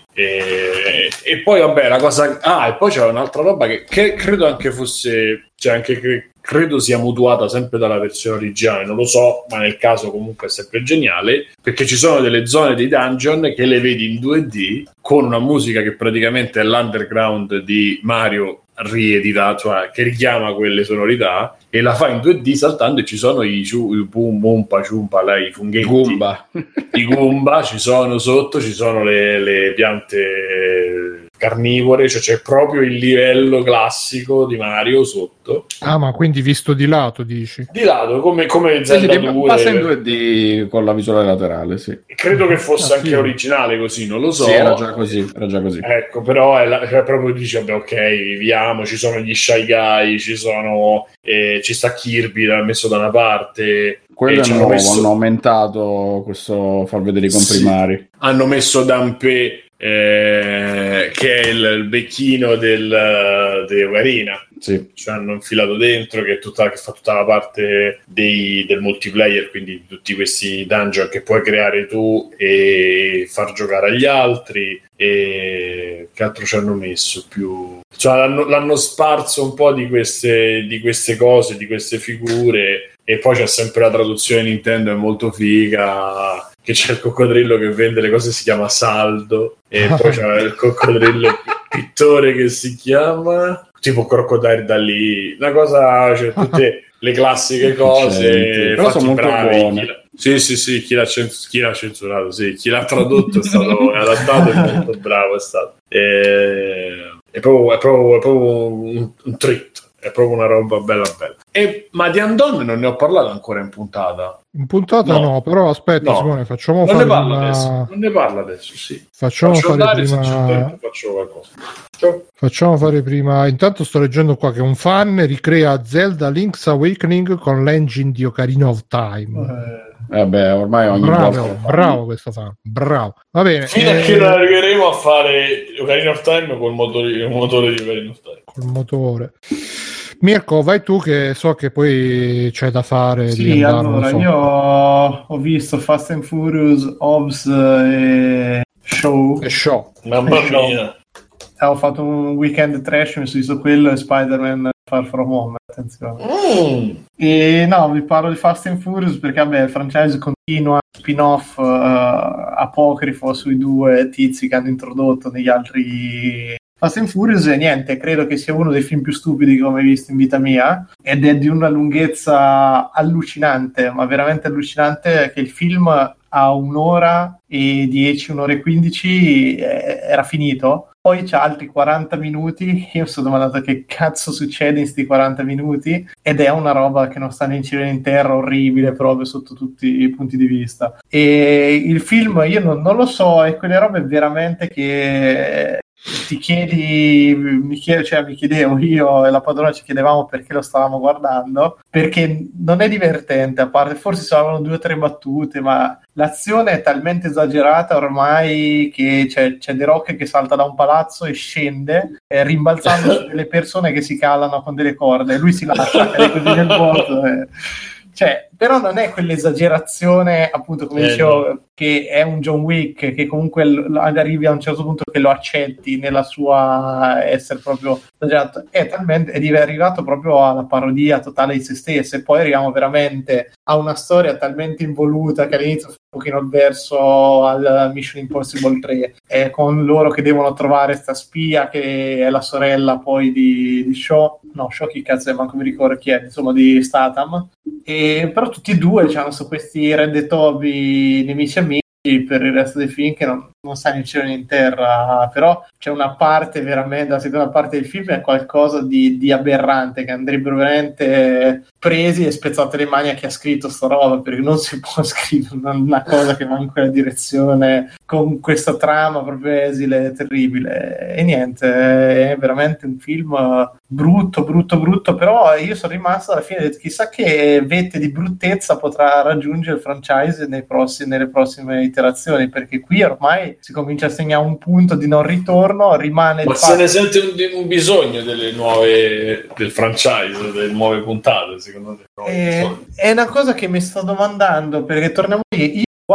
E poi vabbè, la cosa... e poi c'è un'altra roba che credo anche fosse... Cioè anche credo sia mutuata sempre dalla versione originale, non lo so, ma nel caso comunque è sempre geniale, perché ci sono delle zone dei dungeon che le vedi in 2D con una musica che praticamente è l'underground di Mario rieditato, cioè che richiama quelle sonorità, e la fa in 2D saltando, e ci sono i Umpa Ciumpa, i funghetti i Goomba, ci sono sotto, ci sono le piante carnivore, cioè c'è proprio il livello classico di Mario sotto. Ah, ma quindi visto di lato, dici? Di lato, come Zelda 2. Passa in 2D con la visuale laterale, sì. Credo che fosse anche originale così, non lo so. Sì, era già così. Ecco, però cioè proprio dici, vabbè, ok, viviamo, ci sono gli Shy Guy, ci sta Kirby messo da una parte. Quello è nuovo, hanno aumentato questo far vedere i comprimari. Sì. Hanno messo Dampé, che è il becchino di Ocarina. Sì. Cioè hanno infilato dentro che fa tutta la parte del multiplayer, quindi tutti questi dungeon che puoi creare tu e far giocare agli altri. E che altro ci hanno messo più? Cioè l'hanno sparso un po' di queste cose, di queste figure, e poi c'è sempre la traduzione Nintendo, è molto figa, che c'è il coccodrillo che vende le cose, si chiama Saldo, e poi c'è il coccodrillo pittore che si chiama tipo Crocodile Dallì, una cosa, cioè tutte le classiche cose, però sono molto buone. Sì, chi l'ha censurato, sì, chi l'ha tradotto è stato adattato, è molto bravo, è stato. È proprio un treat. È proprio una roba bella. Ma di Andon non ne ho parlato ancora in puntata. In puntata no, però aspetta, Simone, facciamo fare non ne parla adesso, sì. Facciamo fare prima... se c'è tempo, faccio qualcosa. Ciao. Facciamo fare prima... Intanto sto leggendo qua che un fan ricrea Zelda Link's Awakening con l'engine di Ocarina of Time. Vabbè, ormai ogni volta... Bravo questo fan, bravo. Va bene. Fino a che non arriveremo a fare Ocarina of Time col motore di Ocarina of Time. Col motore. Mirko, vai tu, che so che poi c'è da fare. Sì, allora io ho visto Fast and Furious, Hobbs e Show. Mamma mia. Ho fatto un weekend trash, mi sono visto quello e Spider-Man Far From Home, attenzione. E no, vi parlo di Fast and Furious perché vabbè, il franchise continua, spin-off apocrifo sui due tizi che hanno introdotto negli altri Fast and Furious, e niente, credo che sia uno dei film più stupidi che ho mai visto in vita mia, ed è di una lunghezza allucinante, ma veramente allucinante, che il film a 1 ora e 10, 1 ora e 15 era finito. Poi c'ha altri 40 minuti, io mi sono domandato che cazzo succede in sti 40 minuti, ed è una roba che non sta né in cielo né in terra, orribile proprio sotto tutti i punti di vista. E il film, io non lo so, è quelle robe veramente che mi chiedevo, io e la padrona ci chiedevamo perché lo stavamo guardando, perché non è divertente, a parte forse saranno 2 o 3 battute, ma l'azione è talmente esagerata ormai che c'è The Rock che salta da un palazzo e scende rimbalzando su delle persone che si calano con delle corde, e lui si lascia così nel vuoto. Cioè, però non è quell'esagerazione, appunto, come dicevo, che è un John Wick, che comunque arrivi a un certo punto che lo accetti nella sua essere proprio esagerato. È arrivato proprio alla parodia totale di se stesso, e poi arriviamo veramente a una storia talmente involuta che all'inizio fa un pochino il verso al Mission Impossible 3, con loro che devono trovare sta spia che è la sorella poi di Shaw, chi cazzo è, manco mi ricordo chi è, insomma, di Statham. E però tutti e due hanno questi Toby nemici amici per il resto del film che non sta né in cielo né in terra, però c'è una parte veramente, la seconda parte del film è qualcosa di aberrante, che andrebbero veramente presi e spezzate le mani a chi ha scritto sta roba, perché non si può scrivere una cosa che va in quella direzione con questa trama proprio esile, terribile. E niente, è veramente un film brutto, però io sono rimasto alla fine, chissà che vette di bruttezza potrà raggiungere il franchise nelle prossime iterazioni, perché qui ormai si comincia a segnare un punto di non ritorno, rimane... Ma se ne sente un bisogno del franchise, delle nuove puntate, secondo te? È una cosa che mi sto domandando, perché torniamo lì, io guardo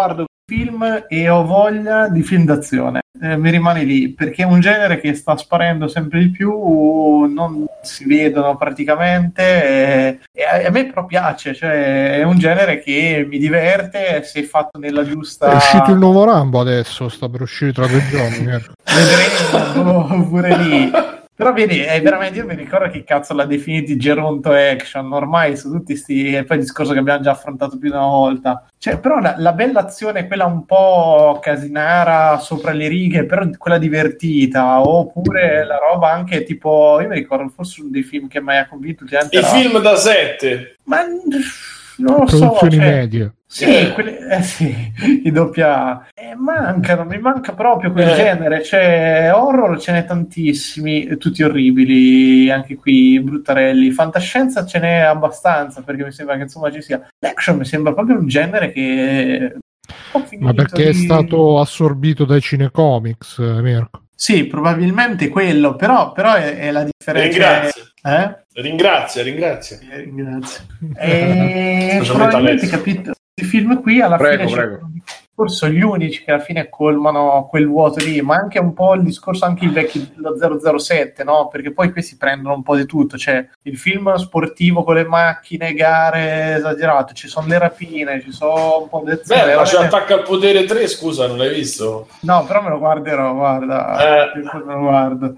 film e ho voglia di film d'azione. Mi rimane lì, perché è un genere che sta sparendo sempre di più, non si vedono praticamente, e a me però piace, cioè è un genere che mi diverte se fatto nella giusta... È uscito il nuovo Rambo adesso, sta per uscire tra 2 giorni. Vedremo pure lì. Però vedi, è veramente, io mi ricordo che cazzo l'ha definito geronto action, ormai su tutti sti, e poi il discorso che abbiamo già affrontato più di una volta. Cioè, però la bella azione è quella un po' casinara, sopra le righe, però quella divertita, oppure la roba anche tipo, io mi ricordo forse uno dei film che mai ha convinto gente. I film da 7. Ma non lo produzioni so, medie. Sì, sì, i doppia. Mancano, mi manca proprio quel genere. Cioè, horror ce n'è tantissimi, tutti orribili, anche qui bruttarelli. Fantascienza ce n'è abbastanza, perché mi sembra che insomma ci sia. L'action mi sembra proprio un genere che ma perché è stato assorbito dai cinecomics, Mirko? Sì, probabilmente quello, però è la differenza. Ringrazia. Probabilmente capito. Questi film qui alla fine forse sono gli unici che alla fine colmano quel vuoto lì, ma anche un po' il discorso anche i vecchi dello 007, no? Perché poi questi prendono un po' di tutto, cioè il film sportivo con le macchine, gare esagerato, ci sono le rapine, ci sono un po' di azione. Ma c'è Attacca al Potere 3, scusa, non l'hai visto? No, però me lo guarderò, guarda. Me lo guardo.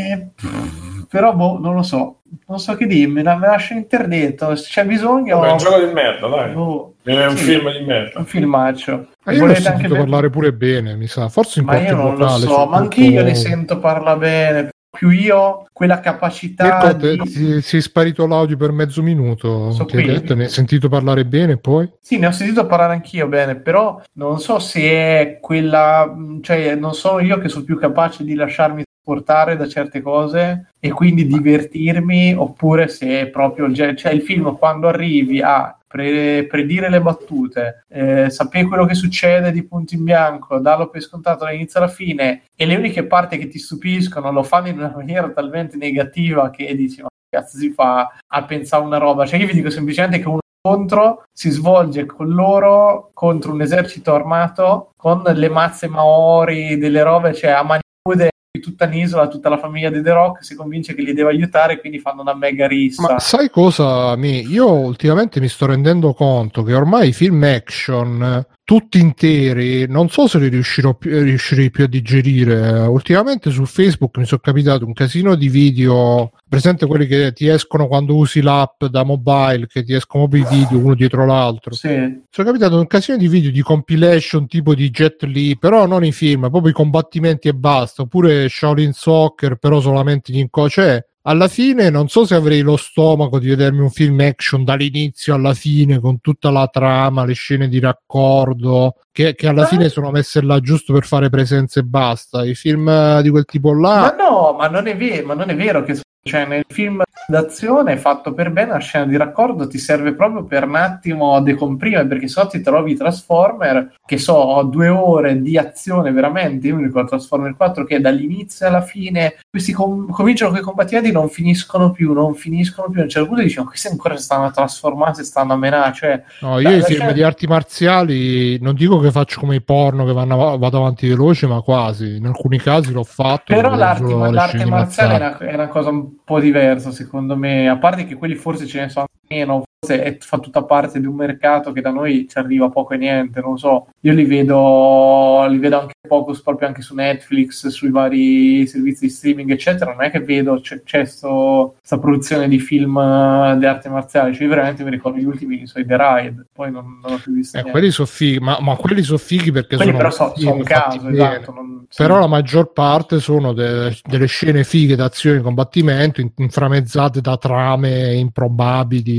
Però non lo so. Non so che dirmi, me lascio interdetto. Se c'è bisogno. È un gioco di merda, dai. È un film di merda. Un filmaccio. Io ne ho sentito parlare pure bene, mi sa. Forse in ma io non lo so, ma anche io ne sento parlare bene. Più io quella capacità ti sei sparito l'audio per mezzo minuto. Ti hai detto, ne hai sentito parlare bene poi? Sì, ne ho sentito parlare anch'io bene, però non so se è quella, cioè non sono io che sono più capace di lasciarmi portare da certe cose e quindi divertirmi, oppure se è proprio cioè il film quando arrivi a predire le battute, sapere quello che succede di punto in bianco, darlo per scontato dall'inizio alla fine, e le uniche parti che ti stupiscono lo fanno in una maniera talmente negativa che dici ma che cazzo si fa a pensare una roba, cioè io vi dico semplicemente che uno scontro si svolge con loro contro un esercito armato con le mazze maori, delle robe, cioè a mani nude tutta un'isola, tutta la famiglia di The Rock si convince che li deve aiutare, quindi fanno una mega rissa. Ma sai cosa? Io ultimamente mi sto rendendo conto che ormai i film action tutti interi non so se li riuscirei più a digerire. Ultimamente su Facebook mi sono capitato un casino di video, presente quelli che ti escono quando usi l'app da mobile, che ti escono proprio i video uno dietro l'altro. Sì. Sono capitato un casino di video di compilation tipo di Jet Li, però non i film, proprio i combattimenti e basta, oppure Shaolin Soccer, però solamente gli cioè alla fine non so se avrei lo stomaco di vedermi un film action dall'inizio alla fine con tutta la trama, le scene di raccordo che alla fine sono messe là giusto per fare presenza e basta. I film di quel tipo là, ma no, ma non è vero che cioè nel film d'azione fatto per bene la scena di raccordo ti serve proprio per un attimo decomprimere, perché se no ti trovi Transformer che 2 ore di azione veramente. Io mi ricordo Transformer 4 che dall'inizio alla fine questi cominciano con i combattimenti, non finiscono più a un certo punto dici ma questi ancora stanno a trasformarsi, stanno a menare, cioè no, io i film di arti marziali non dico che faccio come i porno che vado avanti veloce, ma quasi in alcuni casi l'ho fatto, però l'arte marziale è una cosa un po' diversa secondo me, a parte che quelli forse ce ne sono meno, forse fa tutta parte di un mercato che da noi ci arriva poco e niente, non so, io li vedo anche poco proprio anche su Netflix, sui vari servizi di streaming eccetera, non è che vedo c'è sta produzione di film di arte marziale, cioè io veramente mi ricordo gli ultimi i The Raid, poi non ho più visto niente. Quelli sono fighi, ma quelli sono fighi perché quelli sono un caso, esatto, però la maggior parte sono delle scene fighe d'azione e combattimento inframezzate da trame improbabili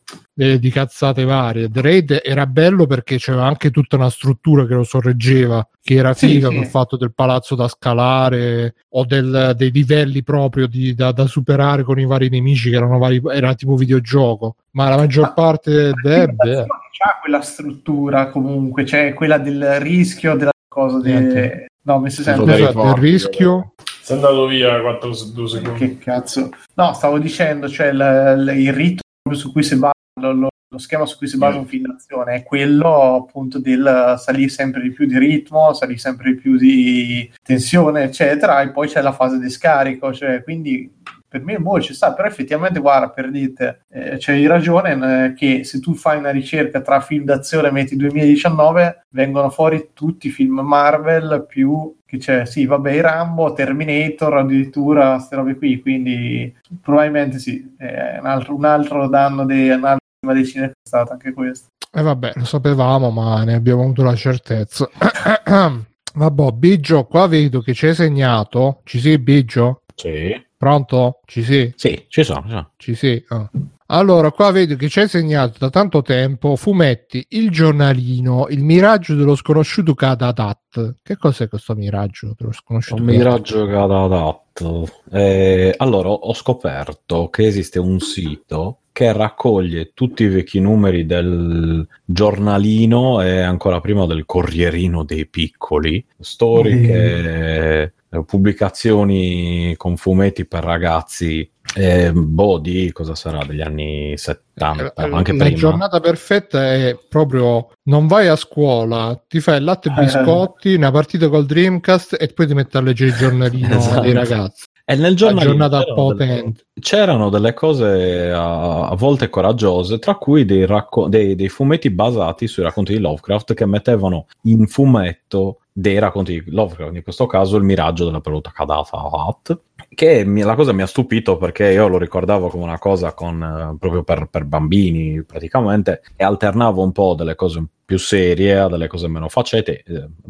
di cazzate varie. The Raid era bello perché c'era anche tutta una struttura che lo sorreggeva, che era figa, col fatto del palazzo da scalare o dei livelli proprio da superare con i vari nemici che era tipo videogioco, ma la maggior parte c'ha quella struttura comunque, c'è quella del rischio della cosa no, mi si sente del rischio. Sei andato via 4 secondi. Che cazzo? No, stavo dicendo, cioè il ritmo su cui si va lo lo schema su cui si basa un film d'azione è quello appunto del salire sempre di più di ritmo, salire sempre di più di tensione, eccetera, e poi c'è la fase di scarico, cioè quindi per me ci sta, però effettivamente guarda, per dite, c'hai ragione che se tu fai una ricerca tra film d'azione metti 2019 vengono fuori tutti i film Marvel più che c'è, sì vabbè, i Rambo, Terminator, addirittura queste robe qui, quindi probabilmente sì, un altro danno un'altra decina è stata anche questo. Vabbè, lo sapevamo, ma ne abbiamo avuto la certezza. Vabbè, Biggio, qua vedo che ci hai segnato. Ci sei, Biggio? Sì. Pronto? Ci sei? Sì, ci sono. Ci sei? Oh. Allora, qua vedo che ci hai segnato da tanto tempo fumetti, Il Giornalino, Il miraggio dello sconosciuto Kadatat. Che cos'è questo miraggio dello sconosciuto? Un miraggio Kadatat. Allora, ho scoperto che esiste un sito che raccoglie tutti i vecchi numeri del Giornalino e ancora prima del Corrierino dei Piccoli, storiche, pubblicazioni con fumetti per ragazzi, di cosa sarà, degli anni 70, anche prima. La giornata perfetta è proprio: non vai a scuola, ti fai il latte e biscotti, una partita col Dreamcast e poi ti metti a leggere il giornalino Esatto. dei ragazzi. E nel giornalino c'erano delle cose a volte coraggiose, tra cui dei fumetti basati sui racconti di Lovecraft, che mettevano in fumetto dei racconti di Lovecraft, in questo caso Il miraggio della peluta Kadatat, che la cosa mi ha stupito perché io lo ricordavo come una cosa proprio per bambini praticamente, e alternavo un po' delle cose più serie a delle cose meno faccette,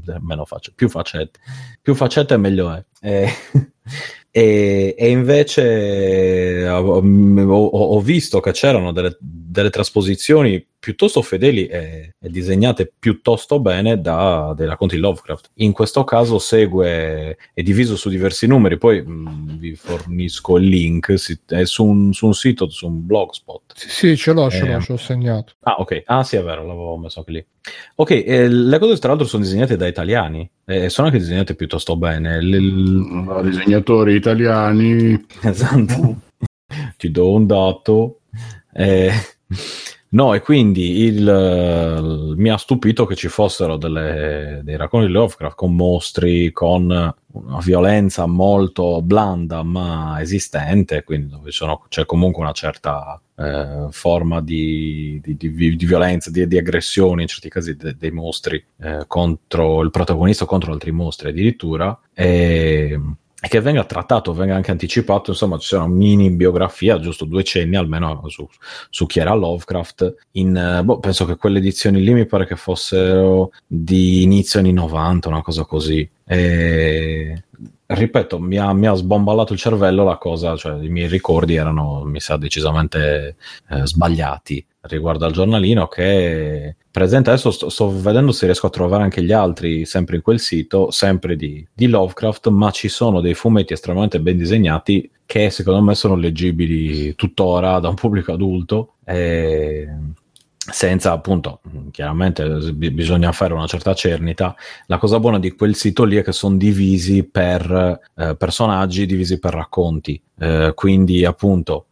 più faccette meglio è. E invece ho visto che c'erano delle trasposizioni piuttosto fedeli e disegnate piuttosto bene dei racconti di Lovecraft. In questo caso è diviso su diversi numeri, poi vi fornisco il link, è su un sito, su un blogspot. Sì, ce l'ho segnato. Ah, ok. Ah, sì, è vero, l'avevo messo anche lì. Ok, le cose tra l'altro sono disegnate da italiani, sono anche disegnate piuttosto bene. Disegnatori italiani. Esatto. Ti do un dato. No, e quindi mi ha stupito che ci fossero dei racconti di Lovecraft con mostri, con una violenza molto blanda ma esistente, quindi dove c'è comunque una certa forma di violenza, di aggressione in certi casi dei mostri contro il protagonista o contro altri mostri addirittura, e che venga trattato, venga anche anticipato, insomma ci sia una mini biografia, giusto 2 cenni almeno su chi era Lovecraft. Penso che quelle edizioni lì mi pare che fossero di inizio anni 90, una cosa così. Ripeto, mi ha sbomballato il cervello la cosa, cioè i miei ricordi erano, mi sa, decisamente sbagliati riguardo al giornalino, che presente adesso. Sto vedendo se riesco a trovare anche gli altri sempre in quel sito, sempre di Lovecraft, ma ci sono dei fumetti estremamente ben disegnati che secondo me sono leggibili tuttora da un pubblico adulto, senza, appunto, chiaramente bisogna fare una certa cernita. La cosa buona di quel sito lì è che sono divisi per personaggi, divisi per racconti, quindi appunto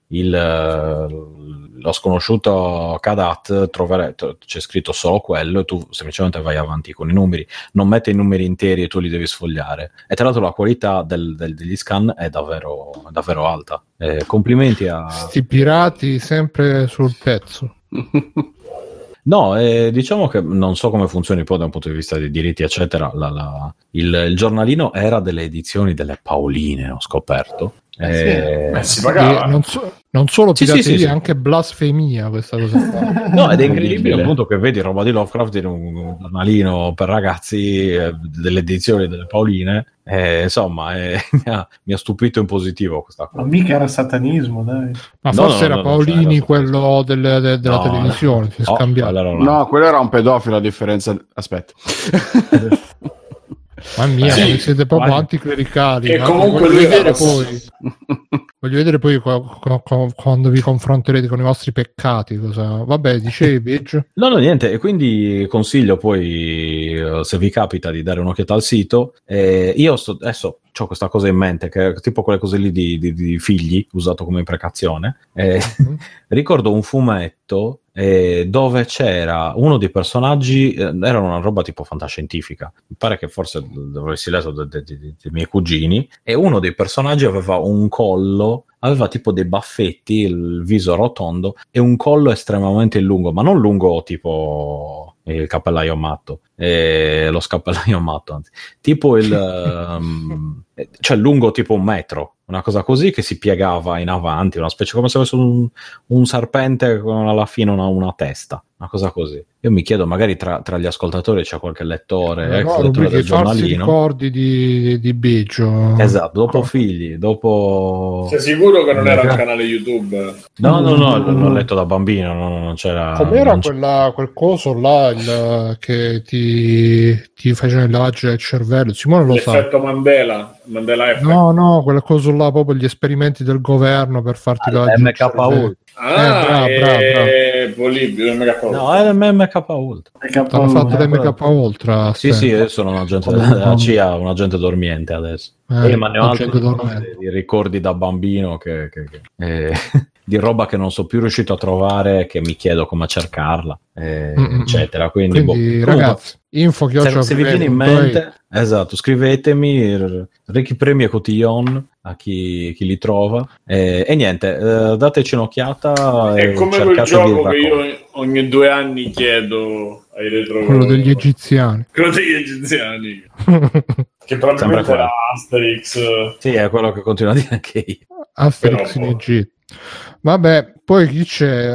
lo sconosciuto Kadat c'è scritto solo quello e tu semplicemente vai avanti con i numeri, non mette i numeri interi e tu li devi sfogliare, e tra l'altro la qualità degli scan è davvero alta. Complimenti a sti pirati sempre sul pezzo. No, diciamo che non so come funzioni poi da un punto di vista dei diritti eccetera. Il giornalino era delle edizioni delle Paoline, ho scoperto. Si pagava. Non solo pirateria, sì. Anche blasfemia questa cosa qua. No, ed è incredibile appunto che vedi roba di Lovecraft in un giornalino per ragazzi, delle edizioni delle Paoline, insomma mi ha stupito in positivo questa cosa. Ma mica era satanismo, dai. Ma forse era Paolini quello della televisione, si è scambiato. No, quello era un pedofilo, a differenza. Aspetta. Mamma mia, siete proprio anticlericali. E comunque voglio vedere poi quando vi confronterete con i vostri peccati. Vabbè, dicevi, Biggio? No, niente, e quindi consiglio poi, se vi capita, di dare un'occhiata al sito. Io adesso ho questa cosa in mente, che è tipo quelle cose lì di figli, usato come imprecazione. Ricordo un fumetto dove c'era uno dei personaggi, era una roba tipo fantascientifica, mi pare che forse avessi letto dei miei cugini, e uno dei personaggi aveva un collo, aveva tipo dei baffetti, il viso rotondo e un collo estremamente lungo, ma non lungo tipo il cappellaio matto, lo scappellaio matto, anzi, tipo cioè lungo tipo 1 metro, una cosa così, che si piegava in avanti, una specie come se avesse un serpente con alla fine una testa, una cosa così. Io mi chiedo, magari tra gli ascoltatori c'è qualche lettore, lettore del giornalino. Ricordi di Biggio. Esatto, dopo figli, dopo... Sei sicuro che non era un canale YouTube? No, l'ho letto da bambino, non c'era... Com'era quel coso là che ti faceva il lavaggio del cervello? Simone lo sa. L'effetto Mandela effect. No, quel coso là, proprio gli esperimenti del governo per farti MKU. Bravo. Polibio, MK No, è l'MK Ultra. Hanno fatto l'MK Ultra. Sì, adesso sono un agente della CIA, un agente dormiente adesso. Ma ne ho altri ricordi da bambino di roba che non sono più riuscito a trovare, che mi chiedo come cercarla, eccetera. Quindi ragazzi, info se vi viene in mente, esatto, scrivetemi Ricky Premi e Cotillon a chi li trova, e niente, dateci un'occhiata. È come quel gioco che io ogni 2 anni chiedo ai retro, quello degli egiziani. Che probabilmente era Asterix. Sì, è quello che continuo a dire anche io. Asterix in Egitto. Vabbè, poi chi c'è?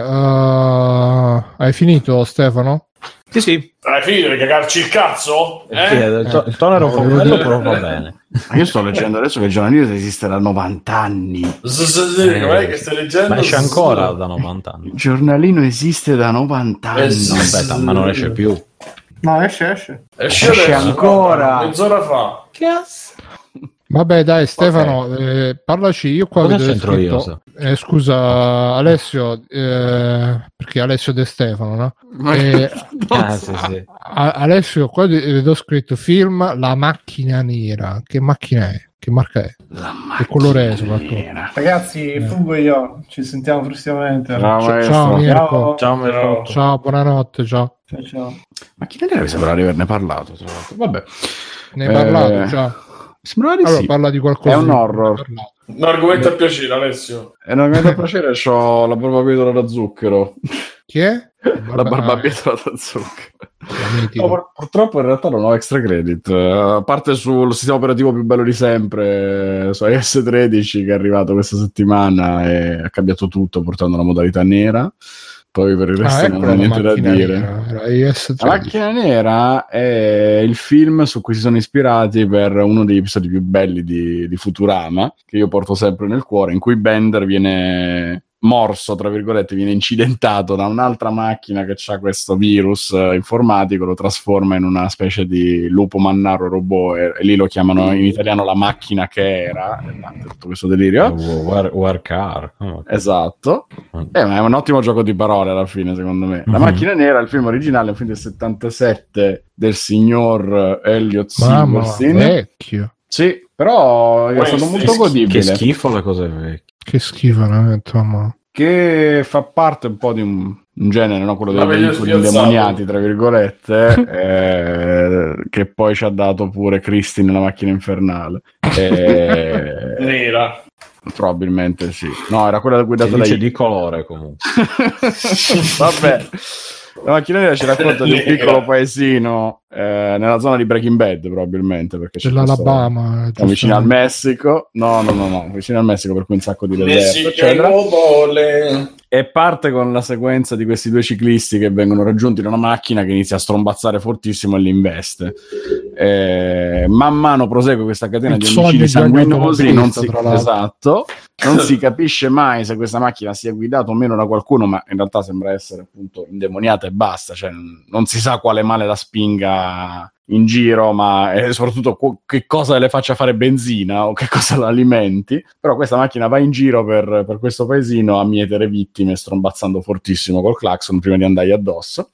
Hai finito, Stefano? Sì. Hai finito di cagarci il cazzo? Il tono era un po' bello, però va bene. Ma io sto leggendo adesso che il giornalismo esiste da 90 anni. Com'è che stai leggendo? Ma esce ancora da 90 anni. Il giornalino esiste da 90 anni. Aspetta, ma non esce più. No, esce. Esce ancora. Mezz'ora fa. Cazzo. Vabbè, dai, Stefano, parlaci. Io qua cosa vedo c'entro scritto, io? Scusa, Alessio, perché Alessio De Stefano, no? Sì. Alessio, qua vedo scritto film La macchina nera. Che macchina è? Che marca è? Che colore è soprattutto? Ragazzi, fungo io. Ci sentiamo prossimamente. Ciao Mirko. Ciao, buonanotte. Ciao. Macchina nera mi sembra di averne parlato. Vabbè. Ne hai parlato già? Sembra di allora sì. parla di qualcosa. È un horror. Un argomento a piacere, Alessio. È un argomento a piacere. C'ho la barbabietola da zucchero. Chi è? La barbabietola da zucchero. No, purtroppo in realtà non ho extra credit. A parte sul sistema operativo più bello di sempre, su iOS 13, che è arrivato questa settimana e ha cambiato tutto portando la modalità nera. Poi per il resto non ho niente da dire. La macchina nera è il film su cui si sono ispirati per uno degli episodi più belli di Futurama, che io porto sempre nel cuore, in cui Bender viene morso, tra virgolette, viene incidentato da un'altra macchina che ha questo virus informatico, lo trasforma in una specie di lupo mannaro robot, e lì lo chiamano in italiano la macchina che era, tutto questo delirio. War car. Esatto. Ma è un ottimo gioco di parole alla fine, secondo me. La macchina nera, il film originale, è un film del 77 del signor Elliot Silverstein. Vecchio. Sì, però è stato molto godibile. Che schifo le cose vecchie. Che schifo, veramente, ma... Che fa parte un po' di un genere, no? Quello dei veicoli indemoniati, tra virgolette, che poi ci ha dato pure Christine nella macchina infernale. Nera. Probabilmente sì. No, era quella guidata da... di colore comunque. Vabbè. La macchina nera ci racconta di un piccolo paesino nella zona di Breaking Bad, probabilmente, perché c'è dell'Alabama, vicino al Messico. No, vicino al Messico, per cui un sacco di deserto, eccetera. E parte con la sequenza di questi 2 ciclisti che vengono raggiunti da una macchina che inizia a strombazzare fortissimo e li investe. Man mano prosegue questa catena di omicidi sanguinosi. Non si capisce mai se questa macchina sia guidata o meno da qualcuno, ma in realtà sembra essere appunto indemoniata e basta. Cioè, non si sa quale male la spinga in giro, ma soprattutto che cosa le faccia fare benzina o che cosa la alimenti. Però questa macchina va in giro per questo paesino a mietere vittime, strombazzando fortissimo col clacson prima di andargli addosso.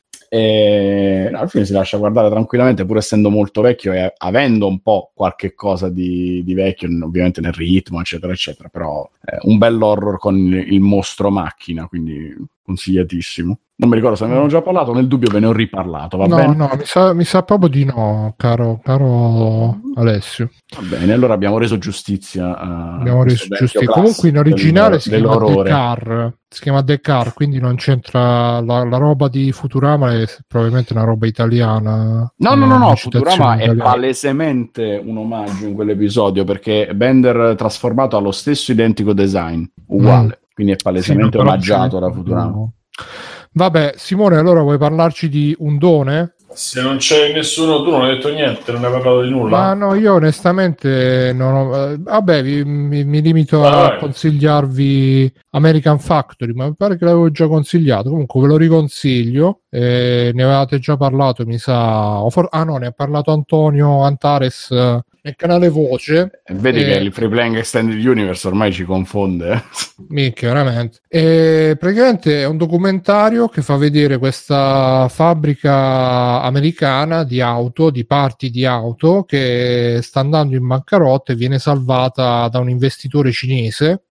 E alla fine si lascia guardare tranquillamente, pur essendo molto vecchio e avendo un po' qualche cosa di vecchio, ovviamente nel ritmo, eccetera eccetera. Però un bell'horror con il mostro macchina, quindi consigliatissimo. Non mi ricordo se ne avevamo già parlato, nel dubbio ve ne ho riparlato, va bene? No, mi sa proprio di no, caro Alessio. Va bene, allora abbiamo reso giustizia. Comunque in originale si chiama The Car, quindi non c'entra la roba di Futurama, è probabilmente una roba italiana. No, Futurama è palesemente un omaggio in quell'episodio, perché Bender trasformato ha lo stesso identico design, uguale, quindi è palesemente omaggiato da Futurama. No. Vabbè, Simone, allora vuoi parlarci di Undone? Se non c'è nessuno, tu non hai detto niente, non hai parlato di nulla. Ma no, io onestamente non ho... Vabbè, mi limito a consigliarvi American Factory, ma mi pare che l'avevo già consigliato. Comunque ve lo riconsiglio. Ne avevate già parlato, mi sa. Ne ha parlato Antonio Antares nel canale Voce. Vedi che il Free Playing Extended Universe ormai ci confonde. Minchia, veramente. Praticamente è un documentario che fa vedere questa fabbrica americana di auto, di parti di auto, che sta andando in bancarotta e viene salvata da un investitore cinese.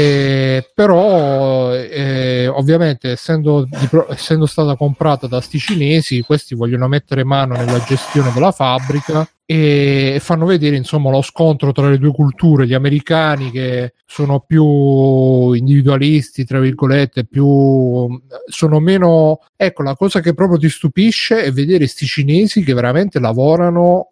Però ovviamente essendo stata comprata da sti cinesi, questi vogliono mettere mano nella gestione della fabbrica e fanno vedere insomma lo scontro tra le due culture, gli americani che sono più individualisti tra virgolette, sono meno, ecco, la cosa che proprio ti stupisce è vedere sti cinesi che veramente lavorano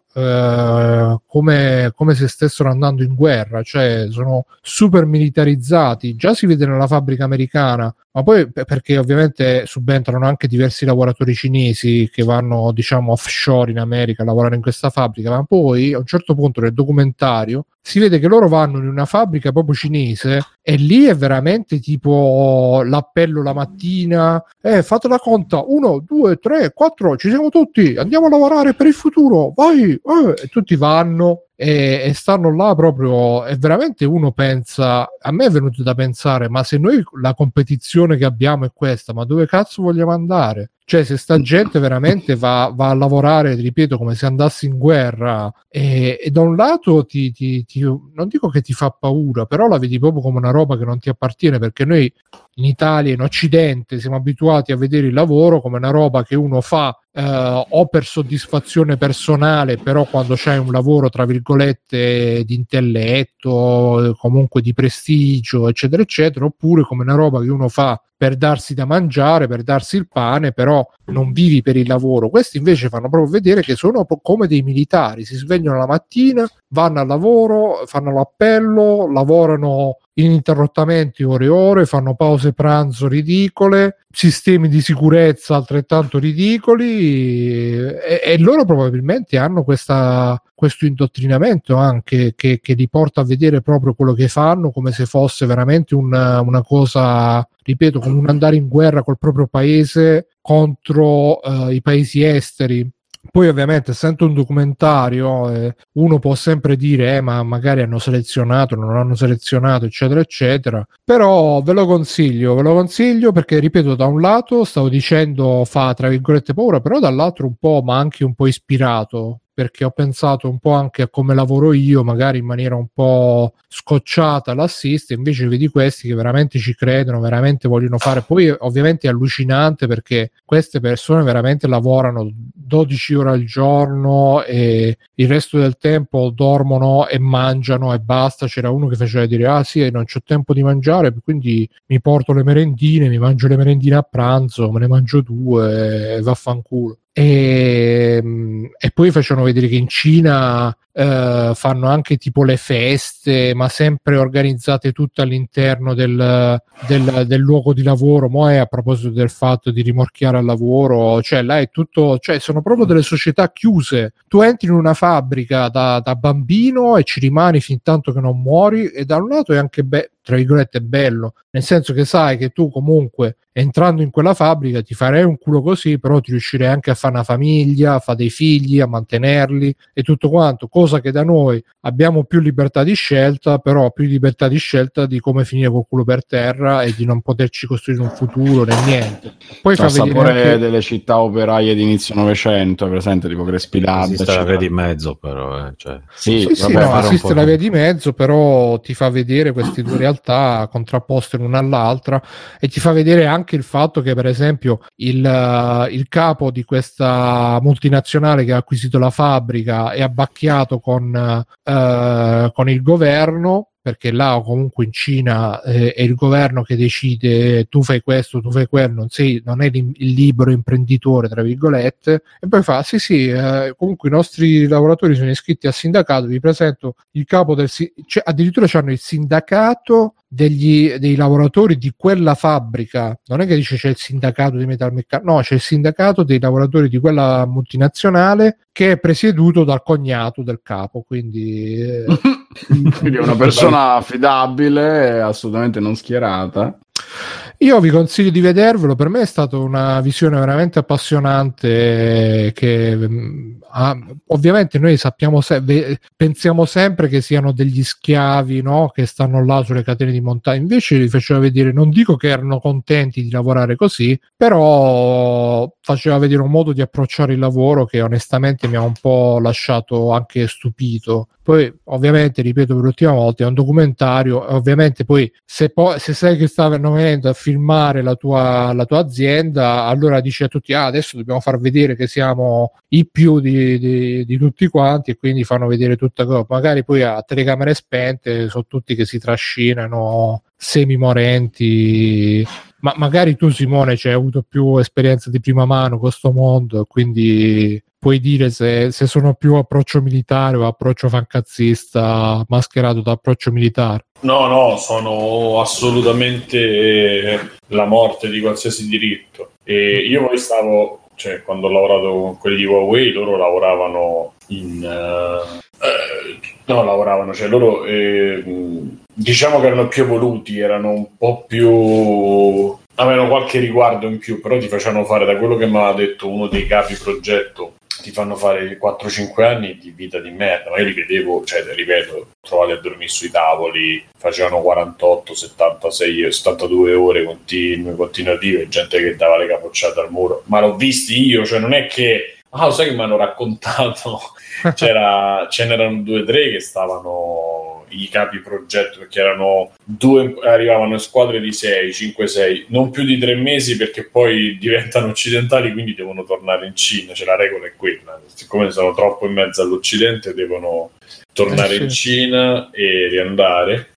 come se stessero andando in guerra, cioè sono super militarizzati, già si vede nella fabbrica americana, ma poi perché ovviamente subentrano anche diversi lavoratori cinesi che vanno diciamo offshore in America a lavorare in questa fabbrica, ma poi a un certo punto nel documentario si vede che loro vanno in una fabbrica proprio cinese e lì è veramente tipo l'appello la mattina, fate la conta, 1, 2, 3, 4, ci siamo tutti, andiamo a lavorare per il futuro, vai, e tutti vanno e stanno là proprio, e veramente uno pensa, a me è venuto da pensare, ma se noi la competizione che abbiamo è questa, ma dove cazzo vogliamo andare? Cioè se sta gente veramente va a lavorare, ripeto, come se andassi in guerra e da un lato ti non dico che ti fa paura, però la vedi proprio come una roba che non ti appartiene, perché noi in Italia, in Occidente, siamo abituati a vedere il lavoro come una roba che uno fa o per soddisfazione personale, però quando c'hai un lavoro tra virgolette di intelletto, comunque di prestigio, eccetera eccetera, oppure come una roba che uno fa per darsi da mangiare, per darsi il pane, però non vivi per il lavoro. Questi invece fanno proprio vedere che sono come dei militari, si svegliano la mattina, vanno al lavoro, fanno l'appello, lavorano ininterrottamente ore e ore, fanno pause pranzo ridicole, sistemi di sicurezza altrettanto ridicoli e loro probabilmente hanno questo indottrinamento anche che li porta a vedere proprio quello che fanno come se fosse veramente una cosa, ripeto, come un andare in guerra col proprio paese contro i paesi esteri. Poi ovviamente essendo un documentario uno può sempre dire ma magari hanno selezionato, non hanno selezionato, eccetera eccetera, però ve lo consiglio perché ripeto, da un lato stavo dicendo fa tra virgolette paura, però dall'altro un po', ma anche un po' ispirato, perché ho pensato un po' anche a come lavoro io, magari in maniera un po' scocciata l'assist, invece vedi questi che veramente ci credono, veramente vogliono fare. Poi ovviamente è allucinante perché queste persone veramente lavorano 12 ore al giorno e il resto del tempo dormono e mangiano e basta. C'era uno che faceva dire ah sì, non c'ho tempo di mangiare, quindi mi porto le merendine, mi mangio le merendine a pranzo, me ne mangio 2 e vaffanculo. E poi facevano vedere che in Cina fanno anche tipo le feste, ma sempre organizzate tutte all'interno del luogo di lavoro. Mo' è a proposito del fatto di rimorchiare al lavoro, cioè là è tutto, cioè sono proprio delle società chiuse. Tu entri in una fabbrica da bambino e ci rimani fin tanto che non muori, e da un lato è anche tra virgolette bello, nel senso che sai che tu comunque entrando in quella fabbrica ti farei un culo così, però ti riuscirei anche a fare una famiglia, a fare dei figli, a mantenerli e tutto quanto, cosa cosa che da noi abbiamo più libertà di scelta, però più libertà di scelta di come finire col culo per terra e di non poterci costruire un futuro né niente. Poi fa vedere anche delle città operaie di inizio Novecento, presente, tipo Crespi Labs. Esiste la via di mezzo, però cioè, esiste la via di mezzo, però ti fa vedere queste due realtà contrapposte l'una all'altra, e ti fa vedere anche il fatto che, per esempio, il capo di questa multinazionale che ha acquisito la fabbrica è abbacchiato con il governo, perché là o comunque in Cina è il governo che decide tu fai questo, tu fai quello, non è il libero imprenditore, tra virgolette. E poi fa comunque i nostri lavoratori sono iscritti al sindacato, vi presento il capo addirittura c'hanno il sindacato dei lavoratori di quella fabbrica, non è che dice c'è il sindacato di metalmeccanici, no, c'è il sindacato dei lavoratori di quella multinazionale che è presieduto dal cognato del capo, quindi quindi è una persona affidabile, assolutamente non schierata. Io vi consiglio di vedervelo, per me è stata una visione veramente appassionante, che ovviamente noi pensiamo sempre che siano degli schiavi, no? Che stanno là sulle catene di montagna, invece li faceva vedere, non dico che erano contenti di lavorare così, però faceva vedere un modo di approcciare il lavoro che onestamente mi ha un po' lasciato anche stupito. Poi ovviamente, ripeto per l'ultima volta, è un documentario, ovviamente poi se sai che stanno venendo a filmare la tua azienda, allora dici a tutti adesso dobbiamo far vedere che siamo i più di tutti quanti, e quindi fanno vedere tutta cosa, magari poi a telecamere spente sono tutti che si trascinano semi morenti. Ma magari tu, Simone, hai avuto più esperienza di prima mano con questo mondo, quindi puoi dire se sono più approccio militare o approccio fancazzista mascherato da approccio militare. No, sono assolutamente la morte di qualsiasi diritto. E io poi quando ho lavorato con quelli di Huawei, loro lavoravano diciamo che erano più evoluti, erano un po' più, avevano qualche riguardo in più, però ti facevano fare, da quello che mi aveva detto uno dei capi progetto, ti fanno fare 4-5 anni di vita di merda, ma io li vedevo, ripeto, trovati a dormire sui tavoli, facevano 48, 76, 72 ore continuative, gente che dava le capocciate al muro, ma l'ho visti io, non è che, lo sai che mi hanno raccontato, ce n'erano 2 o 3 che stavano i capi progetto, perché erano 2, arrivavano in squadre di 6, 5-6, non più di 3 mesi, perché poi diventano occidentali, quindi devono tornare in Cina, la regola è quella, siccome sono troppo in mezzo all'Occidente devono tornare in Cina e riandare,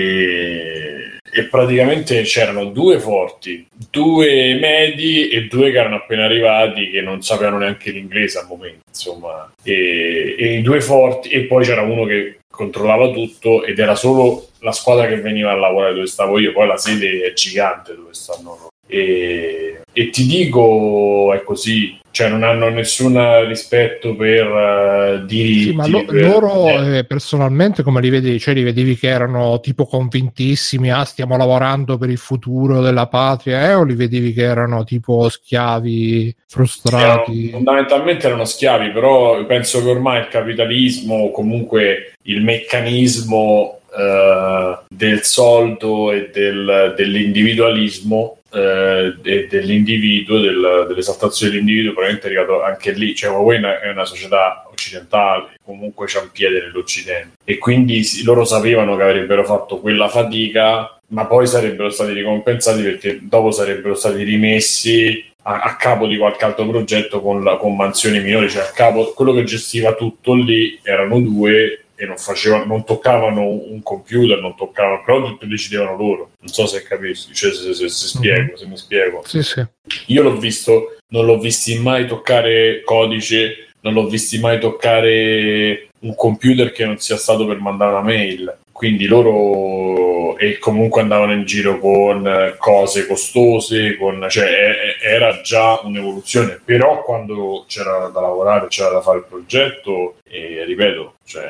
e praticamente c'erano 2 forti, 2 medi e 2 che erano appena arrivati, che non sapevano neanche l'inglese al momento, insomma, e i 2 forti, e poi c'era uno che controllava tutto, ed era solo la squadra che veniva a lavorare dove stavo io, poi la sede è gigante dove stanno loro. E ti dico, è così, non hanno nessun rispetto per diritti. Sì, ma loro personalmente come li vedevi? Li vedevi che erano tipo convintissimi, stiamo lavorando per il futuro della patria, o li vedevi che erano tipo schiavi frustrati? Fondamentalmente erano schiavi, però penso che ormai il capitalismo, comunque il meccanismo del soldo e dell'individualismo e dell'individuo, dell'esaltazione dell'individuo, probabilmente è arrivato anche lì. Huawei è una società occidentale, comunque c'ha un piede nell'Occidente, e quindi loro sapevano che avrebbero fatto quella fatica, ma poi sarebbero stati ricompensati, perché dopo sarebbero stati rimessi a capo di qualche altro progetto con mansioni minori, a capo, quello che gestiva tutto lì erano 2 e non toccavano un computer, però tutto decidevano loro. Non so se capisci, se mi spiego. Sì. Io non l'ho visti mai toccare codice, non l'ho visti mai toccare un computer che non sia stato per mandare una mail. Quindi loro, e comunque andavano in giro con cose costose, era già un'evoluzione. Però quando c'era da lavorare, c'era da fare il progetto, e ripeto,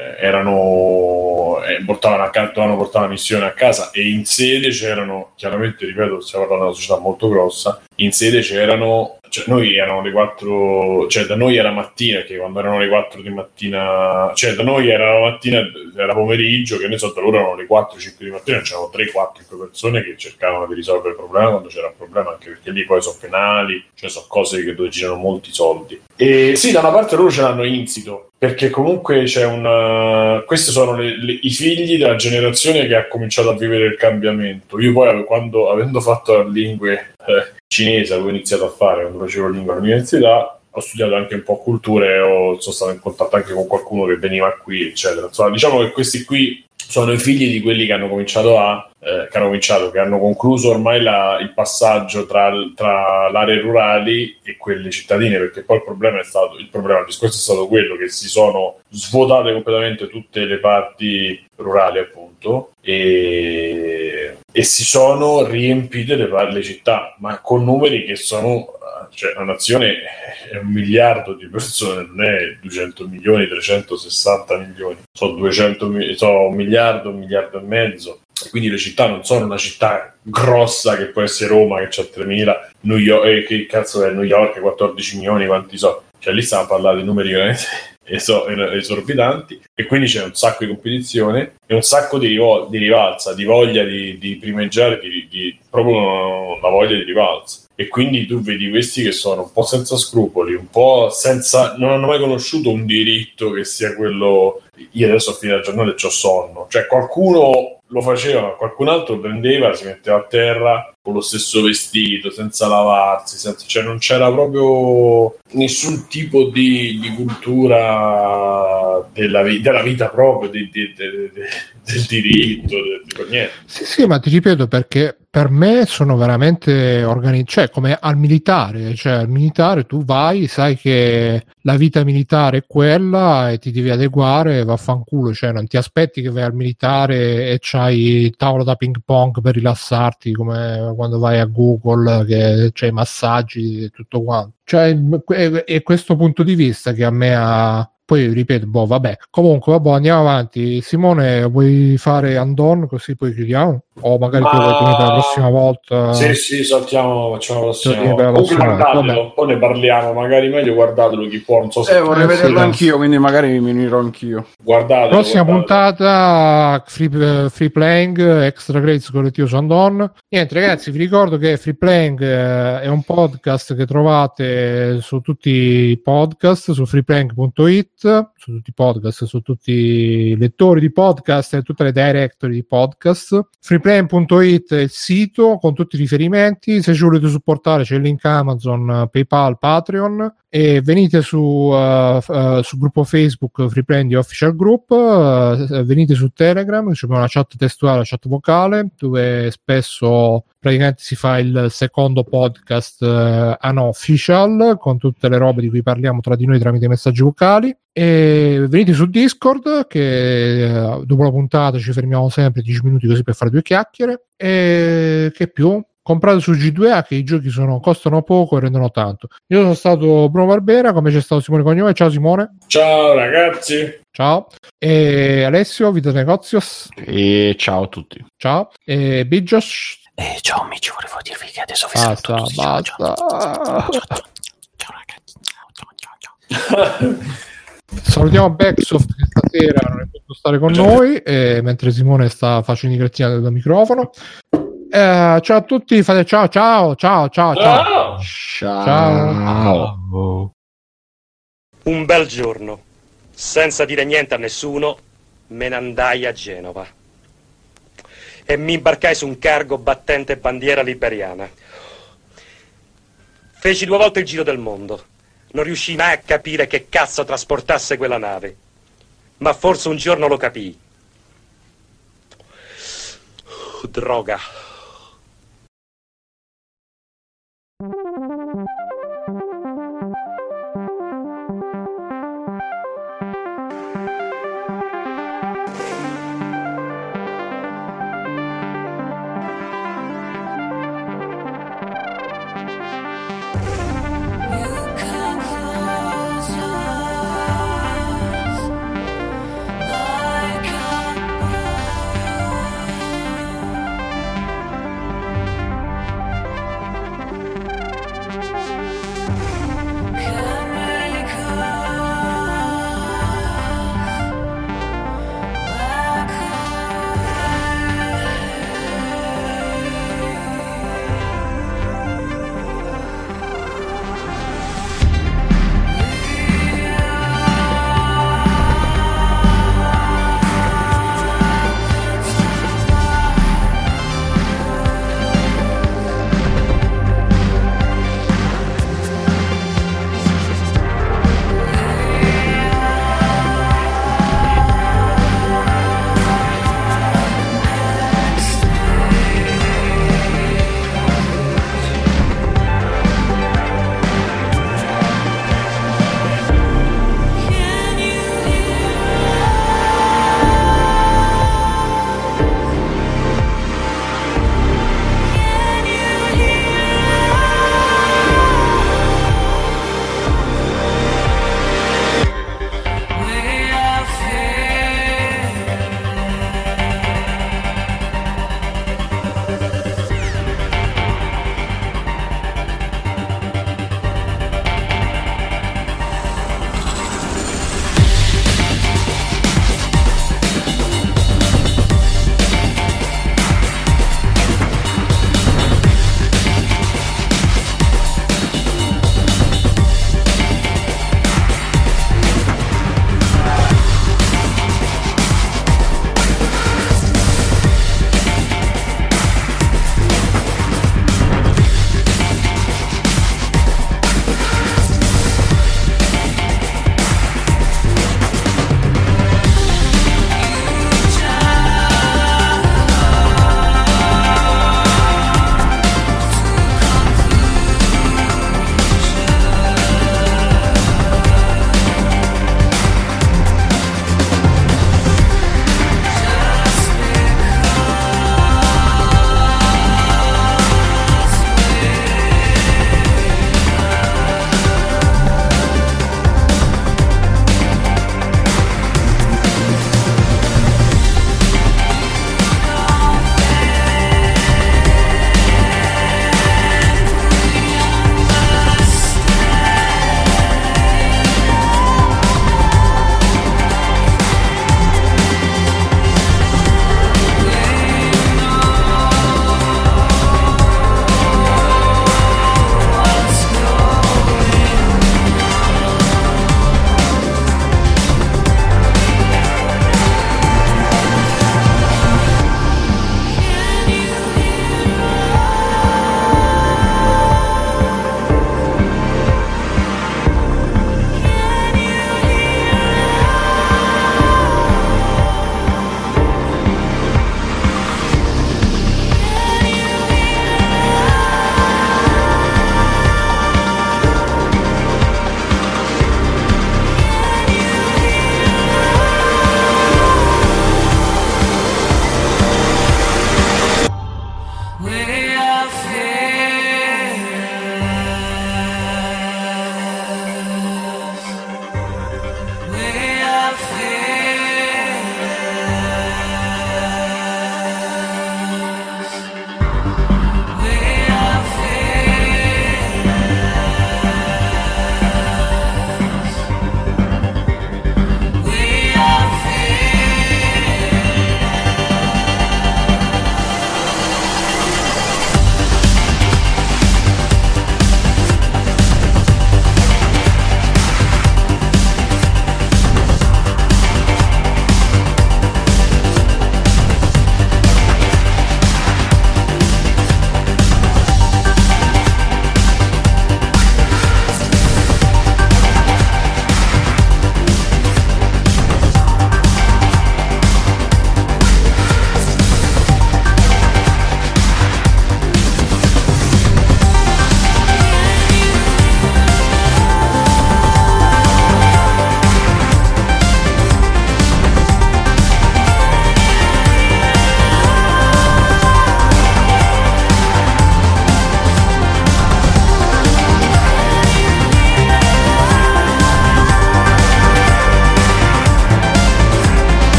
dovevano portare la missione a casa, e in sede c'erano, chiaramente, ripeto, stiamo parlando di una società molto grossa, in sede cioè noi erano le 4, cioè da noi era mattina, che quando erano le 4 di mattina, cioè da noi era la mattina, era pomeriggio, che ne so, da loro erano le 4-5 di mattina, c'erano 3-4 persone che cercavano di risolvere il problema quando c'era un problema, anche perché lì poi sono penali, cioè sono cose dove girano molti soldi. E sì, da una parte loro ce l'hanno insito, perché comunque c'è questi sono i figli della generazione che ha cominciato a vivere il cambiamento. Io poi avendo fatto lingue cinese, avevo iniziato a fare quando facevo lingua all'università, ho studiato anche un po' culture, sono stato in contatto anche con qualcuno che veniva qui, eccetera. Insomma, diciamo che questi qui sono i figli di quelli che hanno che hanno concluso ormai il passaggio tra le aree rurali e quelle cittadine, perché poi il discorso è stato quello che si sono svuotate completamente tutte le parti rurali, appunto, e si sono riempite le città, ma con numeri che sono, cioè una nazione è 1 miliardo di persone, non è 200 milioni, 360 milioni, sono 1 miliardo, 1 miliardo e mezzo. Quindi le città non sono una città grossa che può essere Roma che c'ha 3.000, New York, che cazzo è New York, 14 milioni, quanti so, cioè lì stiamo a parlare di numeri veramente esorbitanti, e quindi c'è un sacco di competizione e un sacco di rivalsa, di voglia di primeggiare, proprio una voglia di rivalsa. E quindi tu vedi questi che sono un po' senza scrupoli, un po' non hanno mai conosciuto un diritto che sia quello. Io adesso a fine della giornata c'ho sonno, cioè qualcuno lo faceva, ma qualcun altro prendeva, si metteva a terra con lo stesso vestito, senza lavarsi, cioè non c'era proprio nessun tipo di cultura della vita proprio, del diritto, niente. Sì, ma ti ripeto, perché per me sono veramente cioè come al militare, cioè al militare tu vai, sai che la vita militare è quella e ti devi adeguare, vaffanculo, cioè non ti aspetti che vai al militare e c'hai il tavolo da ping pong per rilassarti come quando vai a Google, che c'hai i massaggi e tutto quanto. Cioè è questo punto di vista che a me ha. Poi ripeto, vabbè. Comunque, andiamo avanti. Simone, vuoi fare Andon così poi chiudiamo? O magari tu vuoi tenere per la prossima volta? Sì, saltiamo, facciamo la prossima volta. Guardatelo, poi ne parliamo, magari meglio guardatelo chi può, non so se vorrei vederlo anch'io, quindi magari mi unirò anch'io. Guardatelo. Prossima puntata free playing, extra credits collettivo su Andon. Niente ragazzi, vi ricordo che Free Playing è un podcast che trovate su tutti i podcast, su freeplaying.it, su tutti i podcast, su tutti i lettori di podcast e tutte le directory di podcast. Freeplaying.it è il sito con tutti i riferimenti. Se ci volete supportare c'è il link Amazon, PayPal, Patreon, e venite su gruppo Facebook Freeplaying Official Group, venite su Telegram, c'è una chat testuale, una chat vocale dove spesso praticamente si fa il secondo podcast unofficial con tutte le robe di cui parliamo tra di noi tramite messaggi vocali. E venite su Discord, che dopo la puntata ci fermiamo sempre 10 minuti così per fare 2 chiacchiere. E che più? Comprate su G2A che i giochi costano poco e rendono tanto. Io sono stato Bruno Barbera, come c'è stato Simone Cognome. Ciao Simone. Ciao ragazzi. Ciao. E Alessio, Vita Negozios. E ciao a tutti. Ciao. E Bigios. Ciao amici, volevo dirvi che adesso vi basta. Ciao ragazzi. Ciao. Salutiamo Backsoft che stasera non è potuto stare con noi, mentre Simone sta facendo i crettini dal microfono. Ciao a tutti, fate ciao. Un bel giorno, senza dire niente a nessuno, me ne andai a Genova e mi imbarcai su un cargo battente bandiera liberiana. Feci 2 volte il giro del mondo. Non riuscii mai a capire che cazzo trasportasse quella nave, ma forse un giorno lo capii. Droga.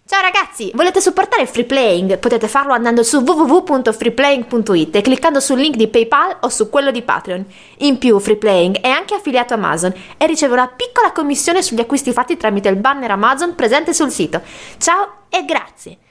Ciao ragazzi, volete supportare Free Playing? Potete farlo andando su www.freeplaying.it e cliccando sul link di PayPal o su quello di Patreon. In più, Free Playing è anche affiliato a Amazon e riceve una piccola commissione sugli acquisti fatti tramite il banner Amazon presente sul sito. Ciao e grazie!